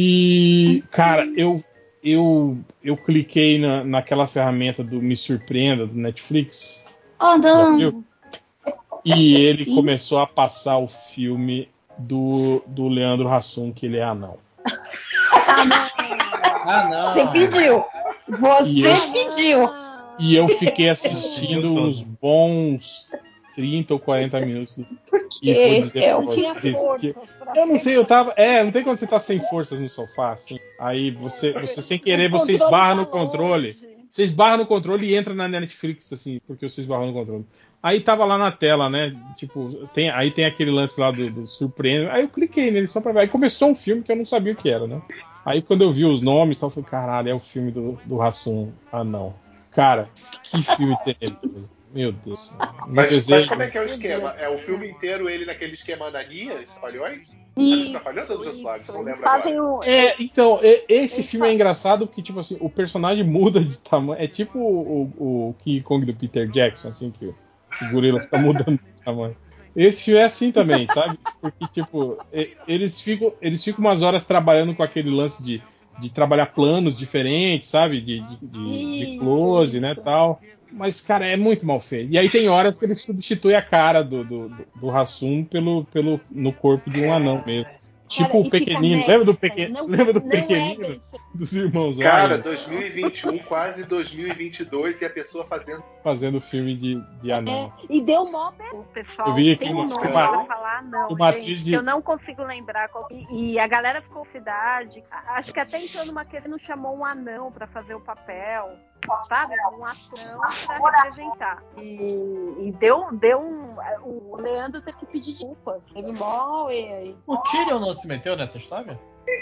E, cara, eu eu, eu cliquei na, naquela ferramenta do Me Surpreenda do Netflix. Oh, Já viu? não. E ele Sim. começou a passar o filme do, do Leandro Hassum, que ele é anão. Ah, não. Você pediu. Você E eu- pediu. E eu fiquei assistindo uns bons trinta ou quarenta minutos. E vou Porque dizer é pra um Não tinha vocês que. força. pra Eu não ser- sei, eu tava. É, não tem quando você tá sem forças no sofá, assim. Aí você, você sem querer, O você controle esbarra tá no controle. longe. Você esbarra no controle e entra na Netflix, assim, porque você esbarrou no controle. Aí tava lá na tela, né? Tipo, tem, aí tem aquele lance lá do, do surpreende. Aí eu cliquei nele só pra ver. Aí começou um filme que eu não sabia o que era, né? Aí quando eu vi os nomes, eu falei, caralho, é o filme do, do Hassum. Ah, não. Cara, que filme tenebroso. Meu Deus. Meu Mas, mas desejo. como é que é o esquema? É o filme inteiro ele naquele esquema Ananias, Trapalhões? Isso, Trapalhões ou dos outros lados? isso. Não Eles lembro fazem agora. o. É, então, e- esse Eles filme é fa- engraçado porque, tipo assim, o personagem muda de tamanho. É tipo o, o, o King Kong do Peter Jackson, assim, que o, o gorila fica mudando de tamanho. Esse filme é assim também, sabe? Porque, tipo, e- eles ficam, eles ficam umas horas trabalhando com aquele lance de, de trabalhar planos diferentes, sabe? De, de, de, de close, Isso, né, isso. tal. Mas, cara, é muito mal feito. E aí tem horas que eles substituem a cara do, do, do, do Hassum pelo, pelo, no corpo de um anão mesmo. Tipo Cara, o e fica pequenino. Lembra do, Nexon, pequen... não- Lembra do não é pequenino? bem feito. Dos irmãos Cara, Wayans dois mil e vinte e um, quase dois mil e vinte e dois, e a pessoa fazendo. fazendo filme de, de anão. É, e deu mó be- O pessoal Eu vi aqui tem uma- um nome uma- pra falar, não, uma gente, atriz que de- eu não consigo lembrar qual. E, e a galera ficou com cidade. a- Acho que até entrou numa questão, não chamou um anão pra fazer o papel, sabe? Um ação pra representar. E, e deu, deu um. O Leandro teve que pedir desculpas. Teve mó. E, O Tyrion não se meteu nessa história?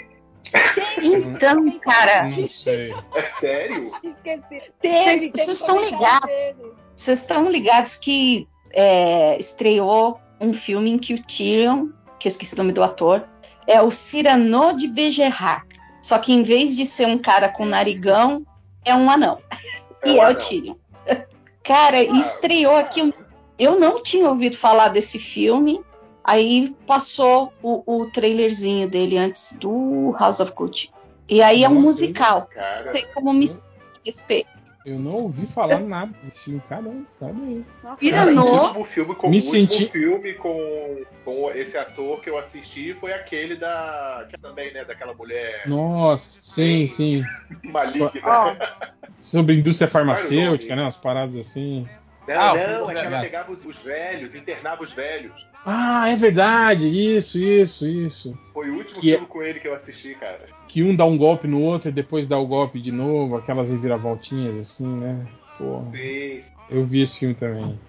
Então, cara, Não sei. É sério? Teve, Vocês- teve vocês estão comentário ligados? dele. vocês estão ligados que é, estreou um filme em que o Tyrion, que eu esqueci o nome do ator, é o Cyrano de Bergerac. Só que em vez de ser um cara com narigão, é um anão. É e um é o anão. Tyrion. Cara, Ah, estreou aqui. um- Eu não tinha ouvido falar desse filme. Aí passou o, o trailerzinho dele antes do House of Gucci. E aí é um Nossa, musical. Cara, Não sei como me respeito. Eu não ouvi falar nada desse filme. Caramba, caramba aí. Nossa, Tira cara, no- o último filme com Me o último senti- filme com, com esse ator que eu assisti foi aquele da que também, né, daquela mulher Nossa, sim, sim. maligna. Ó, Sobre indústria Qual farmacêutica, era o né? Umas paradas assim. Não, Ah, o filme não, do é que ela gato. pegava os, os velhos, internava os velhos. Ah, é verdade. Isso, isso, isso. Foi o último Que é- filme com ele que eu assisti, cara. Que um dá um golpe no outro e depois dá o golpe de novo. Aquelas reviravoltinhas assim, né? Porra. Sim. Eu vi esse filme também.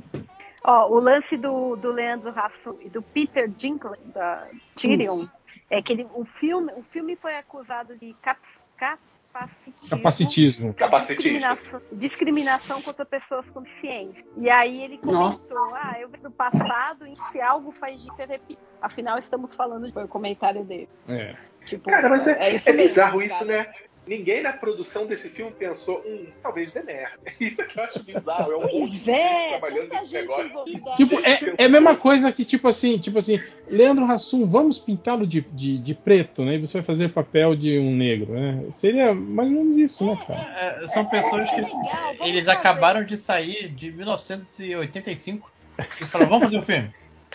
ó, o lance do, do Leandro Hassum e do Peter Dinklage, da Tyrion, é que ele, o, filme, o filme foi acusado de cap, capacitismo. Capacitismo. Capacitista. Discriminação, discriminação contra pessoas com deficiência. E aí ele comentou, Nossa. ah, eu vi do passado e se algo faz de repetir. Afinal, estamos falando, foi o comentário dele. É. Tipo, Cara, mas é, isso é mesmo, bizarro cara. isso, né? Ninguém na produção desse filme pensou, hum, talvez dê merda. Isso que eu acho bizarro. É um monte de Pois gente é, trabalhando tanta nesse gente negócio. envolvida. Tipo, é, é a mesma coisa que, tipo assim, tipo assim, Leandro Hassum, vamos pintá-lo de, de, de preto, né? E você vai fazer papel de um negro, né? Seria mais ou menos isso, né, cara? É, são pessoas que é legal, vamos eles fazer. acabaram de sair de mil novecentos e oitenta e cinco e falaram, vamos fazer um filme.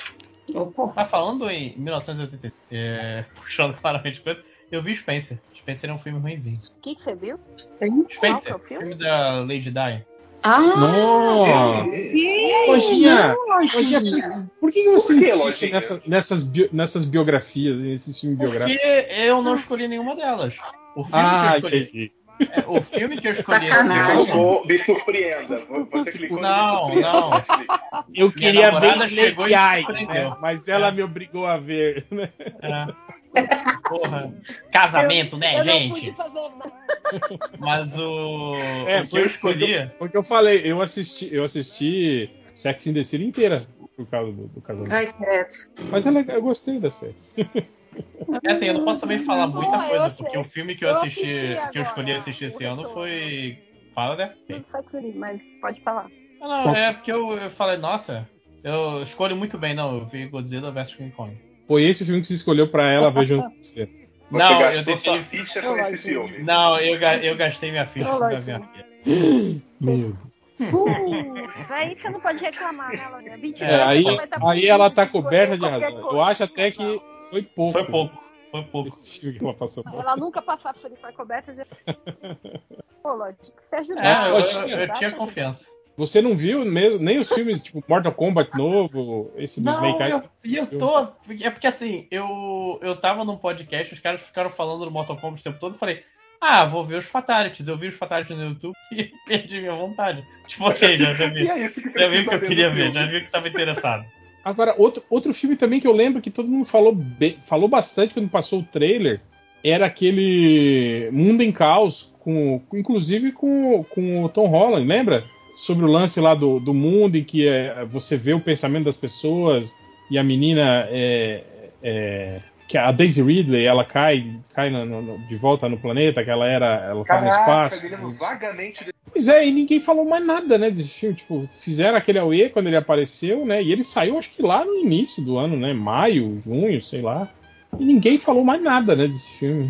Opa. Mas falando em mil novecentos e oitenta e cinco, é, puxando claramente coisa, eu vi Spencer. Spencer é um filme ruimzinho. O que, que você viu? Spencer, Qual que é o filme? filme da Lady Di. Ah, Nossa! sim! Lojinha, Lojinha. Lojinha, por que você Por que, insiste Lojinha? nessa, nessas, bio- nessas biografias, nesses filmes biográficos? Porque eu não escolhi nenhuma delas. O filme Ah, que eu escolhi. entendi. é, o filme que eu escolhi Sacanagem. esse ano. Clicou, me surpreenda. Você clicou no Não, me surpreenda. não. Mas clica. Eu Minha queria ver namorada Snake chegou e Eyes, surpreendeu. né? Mas ela É. me obrigou a ver, né? É. Porra. Casamento, né, eu gente? não pude fazer nada. Mas o, É, o que foi, eu foi, o que escolhi. eu, foi o que eu falei. Eu assisti, eu assisti Sex and the City inteira por causa do, do casamento. Ai, credo. Mas é legal, eu gostei da série. É assim, eu não posso também falar muita Pô, eu coisa, sei. porque o filme que eu Eu assisti, assisti que eu escolhi agora, assistir o esse ano retorno. foi. Fala, né? Não foi por aí, mas pode falar. Não, não, é porque eu, eu falei, nossa, eu escolho muito bem, não. Eu vi Godzilla versus King Kong. Foi esse o filme que você escolheu pra ela ver junto com você. Você Não, eu gastou tentei. sua ficha com Eu esse imagino. filme. Não, eu, ga- eu gastei minha ficha Ô, pra ver Lojinha. a filha. Meu. Uh, aí você não pode reclamar, né, Lojinha? vinte É, aí, você vai tá aí ela tá escolher coberta de qualquer razão. Eu coisa. acho até que foi pouco. Foi pouco, foi pouco. Esse filme que ela passou por. Ela nunca passar por isso, vai coberta de... Pô, Lojinha, você ajudou. É, eu, Lojinha. eu- eu tinha confiança. Você não viu mesmo nem os filmes tipo Mortal Kombat novo, esse do Não, Snake Eyes? eu, e eu tô. É porque assim, eu, eu tava num podcast, os caras ficaram falando do Mortal Kombat o tempo todo, eu falei, ah, vou ver os Fatalities. Eu vi os Fatalities no YouTube e perdi minha vontade. Tipo, ok, já, já vi. E é isso que Já vi o precisa que eu ver queria no ver, filme. já vi o que tava interessado. Agora, outro, outro filme também que eu lembro que todo mundo falou, bem- falou bastante quando passou o trailer era aquele Mundo em Caos, com, com- inclusive com, com o Tom Holland, lembra? Sobre o lance lá do, do mundo em que é, você vê o pensamento das pessoas e a menina é, é, que a Daisy Ridley ela cai, cai no- no- de volta no planeta, que ela era ela estava no Caraca, espaço. me lembro vagamente de... Pois é, e ninguém falou mais nada, né, desse filme. Tipo, fizeram aquele auê quando ele apareceu, né? E ele saiu, acho que lá no início do ano, né? Maio, junho, sei lá. E ninguém falou mais nada, né, desse filme.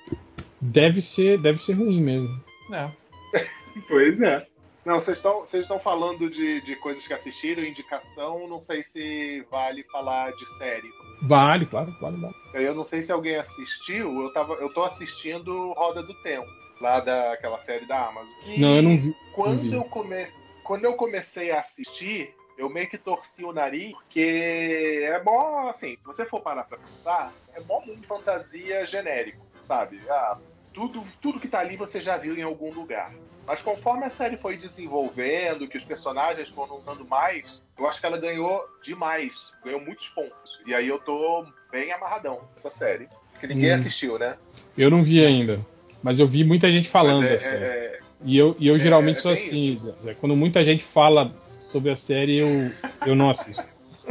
Deve ser, deve ser ruim mesmo. É. Pois é. Não, vocês estão vocês estão falando de, de coisas que assistiram, indicação, não sei se vale falar de série. Vale, claro, claro, vale. Eu não sei se alguém assistiu, eu, tava, eu tô assistindo Roda do Tempo, lá daquela série da Amazon. E Não, eu não vi. Quando, não vi. eu come... quando eu comecei a assistir, eu meio que torci o nariz, porque é bom, assim, se você for parar pra pensar, é bom mundo de fantasia genérico, sabe? Ah, tudo, tudo que tá ali você já viu em algum lugar. Mas conforme a série foi desenvolvendo, que os personagens foram usando mais, eu acho que ela ganhou demais, ganhou muitos pontos. E aí eu tô bem amarradão nessa série. Porque ninguém Hum. assistiu, né? Eu não vi ainda. Mas eu vi muita gente falando Mas é- da série. é- é- E eu, e eu é- geralmente é sou bem assim, Zé. Quando muita gente fala sobre a série, eu, eu não assisto.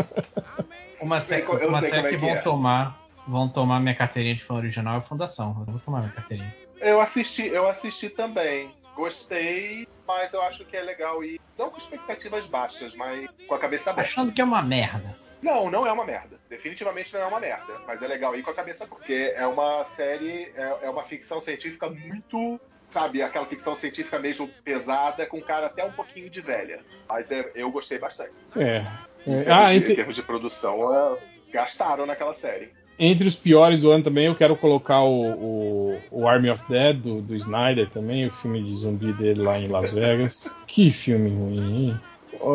Uma, sei sé co- eu uma sei série como é que que vão é. tomar. Vão tomar minha carteirinha de fã original é a Fundação. Eu não vou tomar minha carteirinha. Eu assisti, eu assisti também. Gostei, mas eu acho que é legal ir, não com expectativas baixas, mas com a cabeça aberta. Achando que é uma merda. Não, não é uma merda. Definitivamente não é uma merda. Mas é legal ir com a cabeça, porque é uma série, é, é uma ficção científica muito, sabe, aquela ficção científica mesmo pesada, com cara até um pouquinho de velha. Mas é, eu gostei bastante. É. Em é. termos, Ah, de, entre, em termos de produção, é, gastaram naquela série. entre os piores do ano também, eu quero colocar o, o, o Army of Dead, do, do Snyder também, o filme de zumbi dele lá em Las Vegas. Que filme ruim, hein?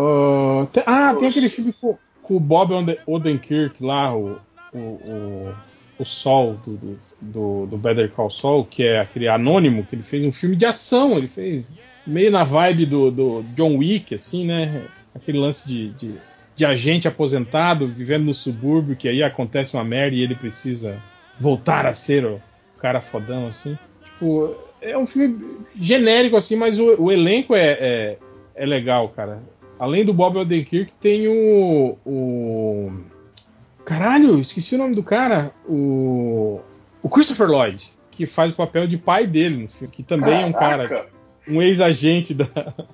Uh, tem, ah, tem aquele filme com, com o Bob Odenkirk lá, o, o, o, o Sol, do, do, do, do Better Call Saul, que é aquele anônimo, que ele fez um filme de ação, ele fez meio na vibe do, do John Wick, assim, né? Aquele lance de, de, de agente aposentado, vivendo no subúrbio, que aí acontece uma merda e ele precisa voltar a ser o cara fodão, assim. Tipo, é um filme genérico, assim, mas o, o elenco é, é, é legal, cara. Além do Bob Odenkirk, tem o, o... Caralho, esqueci o nome do cara. O, o Christopher Lloyd, que faz o papel de pai dele no filme, que também é um cara, um ex-agente da,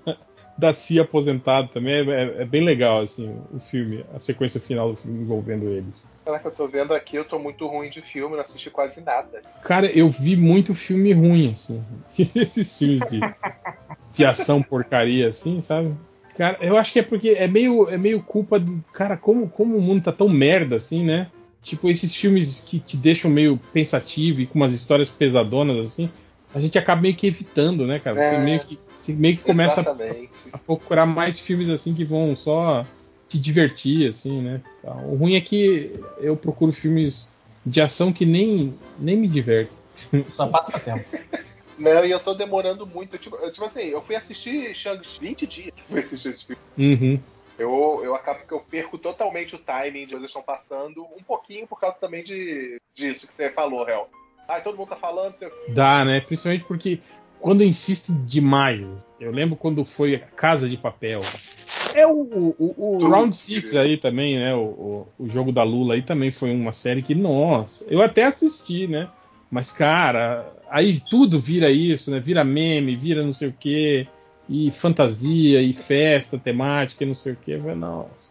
da C I A aposentado também. É, é bem legal, assim, o filme, a sequência final do filme envolvendo eles. Caraca, eu tô vendo aqui, eu tô muito ruim de filme, não assisti quase nada. Cara, eu vi muito filme ruim, assim. Esses filmes de, de ação porcaria, assim, sabe? Cara, eu acho que é porque é meio, é meio culpa do... Cara, como, como o mundo tá tão merda, assim, né? Tipo, esses filmes que te deixam meio pensativo e com umas histórias pesadonas, assim, a gente acaba meio que evitando, né, cara? Você, É, meio, que, você meio que começa a, a procurar mais filmes, assim, que vão só te divertir, assim, né? O ruim é que eu procuro filmes de ação que nem, nem me divertem. Só passa tempo. Não, e eu tô demorando muito. Tipo, tipo assim, eu fui assistir Shang-Chi vinte dias. Fui assistir esse filme. Uhum. Eu, eu acabo que eu perco totalmente o timing de onde eles estão passando, um pouquinho por causa também de, disso que você falou, Real. Ah, todo mundo tá falando. Você... Dá, né? Principalmente porque quando insistem demais. Eu lembro quando foi a Casa de Papel. É o, o, o, o Round Six aí também, né? O, o, o jogo da Lula aí também foi uma série que, nossa, eu até assisti, né? Mas, cara, aí tudo vira isso, né? Vira meme, vira não sei o quê, e fantasia, e festa temática, e não sei o quê. Vai, nossa.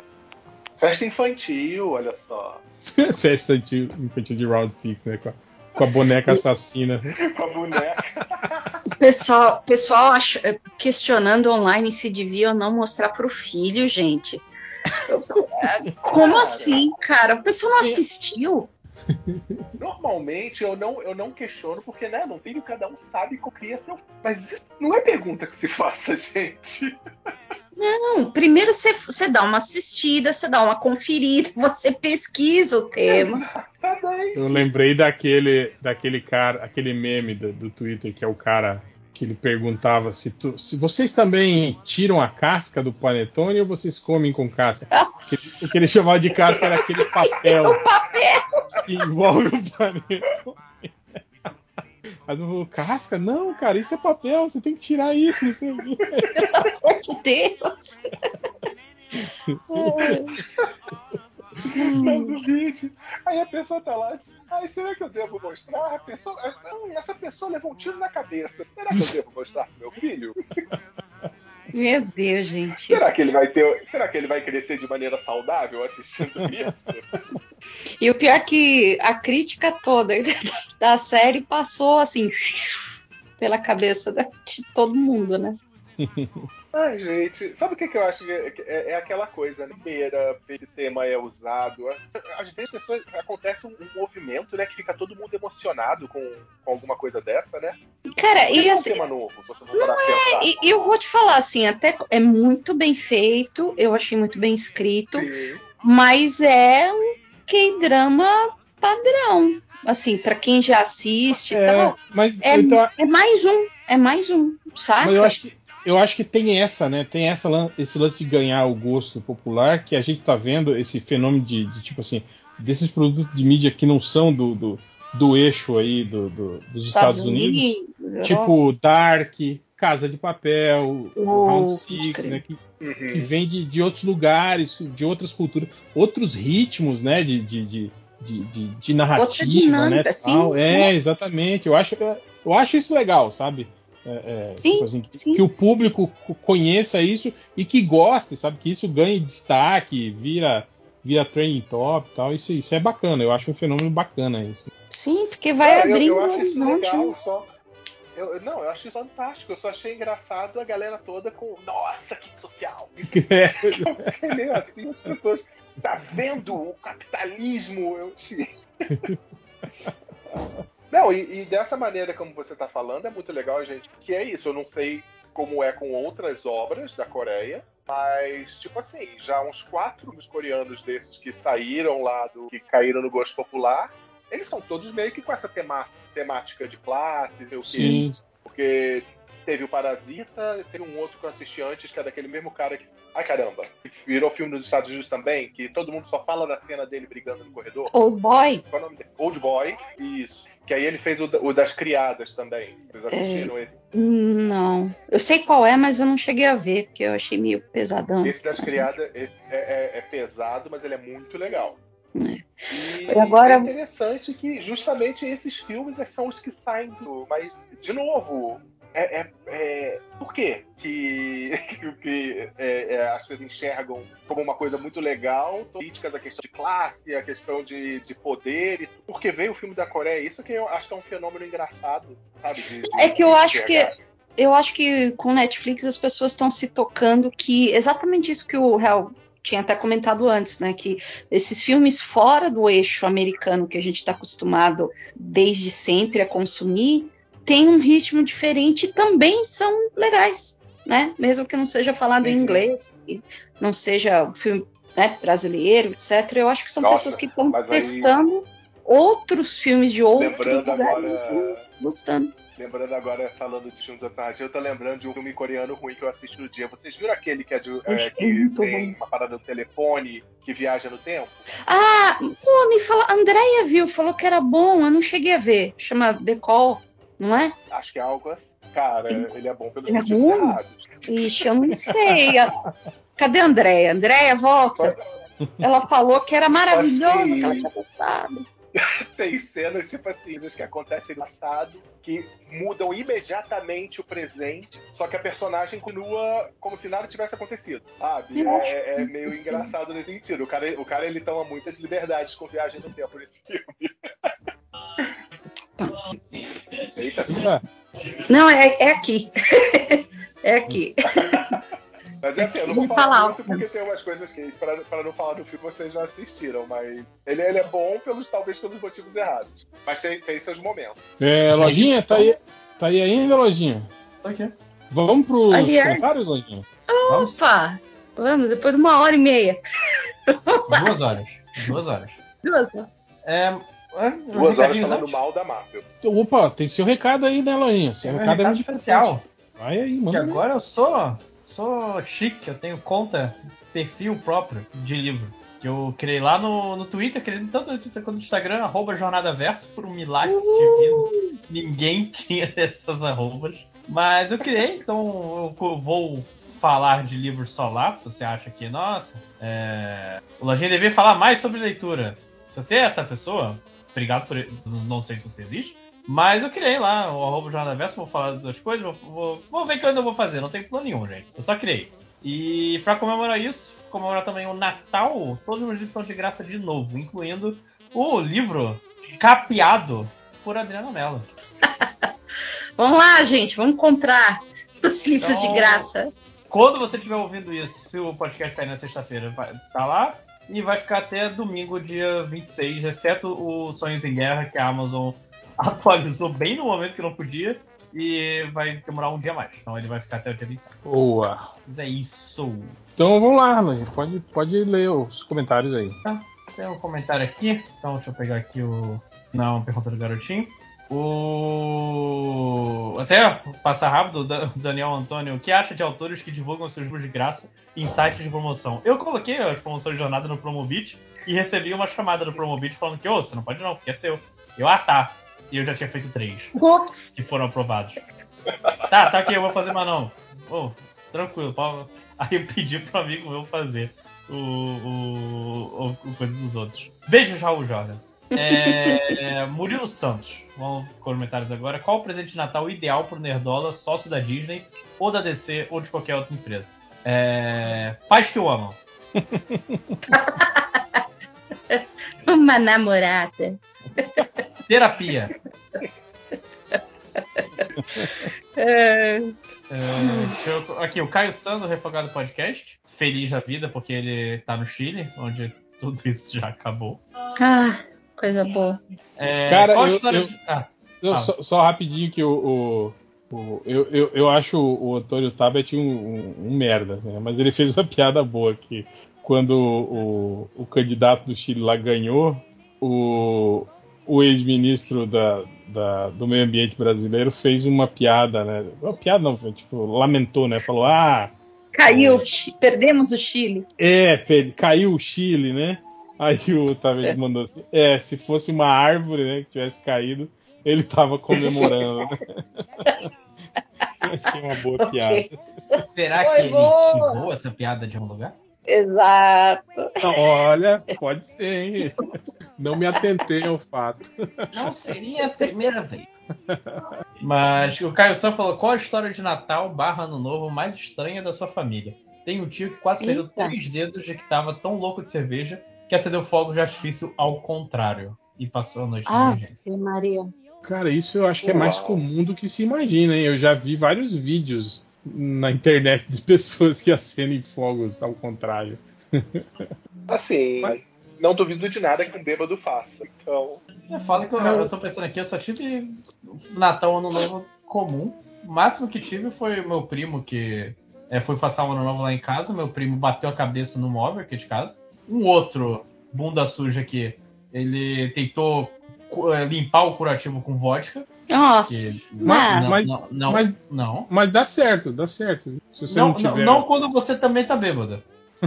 Festa infantil, olha só. Festa infantil de Round Six, né? Com a, com a boneca assassina. Com a boneca. O pessoal, pessoal acha, questionando online se devia ou não mostrar pro filho, gente. Como cara, assim, cara? O pessoal não assistiu? Normalmente eu não, eu não questiono, porque, né, não filho, cada um sabe como cria seu. Mas isso não é pergunta que se faça, gente. Não, primeiro você dá uma assistida, você dá uma conferida, você pesquisa o tema. Eu lembrei daquele, daquele cara, aquele meme do, do Twitter, que é o cara que ele perguntava se, tu, se vocês também tiram a casca do panetone ou vocês comem com casca. O que ele chamava de casca era aquele papel. O papel! Que envolve o panetone. Aí eu falei, casca? Não, cara, isso é papel, você tem que tirar isso, não sei o quê. Pelo amor de Deus! No vídeo. Aí a pessoa tá lá, ai, será que eu devo mostrar? A pessoa, não, essa pessoa levou um tiro na cabeça. Será que eu devo mostrar pro meu filho? Meu Deus, gente. Será que ele vai ter, será que ele vai crescer de maneira saudável assistindo isso? E o pior é que a crítica toda da série passou assim pela cabeça de todo mundo, né? Ai, gente, sabe o que, que eu acho que é, é, é aquela coisa, né? Primeira, esse tema é usado. Às vezes pessoas, acontece um, um movimento, né? Que fica todo mundo emocionado com, com alguma coisa dessa, né? Cara, e é assim. Um tema novo, se você não é, e eu vou te falar assim, até é muito bem feito, eu achei muito bem escrito, sim, mas é um K-drama padrão. Assim, pra quem já assiste e é, tal, mas, é, então, é mais um, é mais um, saca? Mas eu acho que Eu acho que tem essa, né? Tem essa, esse lance de ganhar o gosto popular, que a gente tá vendo esse fenômeno de, de tipo assim, desses produtos de mídia que não são do, do, do eixo aí do, do, dos Estados, Estados Unidos, Unidos, tipo Dark, Casa de Papel, o oh, Round Six, né? Que, uhum. que vem de, de outros lugares, de outras culturas, outros ritmos, né? De, de, de, de, de, de narrativa, dinâmica, né? Sim, sim. É, exatamente. Eu acho, eu acho isso legal, sabe? É, é, sim, tipo assim, sim. Que o público conheça isso e que goste, sabe? Que isso ganhe destaque, vira, vira training top e tal. Isso, isso é bacana, eu acho um fenômeno bacana isso. Sim, porque vai Não, eu, abrindo eu o acho isso horizonte. legal, Né? só. Eu, não, eu acho isso fantástico. Eu só achei engraçado a galera toda com. Nossa, que social! É. Eu fiquei meio assim, as pessoas. Tá vendo o capitalismo? Eu achei. Não, e, e dessa maneira como você tá falando, é muito legal, gente. Que é isso, eu não sei como é com outras obras da Coreia, mas, tipo assim, já uns quatro coreanos desses que saíram lá, do que caíram no gosto popular, eles são todos meio que com essa tema, temática de classes, sei o quê. Sim. Porque teve o Parasita, teve um outro que eu assisti antes, que é daquele mesmo cara que... Ai, caramba. Que virou filme nos Estados Unidos também, que todo mundo só fala da cena dele brigando no corredor. Old Boy. Qual é o nome dele? Old Boy, isso. Que aí ele fez o, o das criadas também. Vocês assistiram é... esse? Não. Eu sei qual é, mas eu não cheguei a ver, porque eu achei meio pesadão. Esse das criadas esse é, é, é pesado, mas ele é muito legal. É. E Agora... é interessante que justamente esses filmes são os que saem do... Mas, de novo, é, é, é... por quê que, que é, é, as pessoas enxergam como uma coisa muito legal, políticas, a questão de classe, a questão de, de poder, e porque veio o filme da Coreia, isso que eu acho que é um fenômeno engraçado, sabe? De, de, é que eu de acho enxergar. que eu acho que com Netflix as pessoas estão se tocando que exatamente isso que o Hel tinha até comentado antes, né? Que esses filmes fora do eixo americano que a gente está acostumado desde sempre a consumir tem um ritmo diferente e também são legais, né? Mesmo que não seja falado Uhum. em inglês, que não seja um filme, né, brasileiro, etcétera. Eu acho que são Nossa, pessoas que estão mas aí- testando outros filmes de outros Lembrando lugares agora- e estão gostando. Lembrando agora, falando de filmes alternativos, eu tô lembrando de um filme coreano ruim que eu assisti no dia. Vocês viram aquele que, é de, é, Achei que muito tem ruim. uma parada do telefone que viaja no tempo? Ah, pô, me fala, Andréia viu, falou que era bom, eu não cheguei a ver. Chama The Call, não é? Acho que é algo assim. Cara, ele é bom pelos Ele é motivos ruim? errados. Ixi, eu não sei. Cadê a Andréia? Andréia, volta. Ela falou que era maravilhoso, assim, que ela tinha gostado. Tem cenas, tipo assim, coisas que acontecem no passado que mudam imediatamente o presente, só que a personagem continua como se nada tivesse acontecido, sabe? Eu acho É, é meio engraçado nesse sentido. O cara, o cara ele toma muitas liberdades com viagem no tempo nesse filme. Eita. Ah, Não, é, é aqui. É aqui. Mas é assim, eu não vou Ele falar fala muito alto. porque tem umas coisas que, pra, pra não falar do filme, vocês já assistiram, mas ele, ele é bom pelos, talvez pelos motivos errados. Mas tem, tem seus momentos. é, Lojinha, tá aí, tá aí ainda, Lojinha? Tô aqui. Vamos pros Aliás- comentários, Lojinha? Vamos? Opa! Vamos, depois de uma hora e meia. Duas horas. Duas horas. Duas horas. É, um Duas horas recadinhos falando antes? mal da Marvel. Opa, tem seu recado aí, né, Lojinha? Seu Tem um recado, é recado muito especial. importante. Vai aí, Que manda. ver. agora eu sou, sou chique, eu tenho conta, perfil próprio de livro. Que eu criei lá no, no Twitter, criei tanto no Twitter quanto no Instagram, arroba Jornadaverso, por um milagre divino. Ninguém tinha essas arrobas. Mas eu criei, então eu vou falar de livros só lá, se você acha que, nossa, é... o Lojinha devia falar mais sobre leitura. Se você é essa pessoa, obrigado por... Não sei se você existe. Mas eu criei lá o arroba Jornadaverso, vou falar das coisas, vou, vou, vou ver o que eu ainda vou fazer, não tenho plano nenhum, gente. Eu só criei. E pra comemorar isso, comemorar também o Natal, todos os meus livros estão de graça de novo, incluindo o livro Capeado por Adriana Mello. Vamos lá, gente, vamos comprar os livros Então, de graça. Quando você estiver ouvindo isso, se o podcast sair na sexta-feira, vai- tá lá. E vai ficar até domingo, dia vinte e seis, exceto o Sonhos em Guerra, que a Amazon atualizou bem no momento que não podia. E vai demorar um dia mais. Então ele vai ficar até o dia vinte e sete. Boa. Mas é isso. Então vamos lá, Lojinha. Pode, pode ler os comentários aí. Tá, tem um comentário aqui. Então deixa eu pegar aqui o... Não, pergunta do garotinho. O... Até passar rápido, o Daniel Antônio. O que acha de autores que divulgam seus livros de graça em sites de promoção? Eu coloquei as promoções de jornada no Promobit e recebi uma chamada do Promobit falando que, ô, você não pode não, porque é seu. Eu, ah, tá. E eu já tinha feito três Ops! que foram aprovados. Tá, tá aqui, eu vou fazer, mas não. Ô, tranquilo. pode- Aí eu pedi pro amigo meu fazer o, o, o, o coisa dos outros. Beijo, Raul Jordan. É, Murilo Santos. Vamos com comentários agora. Qual o presente de Natal ideal pro Nerdola, sócio da Disney, ou da D C, ou de qualquer outra empresa? É, pais que o amam. uma namorada. Terapia. É. É, eu- aqui, o Caio Sando, Refogado Podcast. Feliz da vida, porque ele tá no Chile, onde tudo isso já acabou. Ah, coisa boa. É, Cara, qual a eu- história eu- de... Ah, Eu, fala. só, só rapidinho que o. o, o- eu, eu, eu acho o Otônio Tabet um, um, um merda, assim, né? Mas ele fez uma piada boa que quando o, o candidato do Chile lá ganhou, o, o ex-ministro da, da- do meio ambiente brasileiro fez uma piada, né? Uma piada não, foi, tipo, lamentou, né? Falou, ah, Caiu, Chi- perdemos o Chile. é, pe- caiu o Chile, né? Aí o Tabet mandou assim, é, se fosse uma árvore, né, que tivesse caído, ele tava comemorando, né? Eu achei uma boa piada. Será Foi que ele boa. tirou essa piada de um lugar? Exato. Não, olha, pode ser, hein? Não me atentei ao fato. Não seria a primeira vez. Mas o Caio San falou: qual a história de Natal barra Ano Novo mais estranha da sua família? Tem um tio que quase perdeu Eita. três dedos de que tava tão louco de cerveja que acendeu fogo de artifício ao contrário. E passou a noite na Ah, emergência. Maria. Cara, isso eu acho que é mais Uau. comum do que se imagina, hein? Eu já vi vários vídeos na internet de pessoas que acendem fogos ao contrário. Assim, Mas, não duvido de nada que um bêbado faça. Então, Eu falo que eu, eu tô pensando aqui, eu só tive Natal, Ano Novo comum. O máximo que tive foi o meu primo que é, foi passar o Ano Novo lá em casa. Meu primo bateu a cabeça no móvel aqui de casa. Um outro bunda suja que ele tentou cu- é, limpar o curativo com vodka. Nossa. Que- Mas- não, mas- não, não, mas- não. mas dá certo, dá certo. Se você não, Não, tiver. não, não quando você também tá bêbado.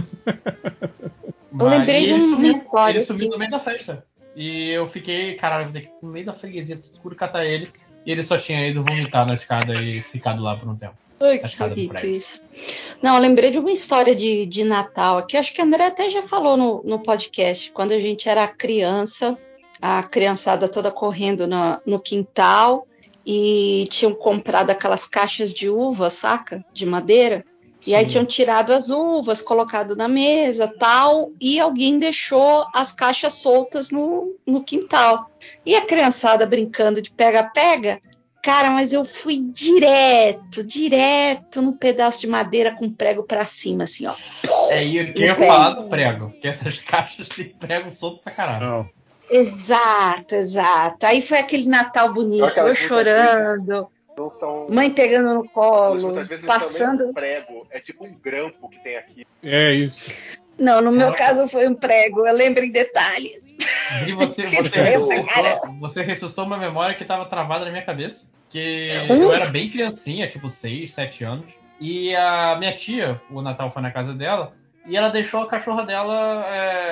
Eu lembrei e de ele uma sumiu, história ele sumiu aqui. no meio da festa. E eu fiquei, caralho, vou ter que ir no meio da freguesia, tudo escuro, catar ele. E ele só tinha ido vomitar na escada e ficado lá por um tempo. Ai, Na que escada do bonito prédio. isso. Não, eu lembrei de uma história de, de Natal aqui. Acho que a André até já falou no, no podcast. Quando a gente era criança, a criançada toda correndo na- no quintal e tinham comprado aquelas caixas de uva, saca? De madeira. E aí Sim. tinham tirado as uvas, colocado na mesa, tal, e alguém deixou as caixas soltas no, no quintal. E a criançada brincando de pega-pega. Cara, mas eu fui direto, direto num pedaço de madeira com prego pra cima, assim, ó. É, e eu queria No prego. falar do prego, que essas caixas têm prego solto pra caralho. Não. Exato, exato. Aí foi aquele Natal bonito, Aquelas eu muitas chorando, não são. mãe pegando no Elas colo, muitas vezes não são nem passando. um prego, é tipo um grampo que tem aqui. É isso. Não, no meu Ela- caso foi um prego, eu lembro em detalhes. E você, Que você, doeu pra ressuscitou, você ressuscitou uma memória que estava travada na minha cabeça. Que Uh! eu era bem criancinha, tipo seis, sete anos. E a minha tia, o Natal foi na casa dela, e ela deixou a cachorra dela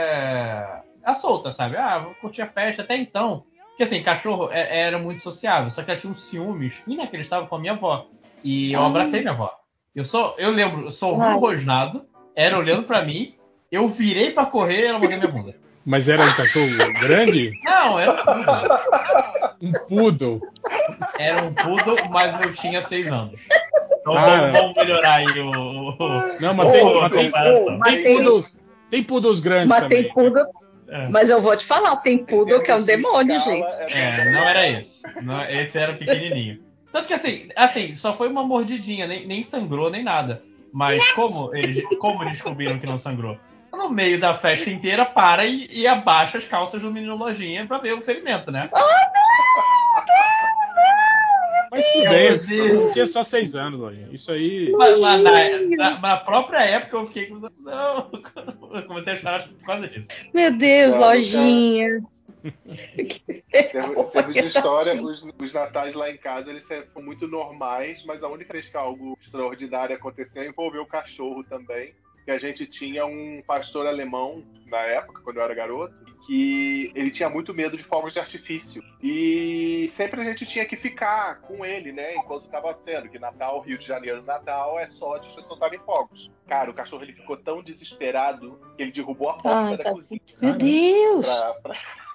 é, à solta, sabe? Ah, vou curtir a festa até então. Porque assim, cachorro é- era muito sociável, só que ela tinha uns ciúmes inacreditáveis com a minha avó. E eu Ah. abracei minha avó. Eu só, eu lembro, eu só ouvi Ai. um rosnado, era olhando pra mim, eu virei pra correr e ela mordeu minha bunda. Mas era um cachorro grande? Não, era um poodle. Um poodle. Era um poodle, mas eu tinha seis anos. Então Ah, vamos, não. vamos melhorar aí o. o- Não, mas o- tem, a mas tem, comparação. Mas tem tem- poodles, tem poodles grandes Mas também. tem poodle, É. mas eu vou te falar, tem poodle que é um demônio, Escala, gente. É, não era esse. Não, esse era pequenininho. Tanto que assim, assim, só foi uma mordidinha, nem, nem sangrou, nem nada. Mas como eles, como eles descobriram que não sangrou? No meio da festa inteira, para e, e abaixa as calças do menino Lojinha pra ver o ferimento, né? Mas tudo Meu bem, Deus. eu tinha só seis anos, Lojinha. Isso aí. Mas, mas na, na- na própria época eu fiquei com. Não, eu comecei a chorar por causa disso. Meu Deus, Não, lojinha. Em termos, em termos de história, os, os natais lá em casa eles sempre foram muito normais, mas a única vez que algo extraordinário aconteceu envolveu o cachorro também. Que a gente tinha um pastor alemão na época, quando eu era garoto, que ele tinha muito medo de fogos de artifício. E sempre a gente tinha que ficar com ele, né, enquanto estava tendo, que Natal, Rio de Janeiro, Natal é só de soltarem fogos. Cara, o cachorro ele ficou tão desesperado que ele derrubou a porta Ai, da tá- cozinha. Meu Deus. Pra, pra,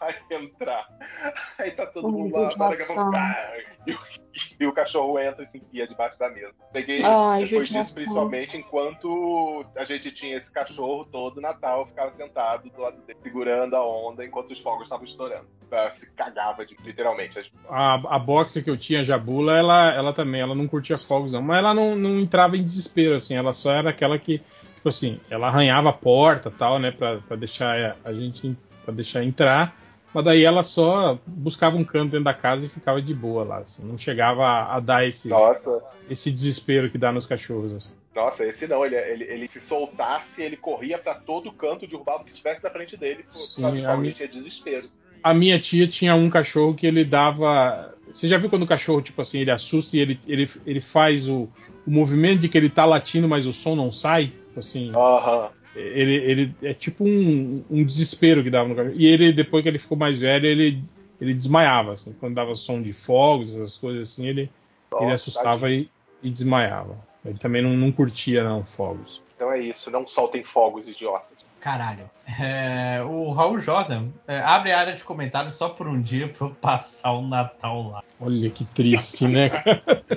vai entrar. Aí tá todo Hum, mundo lá, tá daqui a pouco, judiação. ah, e, o, e o cachorro entra e se enfia debaixo da mesa. Peguei Ai, depois judiação. disso, principalmente enquanto a gente tinha esse cachorro todo Natal, eu ficava sentado do lado dele, segurando a onda enquanto os fogos estavam estourando. Se cagava, de, literalmente. A, a boxer que eu tinha, a Jabula, ela, ela também, ela não curtia fogos, não. Mas ela não, não entrava em desespero, assim. Ela só era aquela que, tipo assim, ela arranhava a porta e tal, né? Pra, pra deixar a gente pra deixar entrar. Mas daí ela só buscava um canto dentro da casa e ficava de boa lá. Assim. Não chegava a, a dar esse, esse desespero que dá nos cachorros. Assim. Nossa, esse não. Ele, ele, ele se soltasse, ele corria pra todo canto, derrubava o que estivesse na frente dele. Sim, a minha... tinha desespero. A minha tia tinha um cachorro que ele dava... Você já viu quando o cachorro, tipo assim, ele assusta e ele, ele, ele faz o, o movimento de que ele tá latindo, mas o som não sai? Assim... Aham. Uh-huh. Ele, ele é tipo um, um desespero que dava no cachorro. E ele, depois que ele ficou mais velho, ele, ele desmaiava. Assim, quando dava som de fogos, essas coisas assim, ele, Nossa, ele assustava e, e desmaiava. Ele também não, não curtia, não, fogos. Então é isso, não soltem fogos, idiotas. Caralho. É, o Raul Jordan é, abre a área de comentários só por um dia pra eu passar o Natal lá. Olha que triste, né, cara?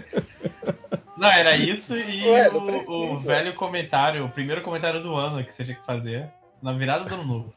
Não, era isso e Ué, o, o velho comentário, o primeiro comentário do ano que você tinha que fazer na virada do ano novo.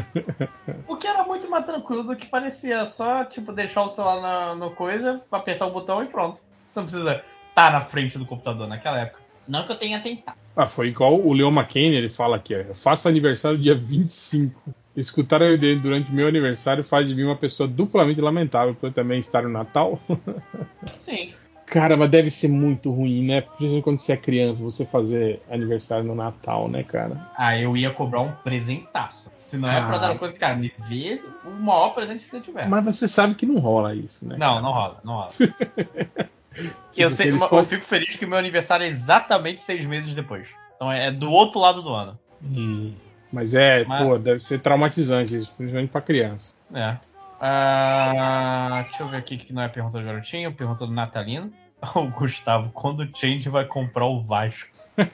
O que era muito mais tranquilo do que parecia. Só, tipo, deixar o celular na, na coisa, apertar o botão e pronto. Você não precisa estar na frente do computador naquela época. Não que eu tenha tentado. Ah, foi igual o Leon McCain, ele fala aqui, ó, eu faço aniversário dia vinte e cinco. Escutar a dele durante meu aniversário faz de mim uma pessoa duplamente lamentável por eu também estar no Natal. Sim. Cara, mas deve ser muito ruim, né? Principalmente quando você é criança, você fazer aniversário no Natal, né, cara? Ah, eu ia cobrar um presentaço. Se não é ah, pra dar uma coisa, cara, me vê o maior presente que você tiver. Mas você sabe que não rola isso, né? Não, cara? não rola, não rola. Tipo, eu, sei, eu podem... fico feliz que meu aniversário é exatamente seis meses depois. Então é do outro lado do ano. Hum, mas é, mas... pô, deve ser traumatizante isso, principalmente pra criança. É. Uh, deixa eu ver aqui que não é pergunta do garotinho, pergunta do Natalino. O Gustavo, quando o Change vai comprar o Vasco?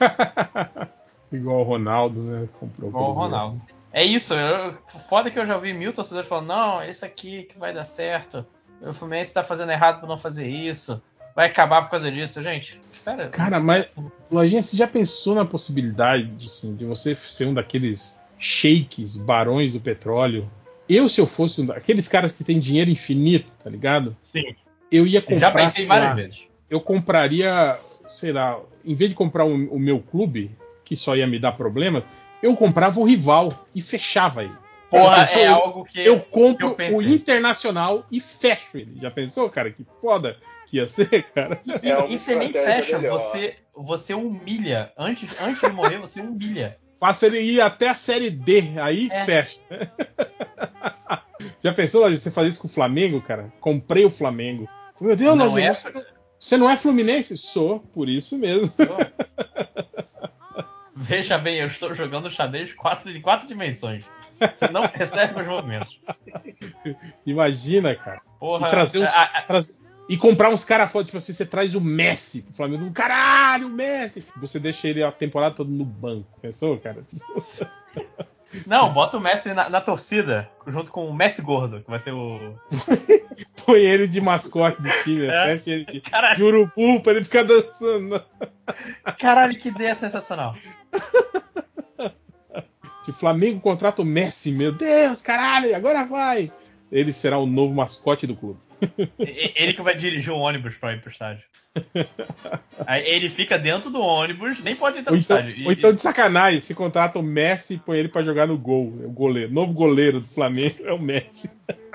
Igual o Ronaldo, né? Comprou Igual o Ronaldo. É isso, eu, foda que eu já vi mil torcedores falando, não, esse aqui que vai dar certo. O Fluminense tá fazendo errado por não fazer isso. Vai acabar por causa disso, gente. Espera. Cara, mas, Lojinha, você já pensou na possibilidade de, assim, de você ser um daqueles sheiks, barões do petróleo? Eu, se eu fosse um daqueles caras que tem dinheiro infinito, tá ligado? Sim. Eu ia comprar. Já pensei várias lá, vezes. Eu compraria, sei lá, em vez de comprar o, o meu clube, que só ia me dar problema, eu comprava o rival e fechava ele. Porra, pensou, é eu, algo que eu compro que eu o Internacional e fecho ele. Já pensou, cara? Que foda que ia ser, cara? E, é e você nem fecha, você, você humilha. Antes, antes de morrer, você humilha. Faça ele ir até a série D, aí é. fecha. Já pensou você fazer isso com o Flamengo, cara? Comprei o Flamengo. Meu Deus, não, Lojinha, é... você, você não é Fluminense? Sou, por isso mesmo. Sou. Veja bem, eu estou jogando xadrez quatro, de quatro dimensões. Você não percebe os movimentos. Imagina, cara. Porra, e trazer uns, a, a... traz... e comprar uns caras foda, tipo assim, você traz o Messi pro Flamengo. Caralho, o Messi! Você deixa ele a temporada toda no banco. Pensou, cara? Não, bota o Messi na, na torcida, junto com o Messi gordo, que vai ser o... Põe ele de mascote do time, é. Fecha ele de, de urubu pra ele ficar dançando. Caralho, que ideia sensacional. O Flamengo contrata o Messi, meu Deus, caralho, agora vai. Ele será o novo mascote do clube. Ele que vai dirigir o ônibus pra ir pro estádio. Aí ele fica dentro do ônibus, nem pode entrar ou no então, estádio. Ou então, de sacanagem, se contrata o Messi e põe ele pra jogar no gol. O goleiro, novo goleiro do Flamengo é o Messi.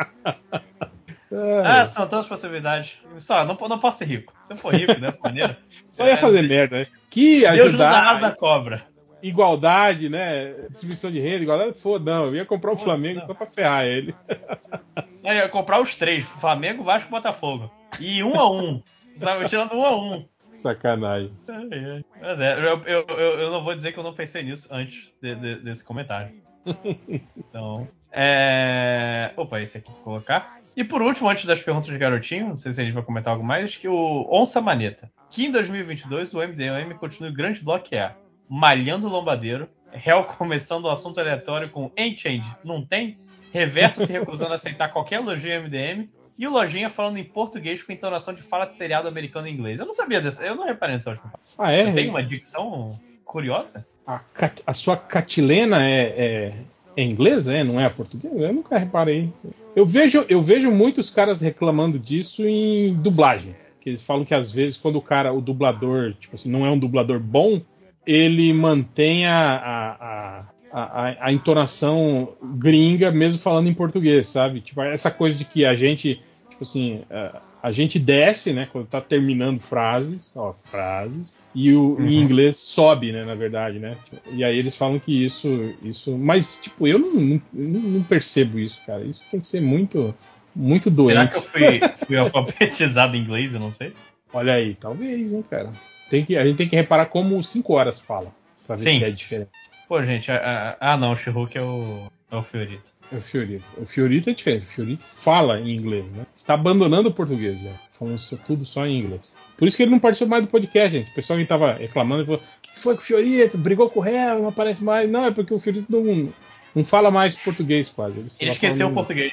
Ah, são tantas possibilidades. Só, não, não posso ser rico. Se eu for rico dessa maneira... Só ia fazer é, merda, né? Que Deus ajudar... Deus asa cobra. Igualdade, né? Distribuição de renda, igualdade, foda, não. Eu ia comprar o Nossa, Flamengo não. só pra ferrar ele. Eu ia comprar os três: Flamengo, Vasco e Botafogo. E um a um. Sabe? Tirando um a um. Sacanagem. Mas é, eu, eu, eu, eu não vou dizer que eu não pensei nisso antes de, de, desse comentário. Então. É... Opa, esse aqui vou colocar. E por último, antes das perguntas de garotinho, não sei se a gente vai comentar algo mais, que o Onça Maneta. Que em dois mil e vinte e dois o M D M continua o grande bloco que é Malhando o Lombadeiro, Hell começando o assunto aleatório com Enchange, não tem? Reverso se recusando a aceitar qualquer elogio ao M D M. E o Lojinha falando em português com entonação de fala de seriado americano em inglês. Eu não sabia dessa, eu não reparei nessa última parte. Ah, é? Tem uma dicção curiosa? A, cat, a sua catilena é, é, é inglesa, é? Não é a portuguesa? Eu nunca reparei. Eu vejo, eu vejo muitos caras reclamando disso em dublagem. Que eles falam que às vezes quando o cara, o dublador, tipo assim, não é um dublador bom, ele mantém a, a, a, a, a entonação gringa mesmo falando em português, sabe? Tipo, essa coisa de que a gente, tipo assim, a, a gente desce, né, quando tá terminando frases, ó, frases, e o Uhum. em inglês sobe, né, na verdade, né? E aí eles falam que isso, isso, mas tipo, eu não, não, não percebo isso, cara. Isso tem que ser muito, muito doente. Será que eu fui, fui alfabetizado em inglês? Eu não sei. Olha aí, talvez, hein, cara. Tem que, a gente tem que reparar como cinco horas fala, pra ver Sim. se é diferente. Pô, gente, a, a, ah não, o She-Hulk é o, é o Fiorito. É o Fiorito. O Fiorito é diferente. O Fiorito fala em inglês, né? Está abandonando o português já. Falando isso tudo só em inglês. Por isso que ele não participou mais do podcast, gente. O pessoal que tava reclamando falou: o que foi com o Fiorito? Brigou com o réu, não aparece mais. Não, é porque o Fiorito não, não fala mais português quase. Ele, Ele esqueceu o português.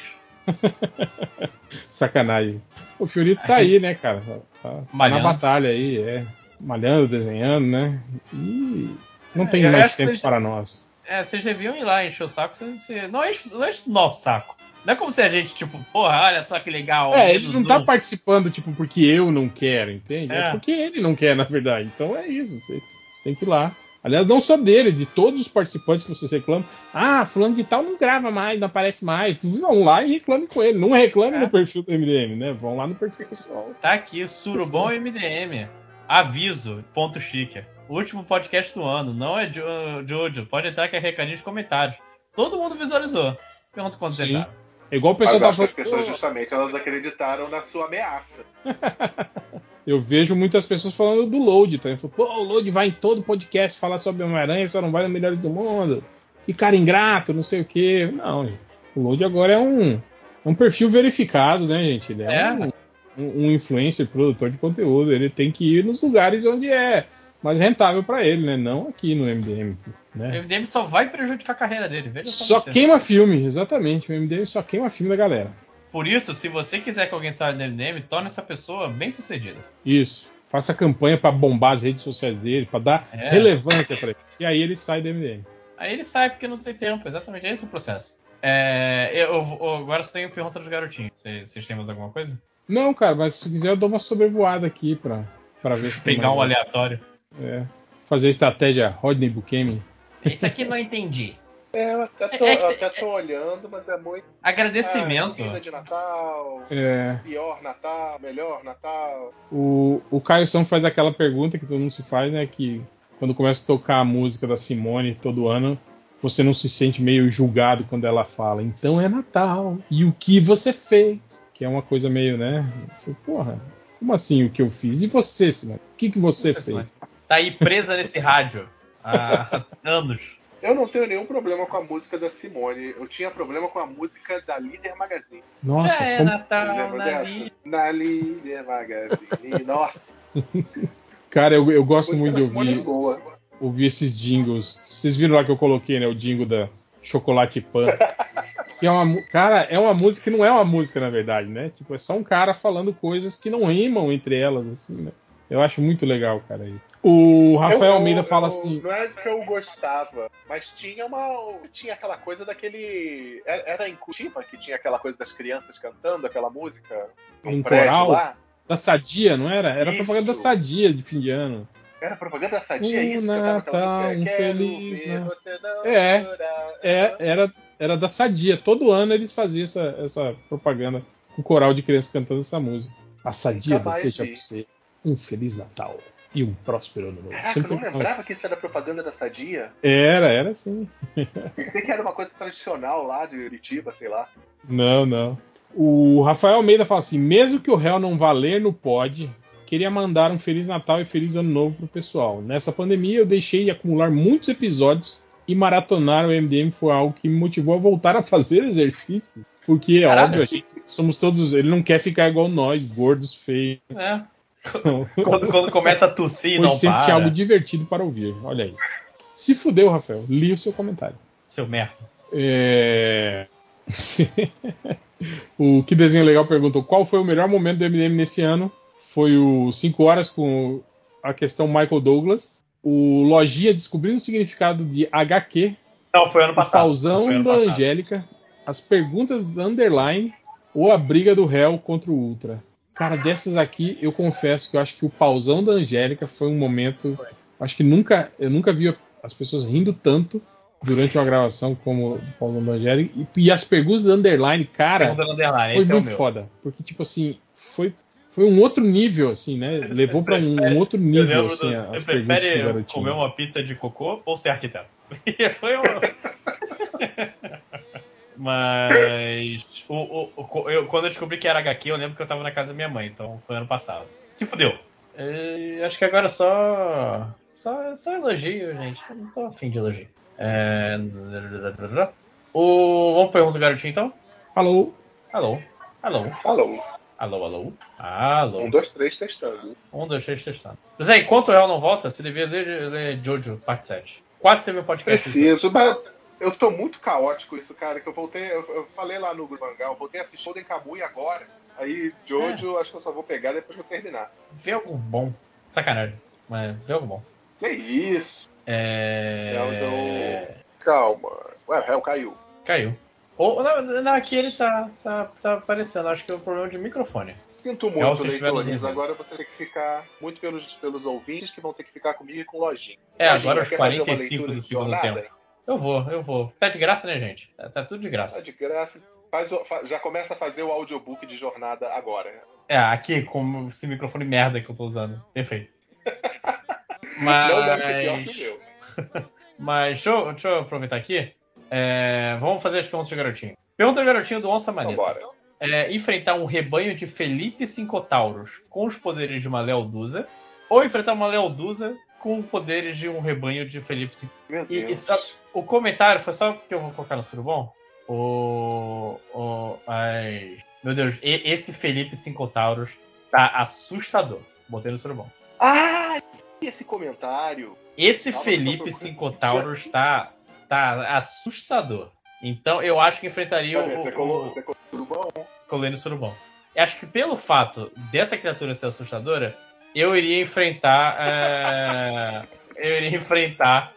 Sacanagem. O Fiorito tá aí, né, cara? Tá, tá na Malhando. batalha aí, é. Malhando, desenhando, né? E não É, tem eu mais acho que tempo vocês- para nós. É, vocês deviam ir lá encher o saco. Vocês, vocês- não enche não enche o nosso saco. Não é como se a gente, tipo, porra, olha só que legal. É, medo ele não dos tá outros. participando, tipo, porque eu não quero, entende? É. É. porque ele não quer, na verdade. Então é isso, você, você tem que ir lá. Aliás, não só dele, de todos os participantes que vocês reclamam. Ah, fulano de tal não grava mais, não aparece mais. Vão lá e reclamem com ele. Não reclame É. no perfil do M D M, né? Vão lá no perfil pessoal. Tá aqui, Surubom M D M. Aviso, ponto chique. O último podcast do ano. Não é Jo- Jojo. Pode entrar que é recadinho de comentários. Todo mundo visualizou. Pergunta quantos Sim. entraram. É igual o Mas pessoal eu tava acho que as falando. pessoas "Pô, justamente elas acreditaram na sua ameaça. eu vejo muitas pessoas falando do Load, tá? Falou, pô, o Load vai em todo podcast falar sobre Homem-Aranha, só não vai no Melhores do Mundo. Que cara ingrato, não sei o quê. Não, gente. O Load agora é um, é um perfil verificado, né, gente? Ele é, É. Um, um, um influencer, produtor de conteúdo. Ele tem que ir nos lugares onde é mais rentável pra ele, né? Não aqui no M D M, O né? M D M só vai prejudicar a carreira dele. Veja só. Só você. queima filme, exatamente. O M D M só queima filme da galera. Por isso, se você quiser que alguém saia do M D M, torne essa pessoa bem sucedida. Isso. Faça campanha pra bombar as redes sociais dele, pra dar É. relevância pra ele. E aí ele sai do M D M. Aí ele sai porque não tem tempo, exatamente, esse é o processo. É, eu, eu- agora só tenho pergunta dos garotinhos. Vocês, vocês têm mais alguma coisa? Não, cara, mas se quiser eu dou uma sobrevoada aqui pra, pra ver se tem Pegar um mais- aleatório. É. Fazer a estratégia Rodney Bukemi. Esse aqui não entendi. É, eu até tô, É que- eu até tô olhando, mas é muito. Agradecimento. Ah, vida de Natal, É, pior Natal, melhor Natal. o, o Caio São faz aquela pergunta que todo mundo se faz, né? Que quando começa a tocar a música da Simone todo ano, você não se sente meio julgado quando ela fala, então é Natal. E o que você fez? Que é uma coisa meio, né? Você, porra, como assim o que eu fiz? E você, Simone? O que, que você fez? Tá aí presa nesse rádio há anos. Eu não tenho nenhum problema com a música da Simone. Eu tinha problema com a música da Líder Magazine. Nossa, Já é como- Natal Lembra na dessa? vida. Na Líder Magazine. Nossa, cara, eu, eu gosto a muito música de da Simone é ouvir. boa. Ouvir esses jingles. Vocês viram lá que eu coloquei, né? O jingle da Chocolate Pan. Que é uma, mu- cara, é uma música que não é uma música, na verdade, né? Tipo, é só um cara falando coisas que não rimam entre elas, assim, né? Eu acho muito legal, cara. Aí. O Rafael Eu- eu- Almeida fala eu- assim. Não é que eu gostava, mas tinha uma. Tinha aquela coisa daquele. Era era em Curitiba que tinha aquela coisa das crianças cantando aquela música? num Um prédio coral? lá. Da Sadia, não era? Era Isso. propaganda da Sadia de fim de ano. Era propaganda sadia, Um isso? Cantava aquela Natal, música, um "Quero feliz ver Natal." você não É, chorar. É, era, era da Sadia. Todo ano eles faziam essa, essa propaganda com o coral de crianças cantando essa música. A Sadia Nunca mais deseja a vi. você um Feliz Natal e um próspero ano novo. Caraca, eu Sempre não lembrava que isso era propaganda da Sadia. Era, era sim. Pensei que era uma coisa tradicional lá de Curitiba, sei lá. Não, não. O Rafael Almeida fala assim: mesmo que o réu não vá ler no pod, queria mandar um Feliz Natal e Feliz Ano Novo pro pessoal. Nessa pandemia eu deixei de acumular muitos episódios e maratonar o M D M foi algo que me motivou a voltar a fazer exercício. Porque, é Caralho. óbvio, a gente somos todos. Ele não quer ficar igual nós, gordos, feios. É. Então, Quando, quando começa a tossir e foi não sempre para. algo divertido para ouvir. Olha aí. Se fudeu, Rafael. Li o seu comentário. Seu merda. É, O Que Desenho Legal perguntou qual foi o melhor momento do M D M nesse ano. Foi o cinco horas com a questão Michael Douglas. O Logia descobrindo o significado de H Q. Não, foi ano O passado. pausão Foi ano da passado. Angélica. As perguntas da Underline. Ou a briga do Hell contra o Ultra. Cara, dessas aqui, eu confesso que eu acho que o pausão da Angélica foi um momento... Acho que nunca, eu nunca vi as pessoas rindo tanto durante uma gravação como o pausão da Angélica. E, e as perguntas da Underline, cara, Pergunta da Underline, foi esse é o muito meu. foda. Porque, tipo assim, foi, foi um outro nível, assim, né? Levou pra um, um outro nível, Eu assim, do, as você perguntas do prefere garotinho. comer uma pizza de cocô ou ser arquiteto? Foi um... Mas o, o, o, eu, quando eu descobri que era H Q, eu lembro que eu tava na casa da minha mãe, então foi ano passado. Se fudeu. É, acho que agora só, só só elogio, gente. Eu não tô afim de elogio. É... O... Vamos perguntar o garotinho então? Alô? Alô? Alô? Alô. Alô, alô? Alô? Um, dois, três, testando. Um, dois, três, testando. José, enquanto o Real não volta, você devia ler, ler Jojo, parte sete. Quase teve um podcast. Preciso, mas eu tô muito caótico isso, cara, que eu voltei, eu, eu falei lá no Grupo Mangá, eu voltei a assistir o Kamui agora. Aí, Jojo, é. Acho que eu só vou pegar depois que eu terminar. Vê algo bom. Sacanagem, mas vê algo bom. Que isso? É... é Calma. Ué, o réu caiu. Caiu. Ou, não, não, aqui ele tá, tá, tá aparecendo, acho que é um problema de microfone. Sinto muito, leitores. Agora você tem que ficar muito pelos, pelos ouvintes que vão ter que ficar comigo e com lojinha. É, Imagina, agora os quarenta e cinco do segundo tempo. Eu vou, eu vou. Tá de graça, né, gente? Tá, tá tudo de graça. Tá de graça. Faz, já começa a fazer o audiobook de jornada agora. É, aqui, com esse microfone merda que eu tô usando. Perfeito. Mas... Não deve ser pior que o meu. Mas deixa eu, deixa eu aproveitar aqui. É, vamos fazer as perguntas do garotinho. Pergunta do garotinho do Onça Maneta. Vambora. É, enfrentar um rebanho de Felipe Cincotauros com os poderes de uma Leodusa, ou enfrentar uma Leodusa com os poderes de um rebanho de Felipe Cincotauros. Meu Deus. E, e só, o comentário foi só porque eu vou colocar no Surubom. O, o, ai, meu Deus, e, esse Felipe Cincotauros tá assustador. Botei no Surubom. Ah, esse comentário. Esse Calma, Felipe Cincotauros tá, tá assustador. Então eu acho que enfrentaria Cadê? o. Você colou, você colou no Surubom? Colei no Surubom. Eu acho que pelo fato dessa criatura ser assustadora, eu iria enfrentar. É... eu iria enfrentar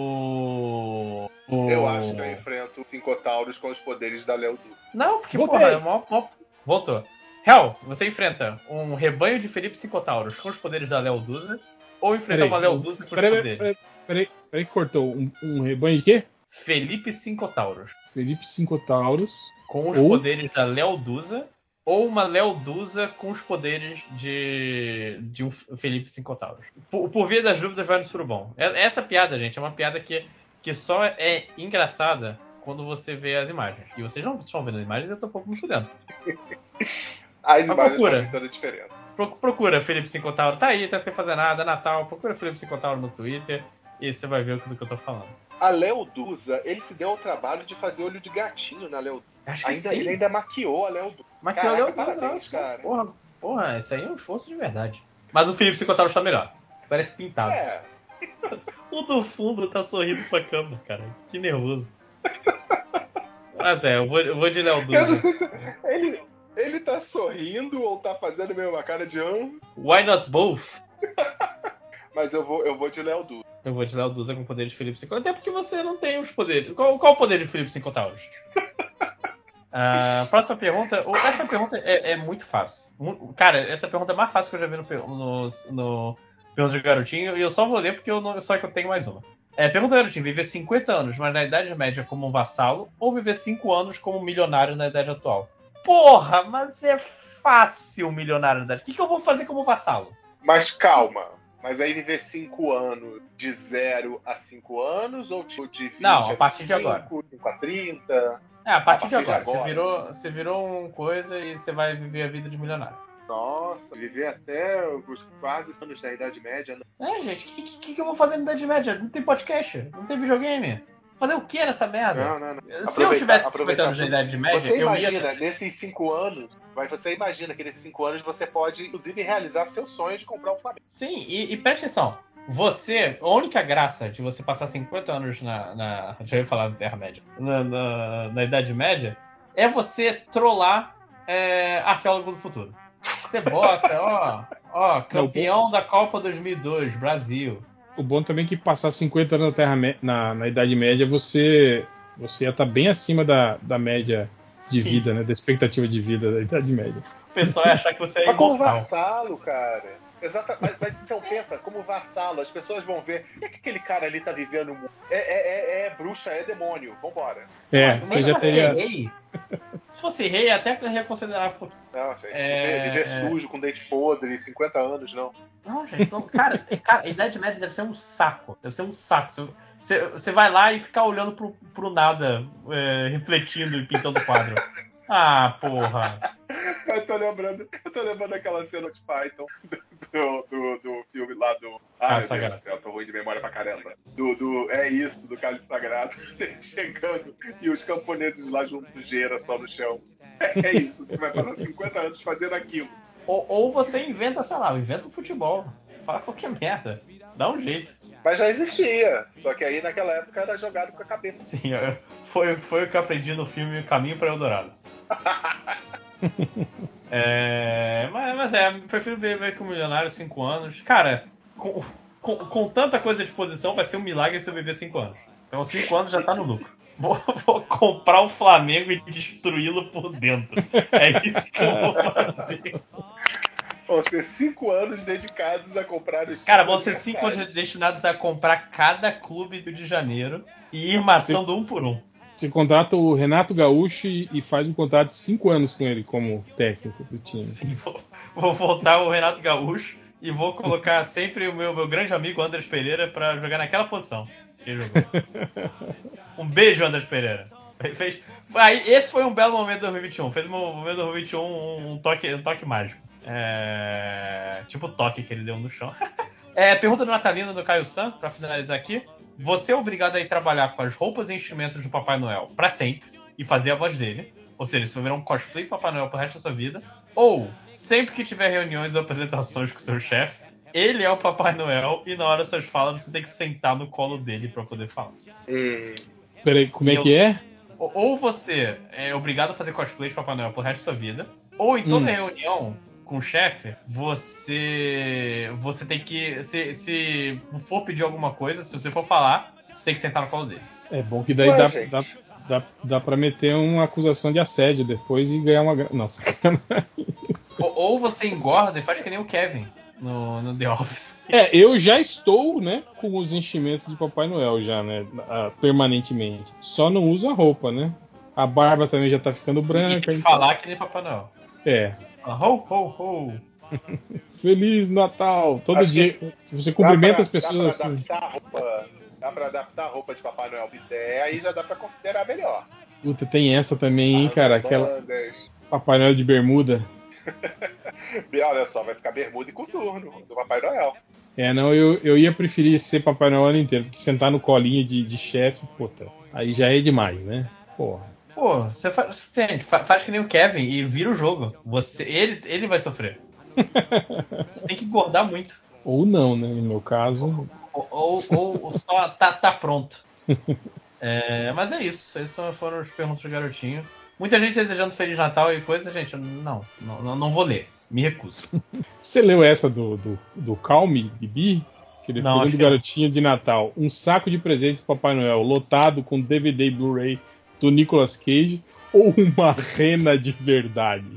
o. o... Eu acho que eu enfrento os Cincotauros com os poderes da Leodusa. Não, porque, Voltei. porra, é mó, mó... Voltou. Hel, você enfrenta um rebanho de Felipe Cincotauros com os poderes da Leodusa, ou enfrentar Peraí, uma Leodusa com os peraí, poderes? Peraí, peraí, peraí que cortou. Um, um rebanho de quê? Felipe Cincotauros. Felipe Cincotauros. Com os ou... poderes da Leodusa, ou uma Leodusa com os poderes de, de um Felipe Cincotauros. Por, por via das dúvidas, vai no Surubom. Essa piada, gente, é uma piada que, que só é engraçada quando você vê as imagens. E vocês não estão vendo as imagens, eu tô um pouco me fudendo. As Mas imagens procura. fazem toda a diferença. Procura Felipe Cincotauros. Tá aí, tá sem fazer nada, Natal. Procura Felipe Cincotauros no Twitter e você vai ver do que eu tô falando. A Leodusa, ele se deu ao trabalho de fazer olho de gatinho na Leodusa. Acho que ainda, sim. Ele ainda maquiou a Leodusa. Maquiou a Leodusa, parabéns, cara. Porra, porra, isso aí é um esforço de verdade. Mas o Felipe Cincotauros tá melhor. Parece pintado. É. O do fundo tá sorrindo pra câmera, cara. Que nervoso. Mas é, eu vou, eu vou de Leodusa. Ele, ele tá sorrindo ou tá fazendo meio uma cara de um? Why not both? Mas eu vou, eu vou de Leodusa. Eu vou de Leodusa com o poder de Felipe Cincotauros. Até porque você não tem os poderes. Qual, qual o poder de Felipe Cincotauros? uh, próxima pergunta. Essa pergunta é, é muito fácil. Cara, essa pergunta é mais fácil que eu já vi no, no, no Pergunta de Garotinho. E eu só vou ler porque eu não, só que eu tenho mais uma. É, pergunta do Garotinho. Viver cinquenta anos, mas na Idade Média como um vassalo, ou viver cinco anos como um milionário na Idade Atual? Porra, mas é fácil milionário na Idade. O que, que eu vou fazer como vassalo? Mas calma. Mas aí viver cinco anos de zero a cinco anos? Ou tipo de vinte Não, a a partir de vinte e cinco, agora. cinco a trinta? É, a partir, a partir de, agora. de agora. Você virou, você virou uma coisa e você vai viver a vida de milionário. Nossa, viver até os quase anos da Idade Média. Não. É, gente, o que, que, que eu vou fazer na Idade Média? Não tem podcast, não tem videogame. Fazer o que nessa merda? Não, não, não. Se Aproveitar, eu tivesse aproveitar cinquenta anos da Idade Média, você eu imagina, ia... nesses cinco anos, mas você imagina que nesses cinco anos você pode, inclusive, realizar seu sonho de comprar um Flamengo. Sim, e, e presta atenção. Você, a única graça de você passar cinquenta anos na... na já ia falar na Terra-média. Na, na, na Idade Média, é você trollar é, arqueólogo do futuro. Você bota, ó, ó, campeão da Copa dois mil e dois, Brasil. O bom também é que passar cinquenta anos na, Terra, na, na Idade Média, você, você ia estar bem acima da, da média de Sim. vida, né? Da expectativa de vida da Idade Média. O pessoal ia achar que você é Mas como imortal. vassalo, cara. Exato. Mas, mas então pensa, como vassalo, as pessoas vão ver. O que, é que aquele cara ali tá vivendo no mundo? É, é, é, é bruxa, é demônio. Vambora. É, Nem você já pra teria. ser rei. Se fosse rei, até que eu ia considerar. Não, gente. É, viver viver é. sujo, com dente podre, cinquenta anos, não. Não, gente, não. Cara, cara, a Idade Média deve ser um saco. Deve ser um saco. Você, você vai lá e fica olhando pro, pro nada, é, refletindo e pintando quadro. Ah, porra. Eu tô lembrando, eu tô lembrando daquela cena de Python do, do, do filme lá do. Ai, meu Deus Sagrado. do céu, tô ruim de memória pra caramba. Do, do, é isso, do Cálice Sagrado. Chegando e os camponeses lá junto sujeira só no chão. É, é isso, você vai passar cinquenta anos fazendo aquilo. Ou, ou você inventa, sei lá, inventa o futebol. Fala qualquer merda. Dá um jeito. Mas já existia, só que aí naquela época era jogado com a cabeça. Sim, eu- foi, foi o que eu aprendi no filme Caminho para Eldorado. É, mas, mas é, prefiro ver, ver que o Milionário cinco anos. Cara, com, com, com tanta coisa à disposição, vai ser um milagre se eu viver cinco anos. Então cinco anos já tá no lucro. Vou, vou comprar o Flamengo e destruí-lo por dentro. É isso que eu vou fazer. Vão ser cinco anos dedicados a comprar os Cara, times vão ser cinco anos adversários. destinados a comprar cada clube do Rio de Janeiro e ir matando um por um. Você contrata o Renato Gaúcho e, e faz um contrato de cinco anos com ele como técnico do time. Sim, vou, vou voltar o Renato Gaúcho e vou colocar sempre o meu, meu grande amigo Andrés Pereira pra jogar naquela posição que ele jogou. Um beijo, Andrés Pereira. Ele Fez, aí, esse foi um belo momento de dois mil e vinte e um. Fez um momento de dois mil e vinte e um um, um toque, um toque mágico. É, tipo o toque que ele deu no chão. É, pergunta do Natalino do Caio San, pra finalizar aqui. Você é obrigado a ir trabalhar com as roupas e instrumentos do Papai Noel pra sempre e fazer a voz dele. Ou seja, você vai virar um cosplay do Papai Noel pro resto da sua vida. Ou, sempre que tiver reuniões ou apresentações com o seu chefe, ele é o Papai Noel e na hora das suas falas você tem que sentar no colo dele pra poder falar. Hum, Peraí, como é E que eu- é? Ou- Ou você é obrigado a fazer cosplay de Papai Noel pro resto da sua vida, ou em toda Hum. reunião com o chefe, você você tem que se, se for pedir alguma coisa, se você for falar, você tem que sentar no colo dele. É bom que daí Ué, dá, gente. dá, dá, dá pra meter uma acusação de assédio depois e ganhar uma grana. Nossa, Ou, ou você engorda e faz que nem o Kevin no, no The Office. É, eu já estou, né, com os enchimentos de Papai Noel já, né, ah, permanentemente. Só não uso a roupa, né? A barba também já tá ficando E branca. tem que então- falar que nem Papai Noel. É. Fala, Ho, ho, ho. Feliz Natal! Todo Acho dia que você dá cumprimenta pra- as pessoas dá pra assim. adaptar a roupa, dá pra adaptar a roupa de Papai Noel Bidé, aí já dá pra considerar melhor. Puta, tem essa também, hein, cara? Aquela Bandas. Papai Noel de bermuda. E olha só, vai ficar bermuda e coturno do Papai Noel. É, não, eu, eu ia preferir ser Papai Noel o ano inteiro, porque sentar no colinho de, de chefe, puta, aí já é demais, né? Porra. Pô, você faz, gente, fa- faz que nem o Kevin e vira o jogo. Você, ele, ele vai sofrer. Você tem que engordar muito. Ou não, né? No meu caso. Ou, ou, ou só tá, tá pronto. É, mas é isso. Essas foram as perguntas do garotinho. Muita gente desejando Feliz Natal e coisa, gente. eu Não, não, não vou ler. Me recuso. Você leu essa do, do, do Calme, Bibi? Que ele Não, pergunta acho do que não. garotinho de Natal. Um saco de presentes do Papai Noel, lotado com D V D e Blu-ray do Nicolas Cage, ou uma rena de verdade?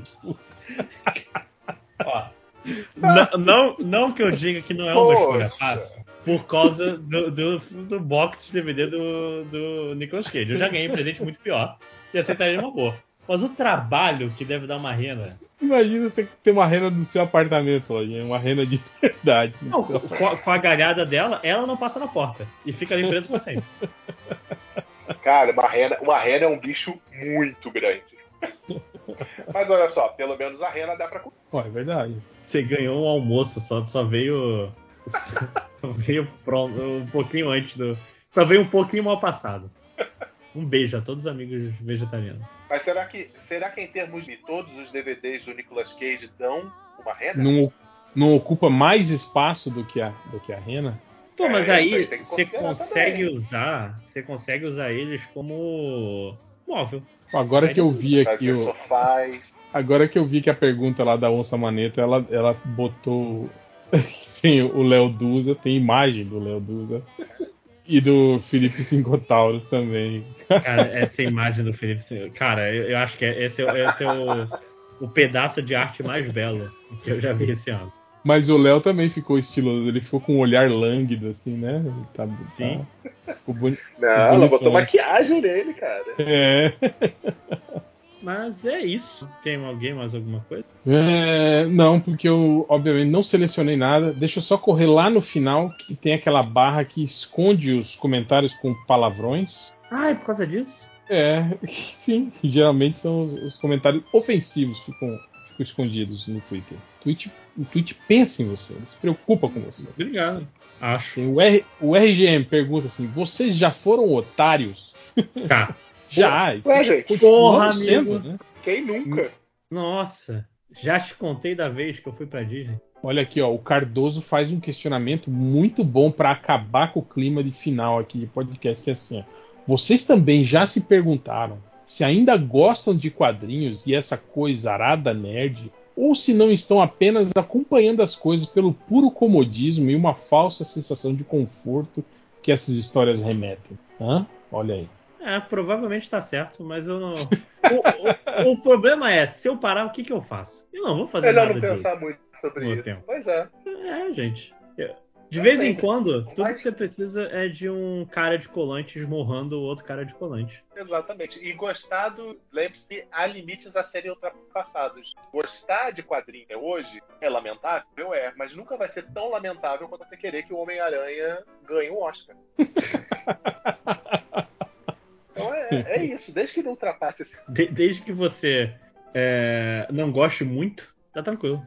Ó, não, não, não que eu diga que não é uma Poxa. escolha fácil, por causa do, do, do box de D V D do, do Nicolas Cage. Eu já ganhei um presente muito pior e aceitaria uma boa. Mas o trabalho que deve dar uma rena. Imagina você ter uma rena no seu apartamento, Lojinha, uma rena de verdade. no Não, seu com, a, com a galhada dela, ela não passa na porta e fica ali presa pra sempre. Cara, uma rena, uma rena é um bicho muito grande. Mas olha só, pelo menos a rena dá pra comer. Ó, é verdade. Você ganhou um almoço só, só veio. Só veio pronto, um pouquinho antes do. Só veio um pouquinho mal passado. Um beijo a todos os amigos vegetarianos. Mas será que, será que em termos de todos os D V Ds do Nicolas Cage dão uma rena? Não, não ocupa mais espaço do que a, do que a rena? Pô, mas É, aí isso aí tem que você considerar consegue também. usar. Você consegue usar eles como. móvel. Agora Aí que eu depois vi aqui Fazia o. sofás. Agora que eu vi que a pergunta lá da Onça Maneta, ela, ela botou. Tem o Léo Duza, tem imagem do Léo Duza. E do Felipe Cincotaurus também. Cara, essa imagem do Felipe. Cara, eu, eu acho que esse é, esse é o, o pedaço de arte mais belo que eu já vi esse ano. Mas o Léo também ficou estiloso, ele ficou com um olhar lânguido, assim, né? Ele tá, Sim. Tá, ficou boni- Não, ela bonitão. botou maquiagem nele, cara. É. Mas é isso. Tem alguém mais alguma coisa? É, não, porque eu, obviamente, não selecionei nada. Deixa eu só correr lá no final, que tem aquela barra que esconde os comentários com palavrões. Ah, é por causa disso? É, sim, geralmente são os, os comentários ofensivos ficam, ficam escondidos no Twitter. O Tweet, o Tweet pensa em você, ele se preocupa com você. Obrigado. Acho. Tem o, R, o R G M pergunta assim: vocês já foram otários? Tá. Já. Ué, gente, Continuamos porra, sendo, amigo. né? quem nunca? Nossa, já te contei da vez que eu fui pra Disney. Olha aqui, ó, o Cardoso faz um questionamento muito bom para acabar com o clima de final aqui de podcast, que é assim, ó, vocês também já se perguntaram se ainda gostam de quadrinhos e essa coisa arada nerd, ou se não estão apenas acompanhando as coisas pelo puro comodismo e uma falsa sensação de conforto que essas histórias remetem? Hã? Olha aí. É, provavelmente tá certo, mas eu não. O, o, o problema é, se eu parar, o que, que eu faço? Eu não vou fazer Melhor nada não de pensar muito sobre no isso. tempo. Pois é. É, gente. Eu- De Eu vez em sempre. quando, tudo Mas- que você precisa é de um cara de colante esmurrando o outro cara de colante. Exatamente. E gostado, lembre-se, há limites a serem ultrapassados. Gostar de quadrinho hoje é lamentável, é, mas nunca vai ser tão lamentável quanto você querer que o Homem-Aranha ganhe um Oscar. Então é, é isso, desde que não ultrapasse esse. De- desde que você é, não goste muito, tá tranquilo.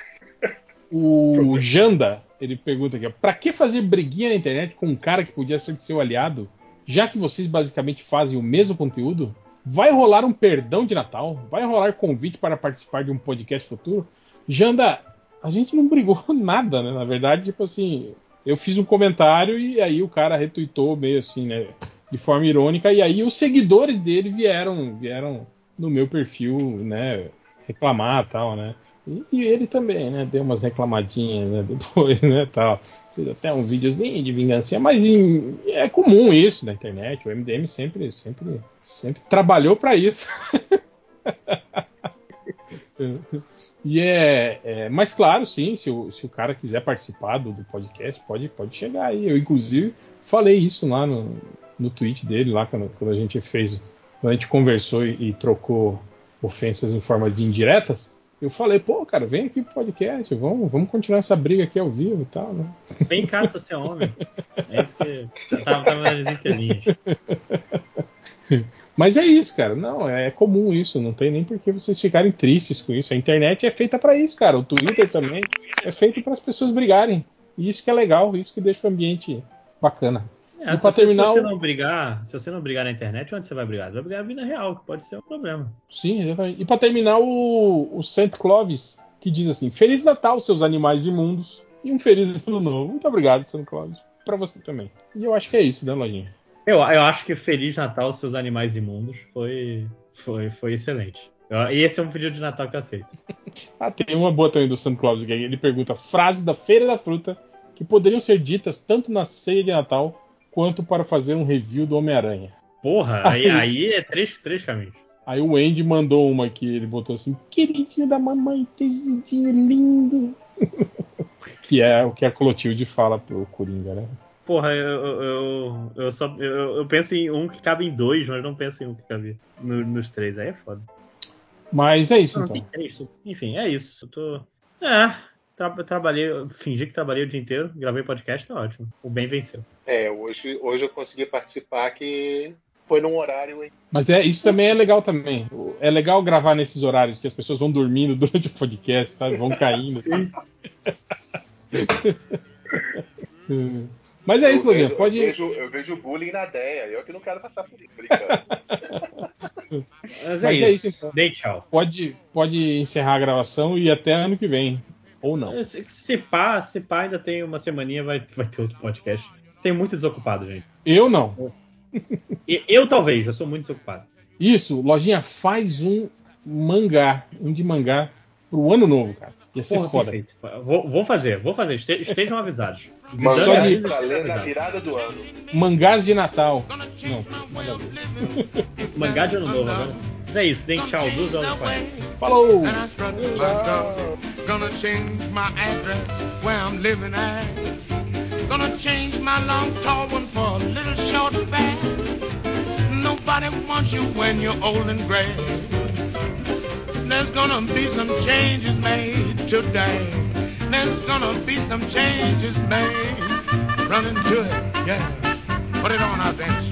O Janda, ele pergunta aqui, ó, pra que fazer briguinha na internet com um cara que podia ser seu aliado, já que vocês basicamente fazem o mesmo conteúdo? Vai rolar um perdão de Natal? Vai rolar convite para participar de um podcast futuro? Janda, a gente não brigou nada, né? Na verdade, tipo assim, eu fiz um comentário e aí o cara retweetou meio assim, né? De forma irônica, e aí os seguidores dele vieram, vieram no meu perfil, né? Reclamar e tal, né? E, e ele também, né? Deu umas reclamadinhas, né? Depois, né? Tal. Fez até um videozinho de vingança, mas em, é comum isso na internet. O M D M sempre, sempre, sempre trabalhou para isso. E é, é, mas claro, sim, se o, se o cara quiser participar do, do podcast, pode, pode chegar aí. Eu, inclusive, falei isso lá no, no tweet dele, lá quando, quando a gente fez, quando a gente conversou e, e trocou ofensas em forma de indiretas. Eu falei, pô, cara, vem aqui pro podcast, vamos, vamos continuar essa briga aqui ao vivo e tal, né? Vem cá, se você é homem. É isso que. Tava, tava nas entrelinhas. Mas é isso, cara. Não, é comum isso. Não tem nem por que vocês ficarem tristes com isso. A internet é feita para isso, cara. O Twitter também é feito para as pessoas brigarem. E isso que é legal, isso que deixa o ambiente bacana. É, e se, para você, terminar, se você o... não brigar, se você não brigar na internet, onde você vai brigar? Você vai brigar na vida real, que pode ser um problema. sim, exatamente. E para terminar, o, o Saint Clovis, que diz assim: Feliz Natal, seus animais imundos, e um feliz ano novo. Muito obrigado, Saint Clovis. Para você também. E eu acho que é isso, né, Lojinha? Eu, eu acho que Feliz Natal, seus animais imundos, foi, foi, foi excelente. Eu- E esse é um pedido de Natal que eu aceito. Ah, tem uma boa também do Saint Clovis, que ele pergunta frases da Feira da Fruta que poderiam ser ditas tanto na ceia de Natal quanto para fazer um review do Homem-Aranha. Porra, aí, aí é três, três caminhos. Aí o Andy mandou uma que ele botou assim: queridinho da mamãe, tesudinho lindo. Que é o que a Clotilde fala pro Coringa, né? Porra, eu, eu, eu, eu só eu, eu penso em um que cabe em dois, mas não penso em um que cabe no- nos três. Aí é foda. Mas é isso, Não, então. tem três. Enfim, é isso. Eu tô. É, tra trabalhei, fingi que trabalhei o dia inteiro, gravei podcast, tá ótimo. O bem venceu. É, hoje, hoje eu consegui participar que foi num horário em. Mas é, isso também é legal também. É legal gravar nesses horários que as pessoas vão dormindo durante o podcast, sabe? Vão caindo assim. Mas é isso, eu Lojinha. vejo, Pode. eu, vejo, eu vejo bullying na ideia. Eu que não quero passar por isso, brincando. Mas é Mas isso. é isso, então. Dei tchau. Pode, pode encerrar a gravação e até ano que vem. Ou não. Se, se pá, se pá, ainda tem uma semaninha, vai, vai ter outro podcast. Tem muito desocupado, gente. Eu não. E- Eu talvez, eu sou muito desocupado. Isso, lojinha, faz um mangá, um de mangá pro ano novo, cara. Ia ser Porra, foda. perfeito. Vou, vou fazer, vou fazer. Este- Estejam avisados. Mangá Só de- pra ler na virada do ano. Mangás de Natal. Não, nada a ver. Mangá de ano novo agora. Mas é isso, deem tchau, duas horas e quarenta. Falou! And I strut my dog. Gonna change my address where I'm living at. Gonna change my long tall one for a little short fat. Nobody wants you when you're old and gray. There's gonna be some changes made today. There's gonna be some changes made. Run into it, yeah. Put it on out there.